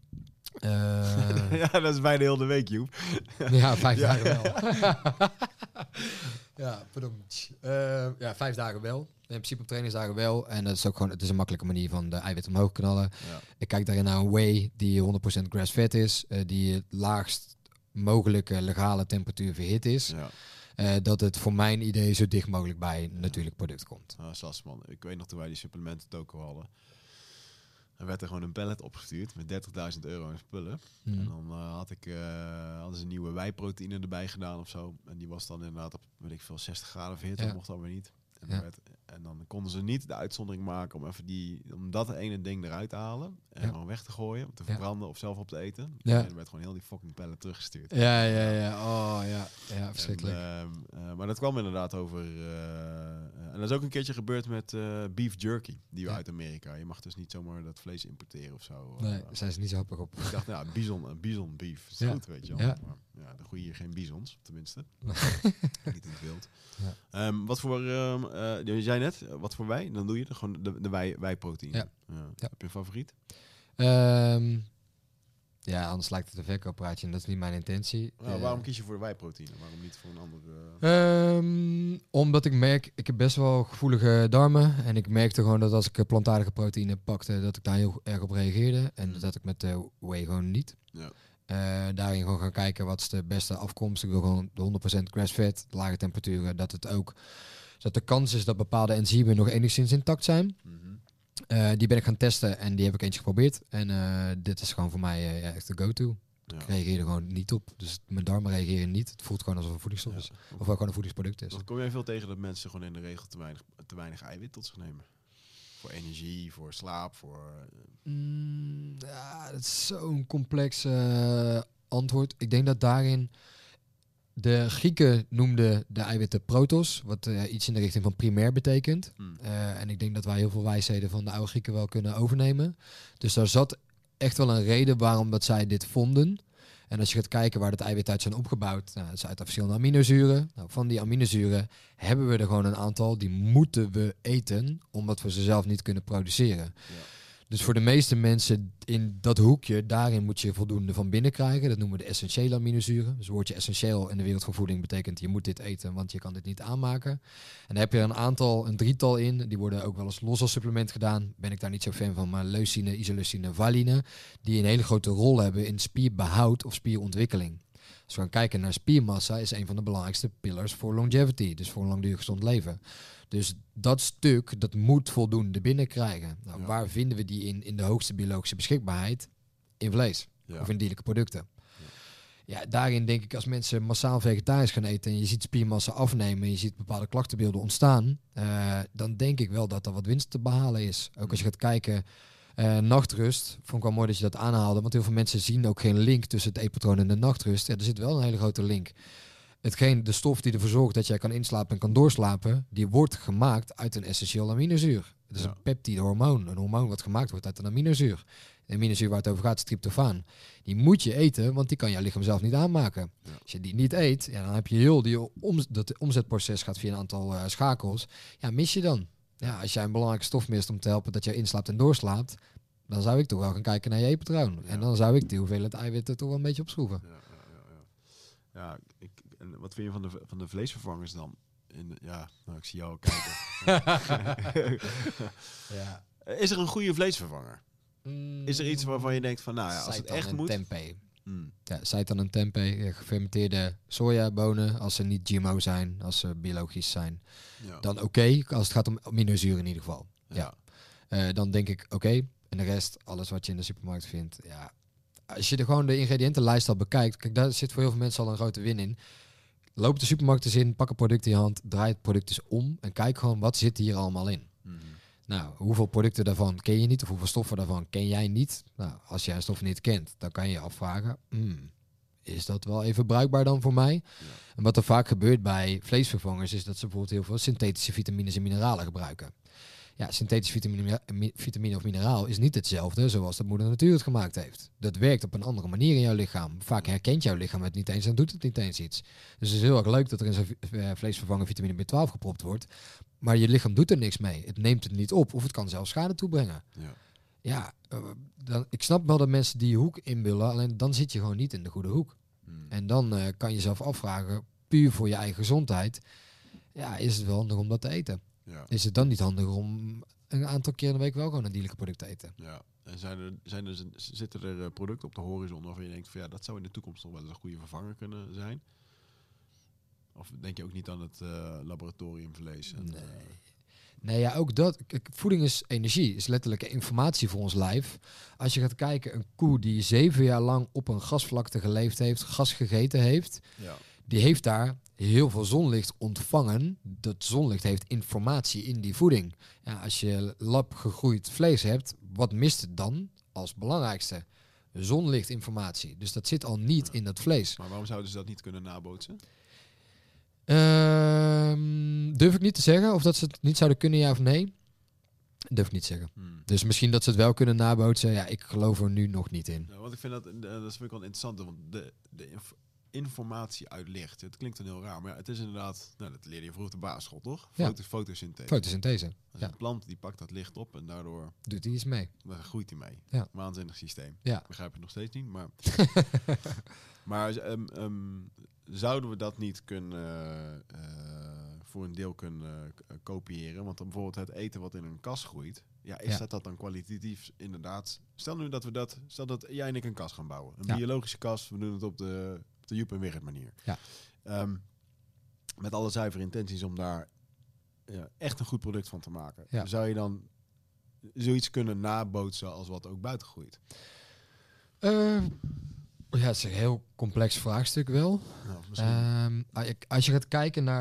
Ja, dat is bijna heel de week, Joep. Ja, 5 dagen wel. Ja, verdomd. 5 dagen wel. In principe op trainingsdagen wel. En dat is ook gewoon, het is een makkelijke manier van de eiwitten omhoog knallen. Ja. Ik kijk daarin naar een whey die 100% grass-fed is. Die het laagst mogelijke legale temperatuur verhit is. Ja. Dat het voor mijn idee zo dicht mogelijk bij een natuurlijk product komt. Sas, man. Ik weet nog toen wij die supplementen toko hadden. Er werd er gewoon een pallet opgestuurd met €30.000 in spullen. En dan hadden ze een nieuwe wijproteïne erbij gedaan of zo. En die was dan inderdaad op, weet ik veel, 60 graden verhit. Dat mocht dan weer niet. En dan konden ze niet de uitzondering maken om even om dat ene ding eruit te halen en gewoon weg te gooien, om te verbranden of zelf op te eten. Ja. En er werd gewoon heel die fucking pallet teruggestuurd. Ja. Oh, ja, verschrikkelijk. Maar dat kwam inderdaad over... en dat is ook een keertje gebeurd met beef jerky, die we uit Amerika. Je mag dus niet zomaar dat vlees importeren of zo. Nee, daar zijn ze niet zo happig op. Ik dacht, bison beef, is goed, weet je wel. Ja. Maar dan groeien hier geen bisons, tenminste. Nee. Niet in het wild. Ja. Wat voor... je zei net, wat voor wei? Dan doe je gewoon de wijproteïne. Ja. Heb je een favoriet? Ja, anders lijkt het een verkooppraatje en dat is niet mijn intentie. Waarom kies je voor de wijproteïne? Waarom niet voor een andere... Omdat ik merk, ik heb best wel gevoelige darmen. En ik merkte gewoon dat als ik plantaardige proteïne pakte, dat ik daar heel erg op reageerde. En dat had ik met de whey gewoon niet. Ja. Daarin gewoon gaan kijken wat is de beste afkomst. Ik wil gewoon de 100% grass-fed, lage temperaturen. Dat de kans is dat bepaalde enzymen nog enigszins intact zijn. Die ben ik gaan testen en die heb ik eentje geprobeerd. En dit is gewoon voor mij echt de go-to. Ja. Ik reageer er gewoon niet op. Dus mijn darmen reageren niet. Het voelt gewoon alsof een voedingsstof is. Of gewoon een voedingsproduct is. Dan kom jij veel tegen dat mensen gewoon in de regel te weinig eiwit tot zich nemen? Voor energie, voor slaap, voor... Dat is zo'n complex antwoord. Ik denk dat daarin... De Grieken noemden de eiwitten protos, wat iets in de richting van primair betekent. En ik denk dat wij heel veel wijsheden van de oude Grieken wel kunnen overnemen. Dus daar zat echt wel een reden waarom dat zij dit vonden. En als je gaat kijken waar het eiwit uit zijn opgebouwd, dat is uit verschillende aminozuren. Nou, van die aminozuren hebben we er gewoon een aantal, die moeten we eten, omdat we ze zelf niet kunnen produceren. Ja. Dus voor de meeste mensen in dat hoekje, daarin moet je voldoende van binnen krijgen. Dat noemen we de essentiële aminozuren. Dus het woordje essentieel in de wereld van voeding betekent je moet dit eten, want je kan dit niet aanmaken. En daar heb je een drietal in. Die worden ook wel eens los als supplement gedaan. Ben ik daar niet zo fan van, maar leucine, isoleucine, valine, die een hele grote rol hebben in spierbehoud of spierontwikkeling. Als we gaan kijken naar spiermassa, is een van de belangrijkste pillars voor longevity, dus voor een langdurig gezond leven. Dus dat stuk, dat moet voldoende binnenkrijgen. Nou, waar vinden we die in de hoogste biologische beschikbaarheid? In vlees of in dierlijke producten. Ja, daarin denk ik als mensen massaal vegetarisch gaan eten en je ziet spiermassa afnemen en je ziet bepaalde klachtenbeelden ontstaan, dan denk ik wel dat er wat winst te behalen is. Ook als je gaat kijken, nachtrust, vond ik wel mooi dat je dat aanhaalde, want heel veel mensen zien ook geen link tussen het eetpatroon en de nachtrust. Ja, er zit wel een hele grote link. De stof die ervoor zorgt dat jij kan inslapen en kan doorslapen, die wordt gemaakt uit een essentieel aminozuur. Het is een peptidehormoon, een hormoon wat gemaakt wordt uit een aminozuur. De aminozuur waar het over gaat is tryptofaan. Die moet je eten, want die kan jouw lichaam zelf niet aanmaken. Ja. Als je die niet eet, dan heb je heel dat omzetproces gaat via een aantal schakels. Ja, mis je dan. Ja, als jij een belangrijke stof mist om te helpen dat jij inslaapt en doorslaapt, dan zou ik toch wel gaan kijken naar je eetpatroon. Ja. En dan zou ik die hoeveelheid eiwitten toch wel een beetje opschroeven. Ja, en wat vind je van de vleesvervangers dan? Ik zie jou kijken. Ja. Is er een goede vleesvervanger? Is er iets waarvan je denkt van, als het echt moet... Tempeh. Ja, seitan en tempeh, gefermenteerde sojabonen, als ze niet GMO zijn, als ze biologisch zijn. Ja. Dan oké, als het gaat om aminozuren in ieder geval. Ja. Dan denk ik oké. En de rest, alles wat je in de supermarkt vindt, ja... Als je gewoon de ingrediëntenlijst al bekijkt, kijk, daar zit voor heel veel mensen al een grote win in. Loop de supermarkt eens in, pak een product in je hand, draai het product eens om en kijk gewoon wat zit hier allemaal in. Nou, hoeveel producten daarvan ken je niet of hoeveel stoffen daarvan ken jij niet? Nou, als jij een stof niet kent, dan kan je je afvragen, is dat wel even bruikbaar dan voor mij? Ja. En wat er vaak gebeurt bij vleesvervangers is dat ze bijvoorbeeld heel veel synthetische vitamines en mineralen gebruiken. Ja, synthetisch vitamine of mineraal is niet hetzelfde zoals de moeder natuur het gemaakt heeft. Dat werkt op een andere manier in jouw lichaam. Vaak herkent jouw lichaam het niet eens en doet het niet eens iets. Dus het is heel erg leuk dat er in zo'n vleesvervanger vitamine B12 gepropt wordt. Maar je lichaam doet er niks mee. Het neemt het niet op of het kan zelfs schade toebrengen. Ik snap wel dat mensen die hoek inbullen, alleen dan zit je gewoon niet in de goede hoek. En dan kan je jezelf afvragen, puur voor je eigen gezondheid, is het wel handig om dat te eten? Ja. Is het dan niet handig om een aantal keer in de week wel gewoon een dierlijke product te eten? Ja, en zitten er producten op de horizon waarvan je denkt van dat zou in de toekomst nog wel eens een goede vervanger kunnen zijn? Of denk je ook niet aan het laboratoriumvlees? Nee, ook dat. Voeding is energie, is letterlijk informatie voor ons lijf. Als je gaat kijken, een koe die 7 jaar lang op een gasvlakte geleefd heeft, gas gegeten heeft, die heeft daar heel veel zonlicht ontvangen. Dat zonlicht heeft informatie in die voeding. Ja, als je lab gegroeid vlees hebt, wat mist het dan als belangrijkste? Zonlichtinformatie. Dus dat zit al niet in dat vlees. Maar waarom zouden ze dat niet kunnen nabootsen? Durf ik niet te zeggen of dat ze het niet zouden kunnen, ja of nee. Durf ik niet te zeggen. Dus misschien dat ze het wel kunnen nabootsen. Ja, ik geloof er nu nog niet in. Nou, want ik vind dat vind ik wel interessant, want de informatie uit licht. Het klinkt dan heel raar, maar ja, het is inderdaad, nou, dat leerde je vroeger op de basisschool, toch? Ja. Fotosynthese. Fotosynthese. Dus Ja. een plant die pakt dat licht op en daardoor Doet hij iets mee. groeit hij mee. Ja. Waanzinnig systeem. Ja. Ik begrijp het nog steeds niet, maar... maar zouden we dat niet kunnen voor een deel kunnen kopiëren? Want dan bijvoorbeeld het eten wat in een kas groeit, ja, is dat dan kwalitatief inderdaad? Stel dat jij en ik een kas gaan bouwen. Een biologische kas, we doen het op de Joep en Wigert manier. Ja. Met alle zuivere intenties om daar echt een goed product van te maken. Ja. Zou je dan zoiets kunnen nabootsen als wat ook buiten groeit? Ja, het is een heel complex vraagstuk wel. Nou, misschien. Als je gaat kijken naar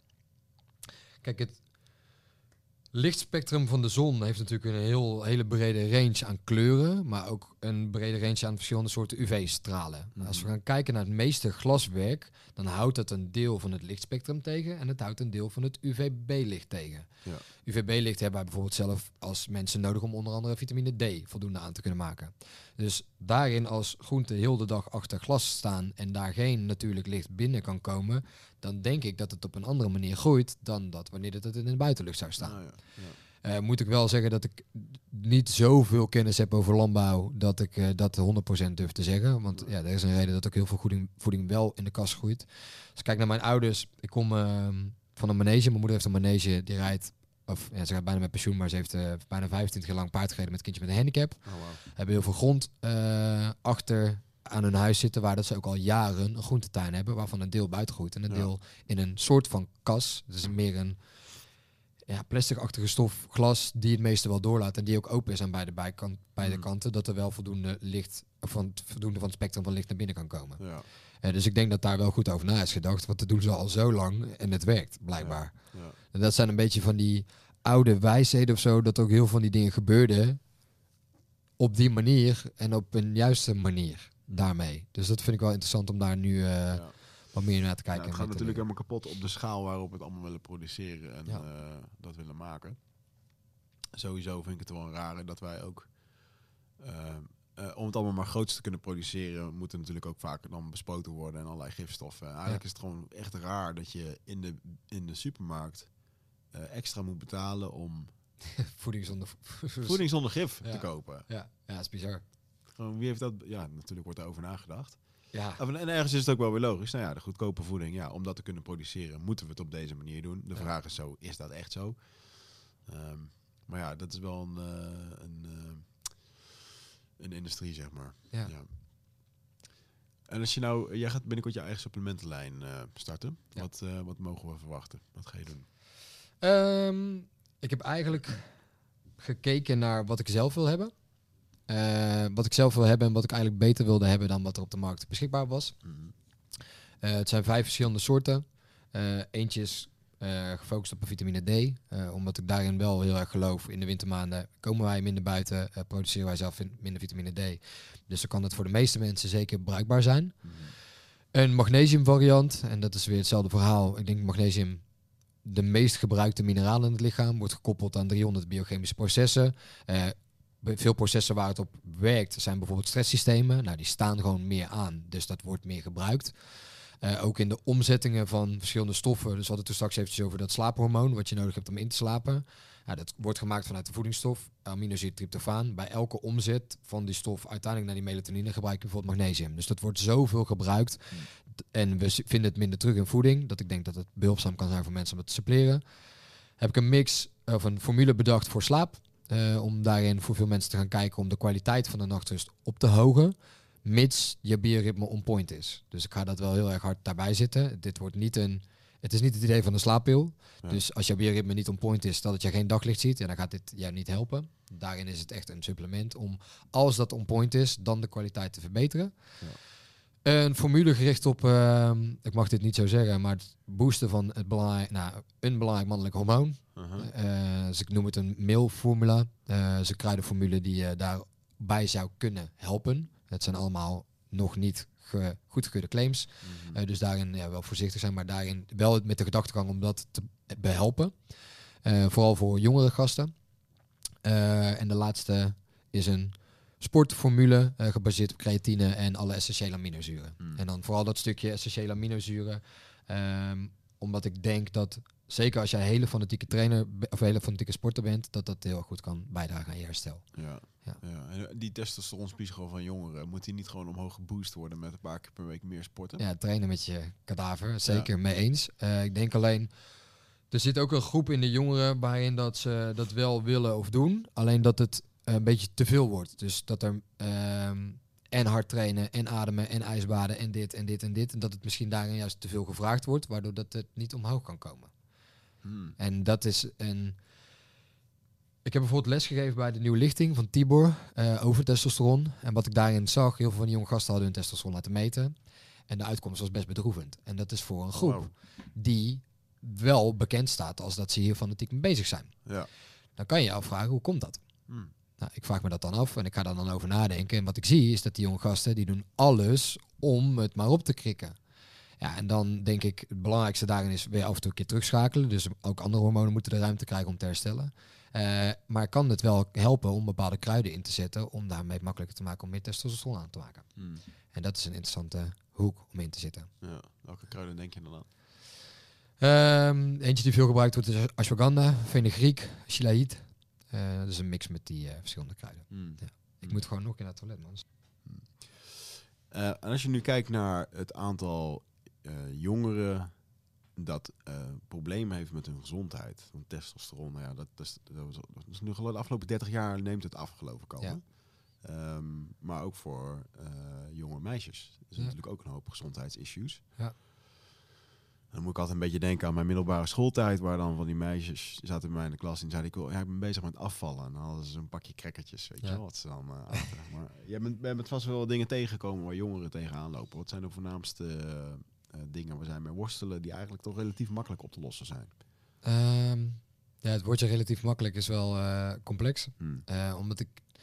Kijk, het lichtspectrum van de zon heeft natuurlijk een hele brede range aan kleuren, maar ook een brede range aan verschillende soorten UV-stralen. Als we gaan kijken naar het meeste glaswerk, dan houdt het een deel van het lichtspectrum tegen en het houdt een deel van het UVB-licht tegen. Ja. UVB-licht hebben wij bijvoorbeeld zelf als mensen nodig om onder andere vitamine D voldoende aan te kunnen maken. Dus daarin als groenten heel de dag achter glas staan en daar geen natuurlijk licht binnen kan komen, dan denk ik dat het op een andere manier groeit dan dat wanneer het in de buitenlucht zou staan. Moet ik wel zeggen dat ik niet zoveel kennis heb over landbouw dat ik dat 100% durf te zeggen. Want ja, er is een reden dat ook heel veel voeding wel in de kas groeit. Als ik kijk naar mijn ouders, ik kom van een manege. Mijn moeder heeft een manege, die rijdt, ze gaat bijna met pensioen, maar ze heeft bijna 25 jaar lang paard gereden met een kindje met een handicap. Oh, wow. Hebben heel veel grond achter aan hun huis zitten, waar dat ze ook al jaren een groentetuin hebben, waarvan een deel buiten groeit en een deel in een soort van kas. Dus meer een plasticachtige stof, glas, die het meeste wel doorlaat en die ook open is aan beide kanten, dat er wel voldoende van het spectrum van licht naar binnen kan komen. Ja. Dus ik denk dat daar wel goed over na is gedacht, want dat doen ze al zo lang en het werkt, blijkbaar. Ja. En dat zijn een beetje van die oude wijsheden of zo, dat ook heel veel van die dingen gebeurden op die manier en op een juiste manier daarmee. Dus dat vind ik wel interessant om daar nu wat meer naar te kijken. Het gaat natuurlijk helemaal kapot op de schaal waarop we het allemaal willen produceren en dat willen maken. Sowieso vind ik het wel raar dat wij ook, om het allemaal maar groots te kunnen produceren, moeten natuurlijk ook vaak dan bespoten worden en allerlei gifstoffen. Eigenlijk is het gewoon echt raar dat je in de supermarkt extra moet betalen om voeding zonder gif te kopen. Ja, dat is bizar. Gewoon, wie heeft dat? Ja, natuurlijk wordt daarover nagedacht. Ja. En ergens is het ook wel weer logisch. Nou ja, de goedkope voeding, om dat te kunnen produceren, moeten we het op deze manier doen. De vraag is zo, is dat echt zo? Maar ja, dat is wel een industrie, zeg maar. Ja. En als jij gaat binnenkort je eigen supplementenlijn starten. Ja. Wat mogen we verwachten? Wat ga je doen? Ik heb eigenlijk gekeken naar wat ik zelf wil hebben. Wat ik zelf wil hebben en wat ik eigenlijk beter wilde hebben dan wat er op de markt beschikbaar was. Het zijn 5 verschillende soorten. Eentje is gefocust op vitamine D. Omdat ik daarin wel heel erg geloof. In de wintermaanden komen wij minder buiten. Produceren wij zelf minder vitamine D. Dus dan kan het voor de meeste mensen zeker bruikbaar zijn. Een magnesium variant. En dat is weer hetzelfde verhaal. Ik denk magnesium, de meest gebruikte mineraal in het lichaam, wordt gekoppeld aan 300 biochemische processen. Veel processen waar het op werkt zijn bijvoorbeeld stresssystemen. Nou, die staan gewoon meer aan, dus dat wordt meer gebruikt. Ook in de omzettingen van verschillende stoffen. Dus we hadden het toen straks eventjes over dat slaaphormoon, wat je nodig hebt om in te slapen. Dat wordt gemaakt vanuit de voedingsstof, aminozuur tryptofaan. Bij elke omzet van die stof uiteindelijk naar die melatonine gebruik je bijvoorbeeld magnesium. Dus dat wordt zoveel gebruikt. En we vinden het minder terug in voeding, dat ik denk dat het behulpzaam kan zijn voor mensen om het te suppleren. Heb ik een mix of een formule bedacht voor slaap. Om daarin voor veel mensen te gaan kijken om de kwaliteit van de nachtrust op te hogen, mits je bioritme on point is. Dus ik ga dat wel heel erg hard daarbij zitten. Het is niet het idee van een slaappil. Ja. Dus als je bioritme niet on point is, dat je geen daglicht ziet, dan gaat dit jou niet helpen. Daarin is het echt een supplement om, als dat on point is, dan de kwaliteit te verbeteren. Een formule gericht op, ik mag dit niet zo zeggen, maar het boosten van een belangrijk mannelijk hormoon. Dus ik noem het een male-formula. Dus een kruidenformule die daarbij zou kunnen helpen. Het zijn allemaal nog niet goedgekeurde claims. Dus daarin wel voorzichtig zijn, maar daarin wel met de gedachtegang om dat te behelpen. Vooral voor jongere gasten. En de laatste is een sportformule gebaseerd op creatine en alle essentiële aminozuren. En dan vooral dat stukje essentiële aminozuren. Omdat ik denk dat, zeker als jij hele fanatieke trainer of hele fanatieke sporter bent, dat heel goed kan bijdragen aan je herstel. Ja. En die testosteronspiegel van jongeren, moet die niet gewoon omhoog geboost worden met een paar keer per week meer sporten? Ja, trainen met je kadaver, zeker mee eens. Ik denk alleen, er zit ook een groep in de jongeren waarin dat ze dat wel willen of doen, alleen dat het een beetje te veel wordt. Dus dat er en hard trainen en ademen en ijsbaden en dit en dit en dit. En dat het misschien daarin juist te veel gevraagd wordt, waardoor dat het niet omhoog kan komen. En dat is een... Ik heb bijvoorbeeld lesgegeven bij de Nieuwe Lichting van Tibor over testosteron. En wat ik daarin zag, heel veel van die jonge gasten hadden hun testosteron laten meten. En de uitkomst was best bedroevend. En dat is voor een groep die wel bekend staat als dat ze hier fanatiek mee bezig zijn. Ja. Dan kan je je afvragen, hoe komt dat? Nou, ik vraag me dat dan af en ik ga daar dan over nadenken. En wat ik zie is dat die jonge gasten, die doen alles om het maar op te krikken. Ja, en dan denk ik, het belangrijkste daarin is weer af en toe een keer terugschakelen. Dus ook andere hormonen moeten de ruimte krijgen om te herstellen. Maar kan het wel helpen om bepaalde kruiden in te zetten om daarmee het makkelijker te maken om meer testosteron aan te maken. En dat is een interessante hoek om in te zitten. Ja. Welke kruiden denk je dan aan? Eentje die veel gebruikt wordt is ashwagandha, fenugreek, shilajit. Dat is een mix met die verschillende kruiden. Ja. Ik moet gewoon nog een keer naar het toilet, man. En als je nu kijkt naar het aantal jongeren dat problemen heeft met hun gezondheid, van testosteron, nou ja, dat is nu geloof de afgelopen 30 jaar neemt het af, geloof ik al. Ja. Maar ook voor jonge meisjes is natuurlijk ook een hoop gezondheidsissues. Ja. Dan moet ik altijd een beetje denken aan mijn middelbare schooltijd, waar dan van die meisjes zaten bij mij in de klas en zeiden ik ben bezig met afvallen. En dan hadden ze een pakje crackertjes, weet je wel, wat ze dan aten. Maar je bent vast wel dingen tegengekomen waar jongeren tegenaan lopen. Wat zijn de voornaamste dingen waar zij mee worstelen die eigenlijk toch relatief makkelijk op te lossen zijn? Ja, het woordje relatief makkelijk is wel complex. Omdat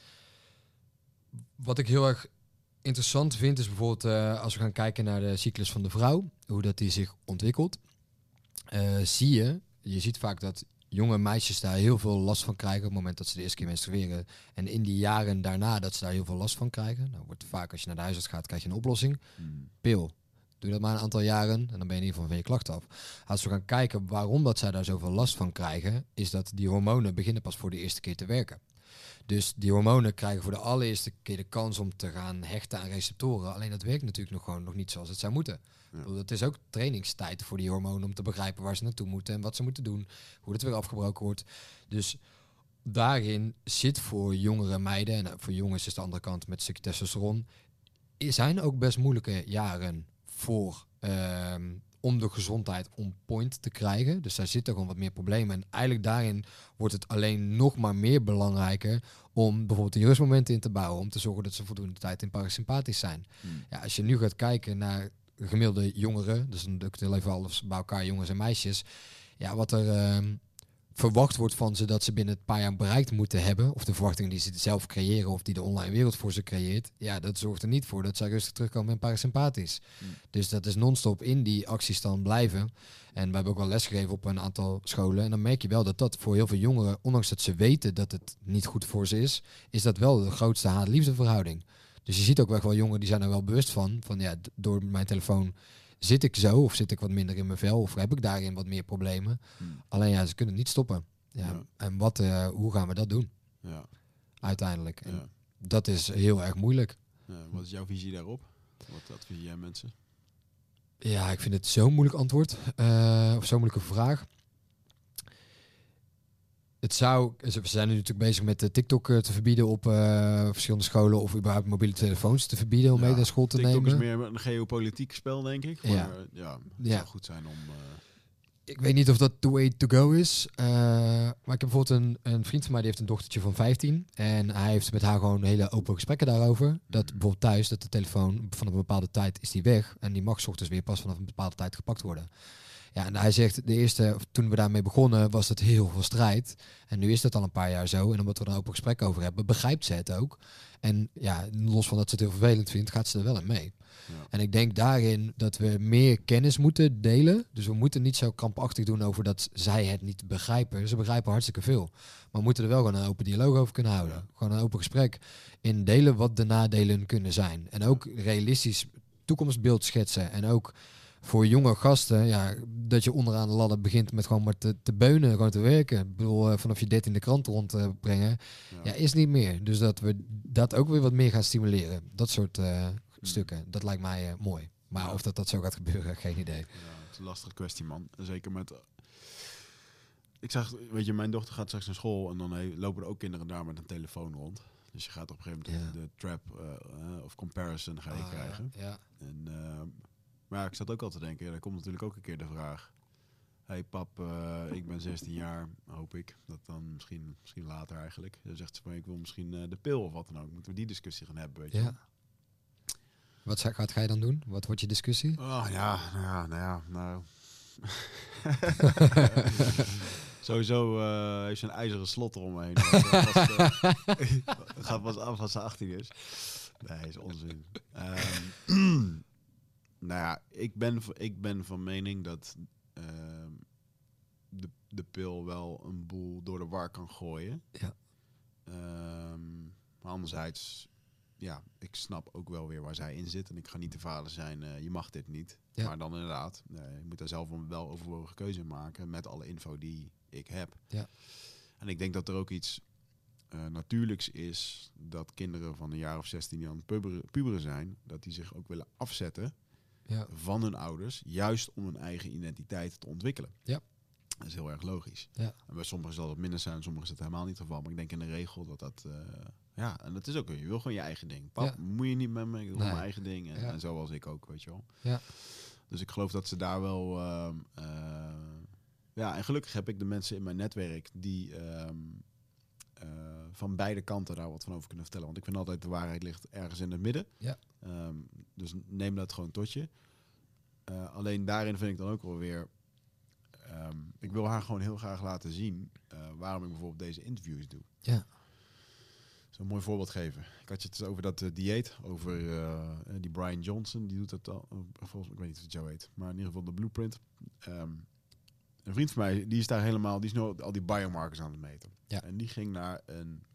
wat ik heel erg interessant vind is bijvoorbeeld als we gaan kijken naar de cyclus van de vrouw, hoe dat die zich ontwikkelt, je ziet vaak dat jonge meisjes daar heel veel last van krijgen op het moment dat ze de eerste keer menstrueren. En in die jaren daarna dat ze daar heel veel last van krijgen. Nou wordt vaak als je naar de huisarts gaat, krijg je een oplossing. Pil. Doe dat maar een aantal jaren en dan ben je in ieder geval van je klachten af. Als we gaan kijken waarom dat zij daar zoveel last van krijgen, is dat die hormonen beginnen pas voor de eerste keer te werken. Dus die hormonen krijgen voor de allereerste keer de kans om te gaan hechten aan receptoren. Alleen dat werkt natuurlijk nog niet zoals het zou moeten. Ja. Dat is ook trainingstijd voor die hormonen om te begrijpen waar ze naartoe moeten en wat ze moeten doen. Hoe het weer afgebroken wordt. Dus daarin zit voor jongere meiden, en voor jongens is de andere kant met een stukje testosteron, zijn ook best moeilijke jaren voor om de gezondheid on point te krijgen. Dus daar zitten gewoon wat meer problemen. En eigenlijk daarin wordt het alleen nog maar meer belangrijker om bijvoorbeeld die rustmomenten in te bouwen, om te zorgen dat ze voldoende tijd in parasympathisch zijn. Ja, als je nu gaat kijken naar gemiddelde jongeren, dus dan doe ik het heel even alles bij elkaar, jongens en meisjes, ja, wat er verwacht wordt van ze dat ze binnen een paar jaar bereikt moeten hebben, of de verwachtingen die ze zelf creëren of die de online wereld voor ze creëert, ja, dat zorgt er niet voor dat zij rustig terugkomen en parasympathisch. Dus dat is non-stop in die actiestand blijven. En we hebben ook wel lesgegeven op een aantal scholen en dan merk je wel dat dat voor heel veel jongeren, ondanks dat ze weten dat het niet goed voor ze is dat wel de grootste haat-liefdeverhouding. Dus je ziet ook wel jongeren die zijn er wel bewust van ja, door mijn telefoon zit ik zo of zit ik wat minder in mijn vel of heb ik daarin wat meer problemen. Alleen ja, ze kunnen het niet stoppen. Ja. En hoe gaan we dat doen? Ja. Uiteindelijk. En dat is heel erg moeilijk. Ja, wat is jouw visie daarop? Wat adviseer jij mensen? Ja, ik vind het zo'n moeilijk antwoord. Of zo'n moeilijke vraag. We zijn nu natuurlijk bezig met TikTok te verbieden op verschillende scholen of überhaupt mobiele telefoons te verbieden om mee naar school te TikTok nemen. TikTok is meer een geopolitiek spel, denk ik. Maar het zou goed zijn om... Ik weet niet of dat the way to go is. Maar ik heb bijvoorbeeld een vriend van mij die heeft een dochtertje van 15. En hij heeft met haar gewoon hele open gesprekken daarover. Dat bijvoorbeeld thuis, dat de telefoon van een bepaalde tijd is die weg. En die mag 's ochtends weer pas vanaf een bepaalde tijd gepakt worden. Ja, en hij zegt, toen we daarmee begonnen, was het heel veel strijd. En nu is dat al een paar jaar zo. En omdat we er een open gesprek over hebben, begrijpt ze het ook. En ja, los van dat ze het heel vervelend vindt, gaat ze er wel in mee. Ja. En ik denk daarin dat we meer kennis moeten delen. Dus we moeten niet zo krampachtig doen over dat zij het niet begrijpen. Ze begrijpen hartstikke veel. Maar we moeten er wel gewoon een open dialoog over kunnen houden. Ja. Gewoon een open gesprek in delen wat de nadelen kunnen zijn. En ook realistisch toekomstbeeld schetsen. En ook voor jonge gasten, ja, dat je onderaan de ladder begint met gewoon maar te beunen, gewoon te werken. Ik bedoel, vanaf je 13 de krant rondbrengen, ja, is niet meer. Dus dat we dat ook weer wat meer gaan stimuleren. Dat soort stukken, dat lijkt mij mooi. Maar Ja. of dat zo gaat gebeuren, geen idee. Ja, het is een lastige kwestie, man. Zeker met... Ik zag, weet je, mijn dochter gaat straks naar school en dan lopen er ook kinderen daar met een telefoon rond. Dus je gaat op een gegeven moment de trap of comparison ga je krijgen. Ja. En, maar ja, ik zat ook al te denken, er komt natuurlijk ook een keer de vraag. Hey pap, ik ben 16 jaar, hoop ik. Dat dan misschien later eigenlijk. Dan zegt ze van, ik wil misschien de pil of wat dan ook. Moeten we die discussie gaan hebben, weet je wel. Ja. Wat ga je dan doen? Wat wordt je discussie? Oh nou. Sowieso heeft ze een ijzeren slot eromheen. Dat gaat pas af als ze 18 is. Nee, is onzin. Nou ja, ik ben van mening dat de pil wel een boel door de war kan gooien. Ja. Maar anderzijds, ja, ik snap ook wel weer waar zij in zit. En ik ga niet de vader zijn, je mag dit niet. Ja. Maar dan inderdaad, je moet daar zelf een wel overwogen keuze maken met alle info die ik heb. Ja. En ik denk dat er ook iets natuurlijks is dat kinderen van een jaar of 16 die aan het puberen zijn, dat die zich ook willen afzetten van hun ouders, juist om hun eigen identiteit te ontwikkelen. Ja. Dat is heel erg logisch. Ja. En bij sommigen zal het minder zijn, sommigen is het helemaal niet het geval. Maar ik denk in de regel dat ja, en dat is ook, je wil gewoon je eigen ding. Pap, moet je niet met me, ik wil mijn eigen ding. En zoals ik ook, weet je wel. Ja. Dus ik geloof dat ze daar wel... ja, en gelukkig heb ik de mensen in mijn netwerk die van beide kanten daar wat van over kunnen vertellen. Want ik vind altijd de waarheid ligt ergens in het midden. Ja. Dus neem dat gewoon tot je. Alleen daarin vind ik dan ook wel weer... ik wil haar gewoon heel graag laten zien waarom ik bijvoorbeeld deze interviews doe. Ja. Zo'n mooi voorbeeld geven. Ik had je het over dat dieet, over die Brian Johnson, die doet dat al, volgens mij, ik weet niet of het zo heet, maar in ieder geval de Blueprint. Een vriend van mij, die is daar helemaal, die is nu al die biomarkers aan het meten. Ja. En die ging naar een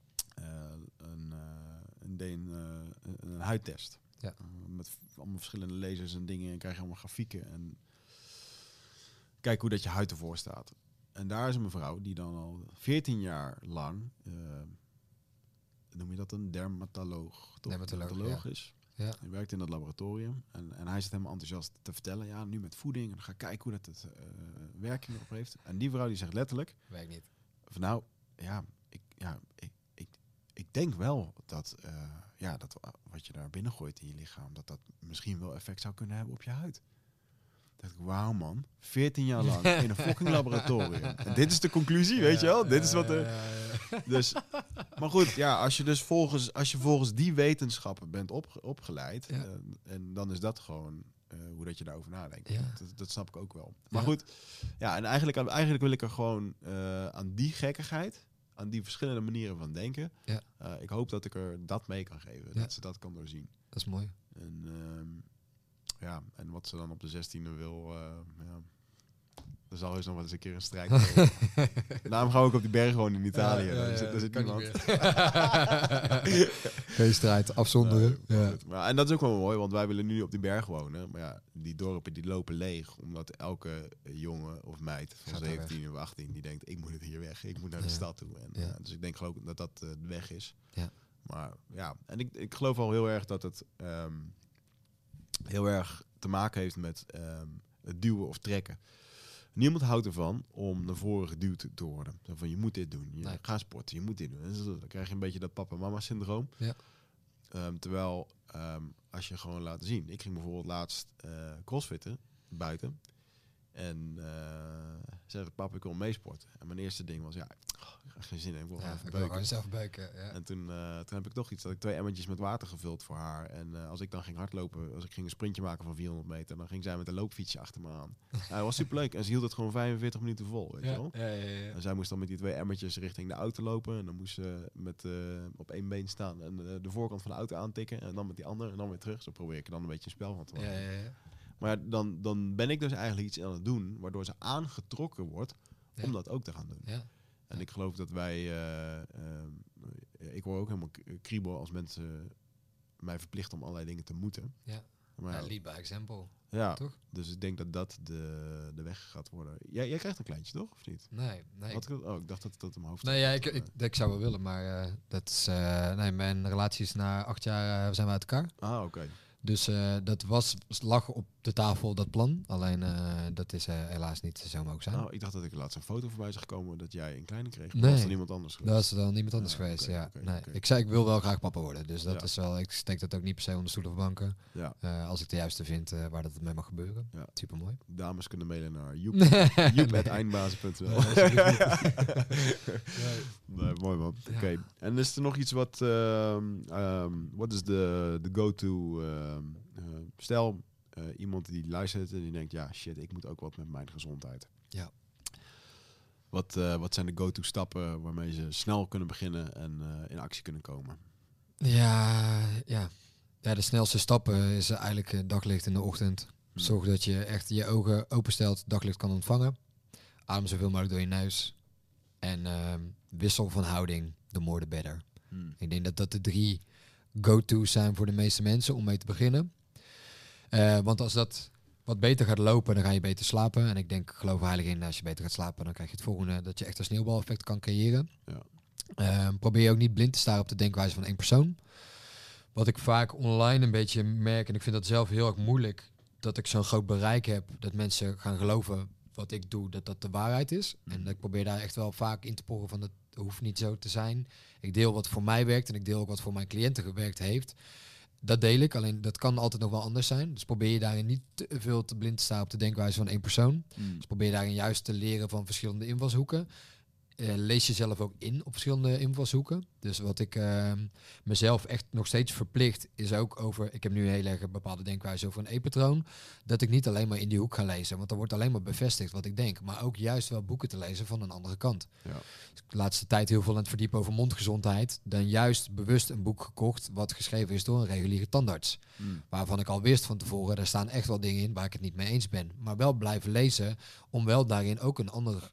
huidtest. Ja. Met allemaal verschillende lasers en dingen en krijg je allemaal grafieken en kijk hoe dat je huid ervoor staat. En daar is een mevrouw die dan al 14 jaar lang, noem je dat een dermatoloog? Dermatoloog is. Ja. Hij werkt in dat laboratorium en hij zit helemaal enthousiast te vertellen. Ja, nu met voeding en dan ga ik kijken hoe dat het werking erop heeft. En die vrouw die zegt letterlijk, werkt niet. Van nou, ik denk wel dat, dat wat je daar binnen gooit in je lichaam, dat misschien wel effect zou kunnen hebben op je huid. Dacht ik, wauw man, 14 jaar lang in een fucking laboratorium. En dit is de conclusie, weet je wel? Dit is wat Dus, maar goed, ja, als je volgens die wetenschappen bent opgeleid, en dan is dat gewoon hoe dat je daarover nadenkt. Ja. Dat snap ik ook wel. Maar goed, ja, en eigenlijk wil ik er gewoon aan die gekkigheid, aan die verschillende manieren van denken, ik hoop dat ik er dat mee kan geven. Dat ze dat kan doorzien. Dat is mooi. En ja, en wat ze dan op de 16e wil, er zal heus nog wel eens een keer een strijd komen. Daarom ga ik op die berg gewoon in Italië. Daar zit niemand. Geen strijd, afzonderen. Maar, en dat is ook wel mooi, want wij willen nu op die berg wonen. Maar ja, die dorpen die lopen leeg, omdat elke jongen of meid van 17 of 18 die denkt, ik moet het hier weg, ik moet naar de stad toe. En, dus ik denk geloof dat de weg is. Ja. Maar ja, en ik geloof al heel erg dat het heel erg te maken heeft met het duwen of trekken. Niemand houdt ervan om naar voren geduwd te worden. Zo van, je moet dit doen. Ga sporten, je moet dit doen. Dan krijg je een beetje dat papa-mama syndroom. Ja. Terwijl, als je gewoon laat zien. Ik ging bijvoorbeeld laatst crossfitten buiten. En zei papa, ik wil meesporten. En mijn eerste ding was, ik heb geen zin in, ik wil gewoon even ik wil beuken. gewoon zelf beuken. Ja. En toen heb ik toch iets, dat ik 2 emmertjes met water gevuld voor haar. En als ik dan ging hardlopen, als ik ging een sprintje maken van 400 meter, dan ging zij met een loopfietsje achter me aan. Dat was superleuk. En ze hield het gewoon 45 minuten vol, weet je wel. Ja. En zij moest dan met die 2 emmertjes richting de auto lopen. En dan moest ze op 1 been staan en de voorkant van de auto aantikken. En dan met die andere en dan weer terug. Zo probeer ik er dan een beetje een spel van te maken. Ja. Maar dan ben ik dus eigenlijk iets aan het doen, waardoor ze aangetrokken wordt om dat ook te gaan doen. Ja. En ik geloof dat wij... ik word ook helemaal kriebel als mensen mij verplichten om allerlei dingen te moeten. Ja. Maar Lead by example. Ja, toch? Dus ik denk dat dat de weg gaat worden. Jij krijgt een kleintje, toch? Of niet? Nee. Ik dacht dat het mijn hoofd... Nee, ik zou wel willen, maar dat is... mijn relatie is na 8 jaar zijn we uit elkaar. Ah, oké. Dus dat lag op de tafel, dat plan. Alleen dat is helaas niet zo mogen zijn. Nou, ik dacht dat ik laatst een foto voorbij zag komen dat jij een kleine kreeg. Nee. Was er niemand anders geweest? Dat is dan niemand anders geweest, oké, ja. oké, Nee. oké. Ik zei, ik wil wel graag papa worden. Dus dat is wel... Ik steek dat ook niet per se onder stoelen of banken. Ja. Als ik de juiste vind waar dat mee mag gebeuren. Ja. Supermooi. Dames kunnen mailen naar joep@eindbazen.nl. Nee, mooi man. Ja. Oké. En is er nog iets wat is de go-to stel iemand die luistert en die denkt, ja shit, ik moet ook wat met mijn gezondheid. Ja. Wat zijn de go-to stappen waarmee ze snel kunnen beginnen en in actie kunnen komen? Ja, de snelste stappen is eigenlijk daglicht in de ochtend. Zorg dat je echt je ogen openstelt, daglicht kan ontvangen. Adem zoveel mogelijk door je neus. En wissel van houding, the more the better. Ik denk dat dat de 3 go-to's zijn voor de meeste mensen om mee te beginnen. Want als dat wat beter gaat lopen, dan ga je beter slapen. En ik geloof heilig in, als je beter gaat slapen, dan krijg je het volgende, dat je echt een sneeuwbaleffect kan creëren. Ja. Probeer je ook niet blind te staren op de denkwijze van 1 persoon. Wat ik vaak online een beetje merk, en ik vind dat zelf heel erg moeilijk, dat ik zo'n groot bereik heb, dat mensen gaan geloven wat ik doe, dat de waarheid is. En ik probeer daar echt wel vaak in te porren van, dat hoeft niet zo te zijn. Ik deel wat voor mij werkt en ik deel ook wat voor mijn cliënten gewerkt heeft. Dat deel ik, alleen dat kan altijd nog wel anders zijn. Dus probeer je daarin niet te veel te blind te staan op de denkwijze van 1 persoon. Dus probeer daarin juist te leren van verschillende invalshoeken. Lees jezelf ook in op verschillende invalshoeken. Dus wat ik mezelf echt nog steeds verplicht is ook over... Ik heb nu heel erg een bepaalde denkwijze over een E-patroon. Dat ik niet alleen maar in die hoek ga lezen. Want dan wordt alleen maar bevestigd wat ik denk. Maar ook juist wel boeken te lezen van een andere kant. Ja. Dus de laatste tijd heel veel aan het verdiepen over mondgezondheid. Dan juist bewust een boek gekocht wat geschreven is door een reguliere tandarts. Waarvan ik al wist van tevoren, daar staan echt wel dingen in waar ik het niet mee eens ben. Maar wel blijven lezen om wel daarin ook een ander...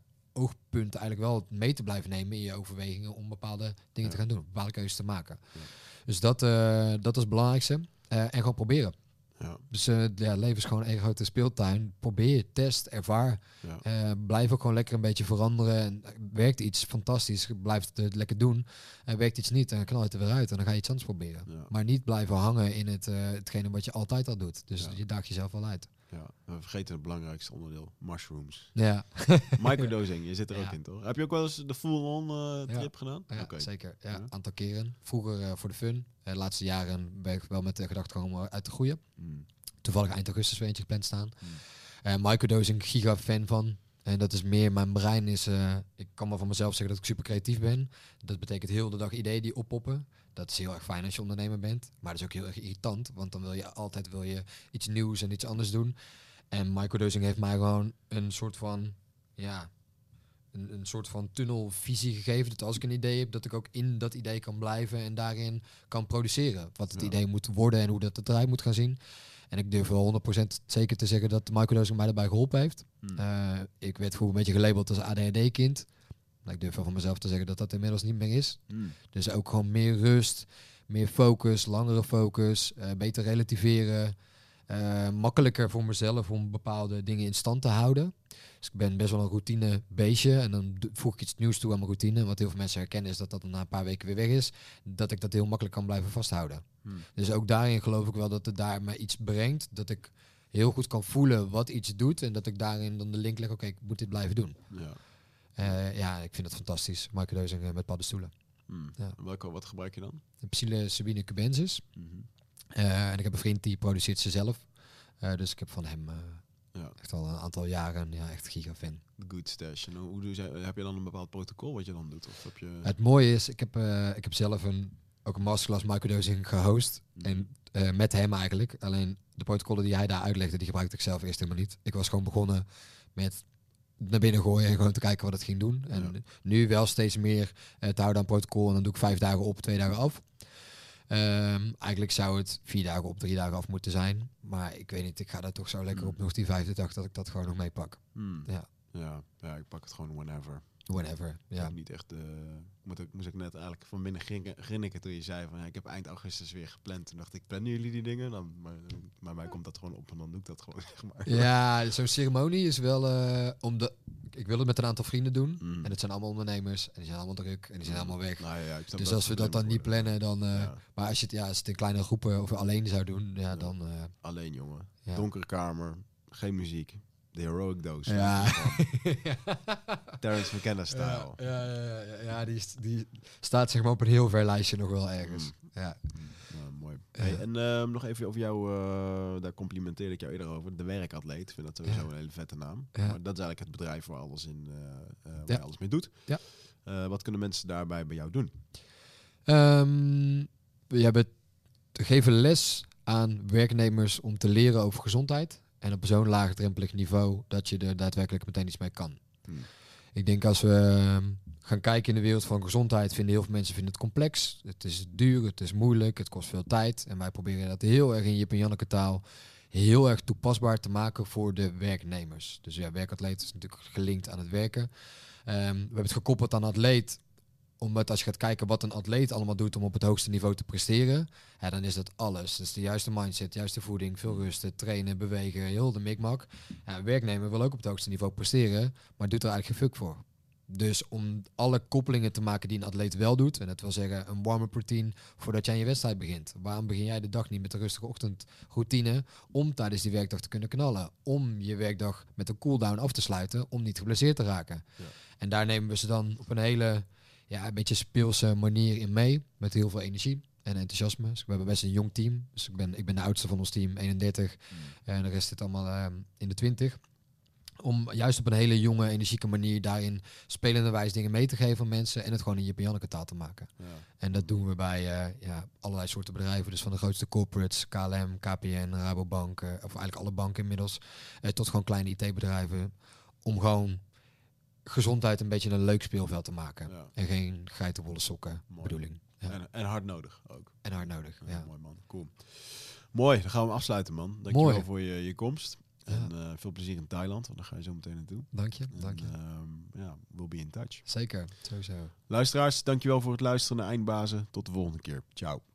oogpunt eigenlijk wel mee te blijven nemen in je overwegingen om bepaalde dingen te gaan doen, bepaalde keuzes te maken. Ja. Dus dat is het belangrijkste. En gewoon proberen. Ja. Dus leven is gewoon een grote speeltuin. Probeer, test, ervaar. Ja. Blijf ook gewoon lekker een beetje veranderen. En werkt iets fantastisch, blijf het lekker doen. En werkt iets niet, dan knal je het er weer uit en dan ga je iets anders proberen. Ja. Maar niet blijven hangen in hetgene wat je altijd al doet. Dus je daagt jezelf wel uit. Ja, we vergeten het belangrijkste onderdeel, mushrooms. Ja. Microdosing, je zit er ook in, toch? Heb je ook wel eens de full-on trip gedaan? Ja, okay. Zeker. Ja, aantal keren. Vroeger voor de fun. De laatste jaren ben ik wel met de gedachte gekomen uit te groeien. Toevallig eind augustus weer eentje gepland staan. Microdosing, giga fan van. En dat is meer, mijn brein is... ik kan wel van mezelf zeggen dat ik super creatief ben. Dat betekent heel de dag ideeën die oppoppen. Dat is heel erg fijn als je ondernemer bent. Maar dat is ook heel erg irritant. Want dan wil je iets nieuws en iets anders doen. En microdosing heeft mij gewoon een soort van... een soort van tunnelvisie gegeven. Dat als ik een idee heb, dat ik ook in dat idee kan blijven. En daarin kan produceren. Wat het idee moet worden en hoe dat eruit moet gaan zien. En ik durf wel 100% zeker te zeggen dat de microdosing mij daarbij geholpen heeft. Ik werd vroeger een beetje gelabeld als ADHD-kind. Ik durf wel van mezelf te zeggen dat dat inmiddels niet meer is. Dus ook gewoon meer rust, meer focus, langere focus, beter relativeren. Makkelijker voor mezelf om bepaalde dingen in stand te houden. Dus ik ben best wel een routine beestje. En dan voeg ik iets nieuws toe aan mijn routine. Wat heel veel mensen herkennen is dat dat na een paar weken weer weg is. Dat ik dat heel makkelijk kan blijven vasthouden. Dus ook daarin geloof ik wel dat het daar mij iets brengt. Dat ik heel goed kan voelen wat iets doet. En dat ik daarin dan de link leg. Oké, ik moet dit blijven doen. Ik vind het fantastisch. Microdosing met paddenstoelen. Wat gebruik je dan? Psilocybine cubensis. En ik heb een vriend die produceert ze zelf. Dus ik heb van hem Ja. Echt al een aantal jaren, echt gigafan. Good stash. En hoe heb je dan een bepaald protocol wat je dan doet? Of heb je... Het mooie is, ik heb zelf ook een masterclass microdosing gehost. En met hem eigenlijk. Alleen de protocollen die hij daar uitlegde, die gebruikte ik zelf eerst helemaal niet. Ik was gewoon begonnen met naar binnen gooien en gewoon te kijken wat het ging doen. En nu wel steeds meer te houden aan protocol. En dan doe ik 5 dagen op, 2 dagen af. Eigenlijk zou het 4 dagen op, 3 dagen af moeten zijn. Maar ik weet niet, ik ga daar toch zo lekker op nog die 5e dag dat ik dat gewoon nog meepak. Ja, ik pak het gewoon whenever. Whenever, ja. Niet echt, moest ik net eigenlijk van binnen grinniken toen je zei van ik heb eind augustus weer gepland. Toen dacht ik, plannen jullie die dingen? Dan, maar mij komt dat gewoon op en dan doe ik dat gewoon, zeg maar. Ja, zo'n ceremonie is wel ik wil het met een aantal vrienden doen. En het zijn allemaal ondernemers. En die zijn allemaal druk. En die zijn allemaal weg. Dus als we dat dan niet plannen, dan... Maar als je het in kleine groepen of alleen zou doen, dan... Alleen, jongen. Ja. Donkere kamer. Geen muziek. De heroic dose. Ja. Terrence McKenna-style. Ja, die staat zeg maar op een heel ver lijstje nog wel ergens. Ja. Mooi. Hey, en nog even over jou, daar complimenteerde ik jou eerder over. De werkatleet. Ik vind dat sowieso een hele vette naam. Ja. Maar dat is eigenlijk het bedrijf waar alles waar je alles mee doet. Ja. Wat kunnen mensen daarbij bij jou doen? We geven les aan werknemers om te leren over gezondheid. En op zo'n laagdrempelig niveau dat je er daadwerkelijk meteen iets mee kan. Ik denk als we gaan kijken in de wereld van gezondheid, vinden heel veel mensen het complex. Het is duur, het is moeilijk, het kost veel tijd. En wij proberen dat heel erg in Jip en Janneke taal heel erg toepasbaar te maken voor de werknemers. Dus ja, werkatleet is natuurlijk gelinkt aan het werken. We hebben het gekoppeld aan atleet. Omdat als je gaat kijken wat een atleet allemaal doet om op het hoogste niveau te presteren, dan is dat alles. Dus de juiste mindset, de juiste voeding, veel rusten, trainen, bewegen, heel de mikmak. Een werknemer wil ook op het hoogste niveau presteren, maar doet er eigenlijk geen fuck voor. Dus om alle koppelingen te maken die een atleet wel doet, en dat wil zeggen een warm-up routine voordat je aan je wedstrijd begint. Waarom begin jij de dag niet met een rustige ochtendroutine om tijdens die werkdag te kunnen knallen? Om je werkdag met een cooldown af te sluiten, om niet geblesseerd te raken. Ja. En daar nemen we ze dan op een hele... een beetje speelse manier in mee. Met heel veel energie en enthousiasme. Dus we hebben best een jong team. Dus ik ben de oudste van ons team, 31. En de rest zit allemaal in de 20. Om juist op een hele jonge, energieke manier daarin spelende wijze dingen mee te geven aan mensen. En het gewoon in Jip en Janneke taal te maken. Ja. En dat doen we bij allerlei soorten bedrijven. Dus van de grootste corporates, KLM, KPN, Rabobank. Of eigenlijk alle banken inmiddels. Tot gewoon kleine IT-bedrijven. Om gewoon gezondheid een beetje een leuk speelveld te maken. Ja. En geen geitenwolle sokken bedoeling. Ja. En hard nodig ook. En hard nodig, ja. Mooi man, cool. Mooi, dan gaan we afsluiten man. Dankjewel voor je komst. Ja. En veel plezier in Thailand, want daar ga je zo meteen naartoe. Dank je. We'll be in touch. Zeker, sowieso. Luisteraars, dankjewel voor het luisteren naar Eindbazen. Tot de volgende keer. Ciao.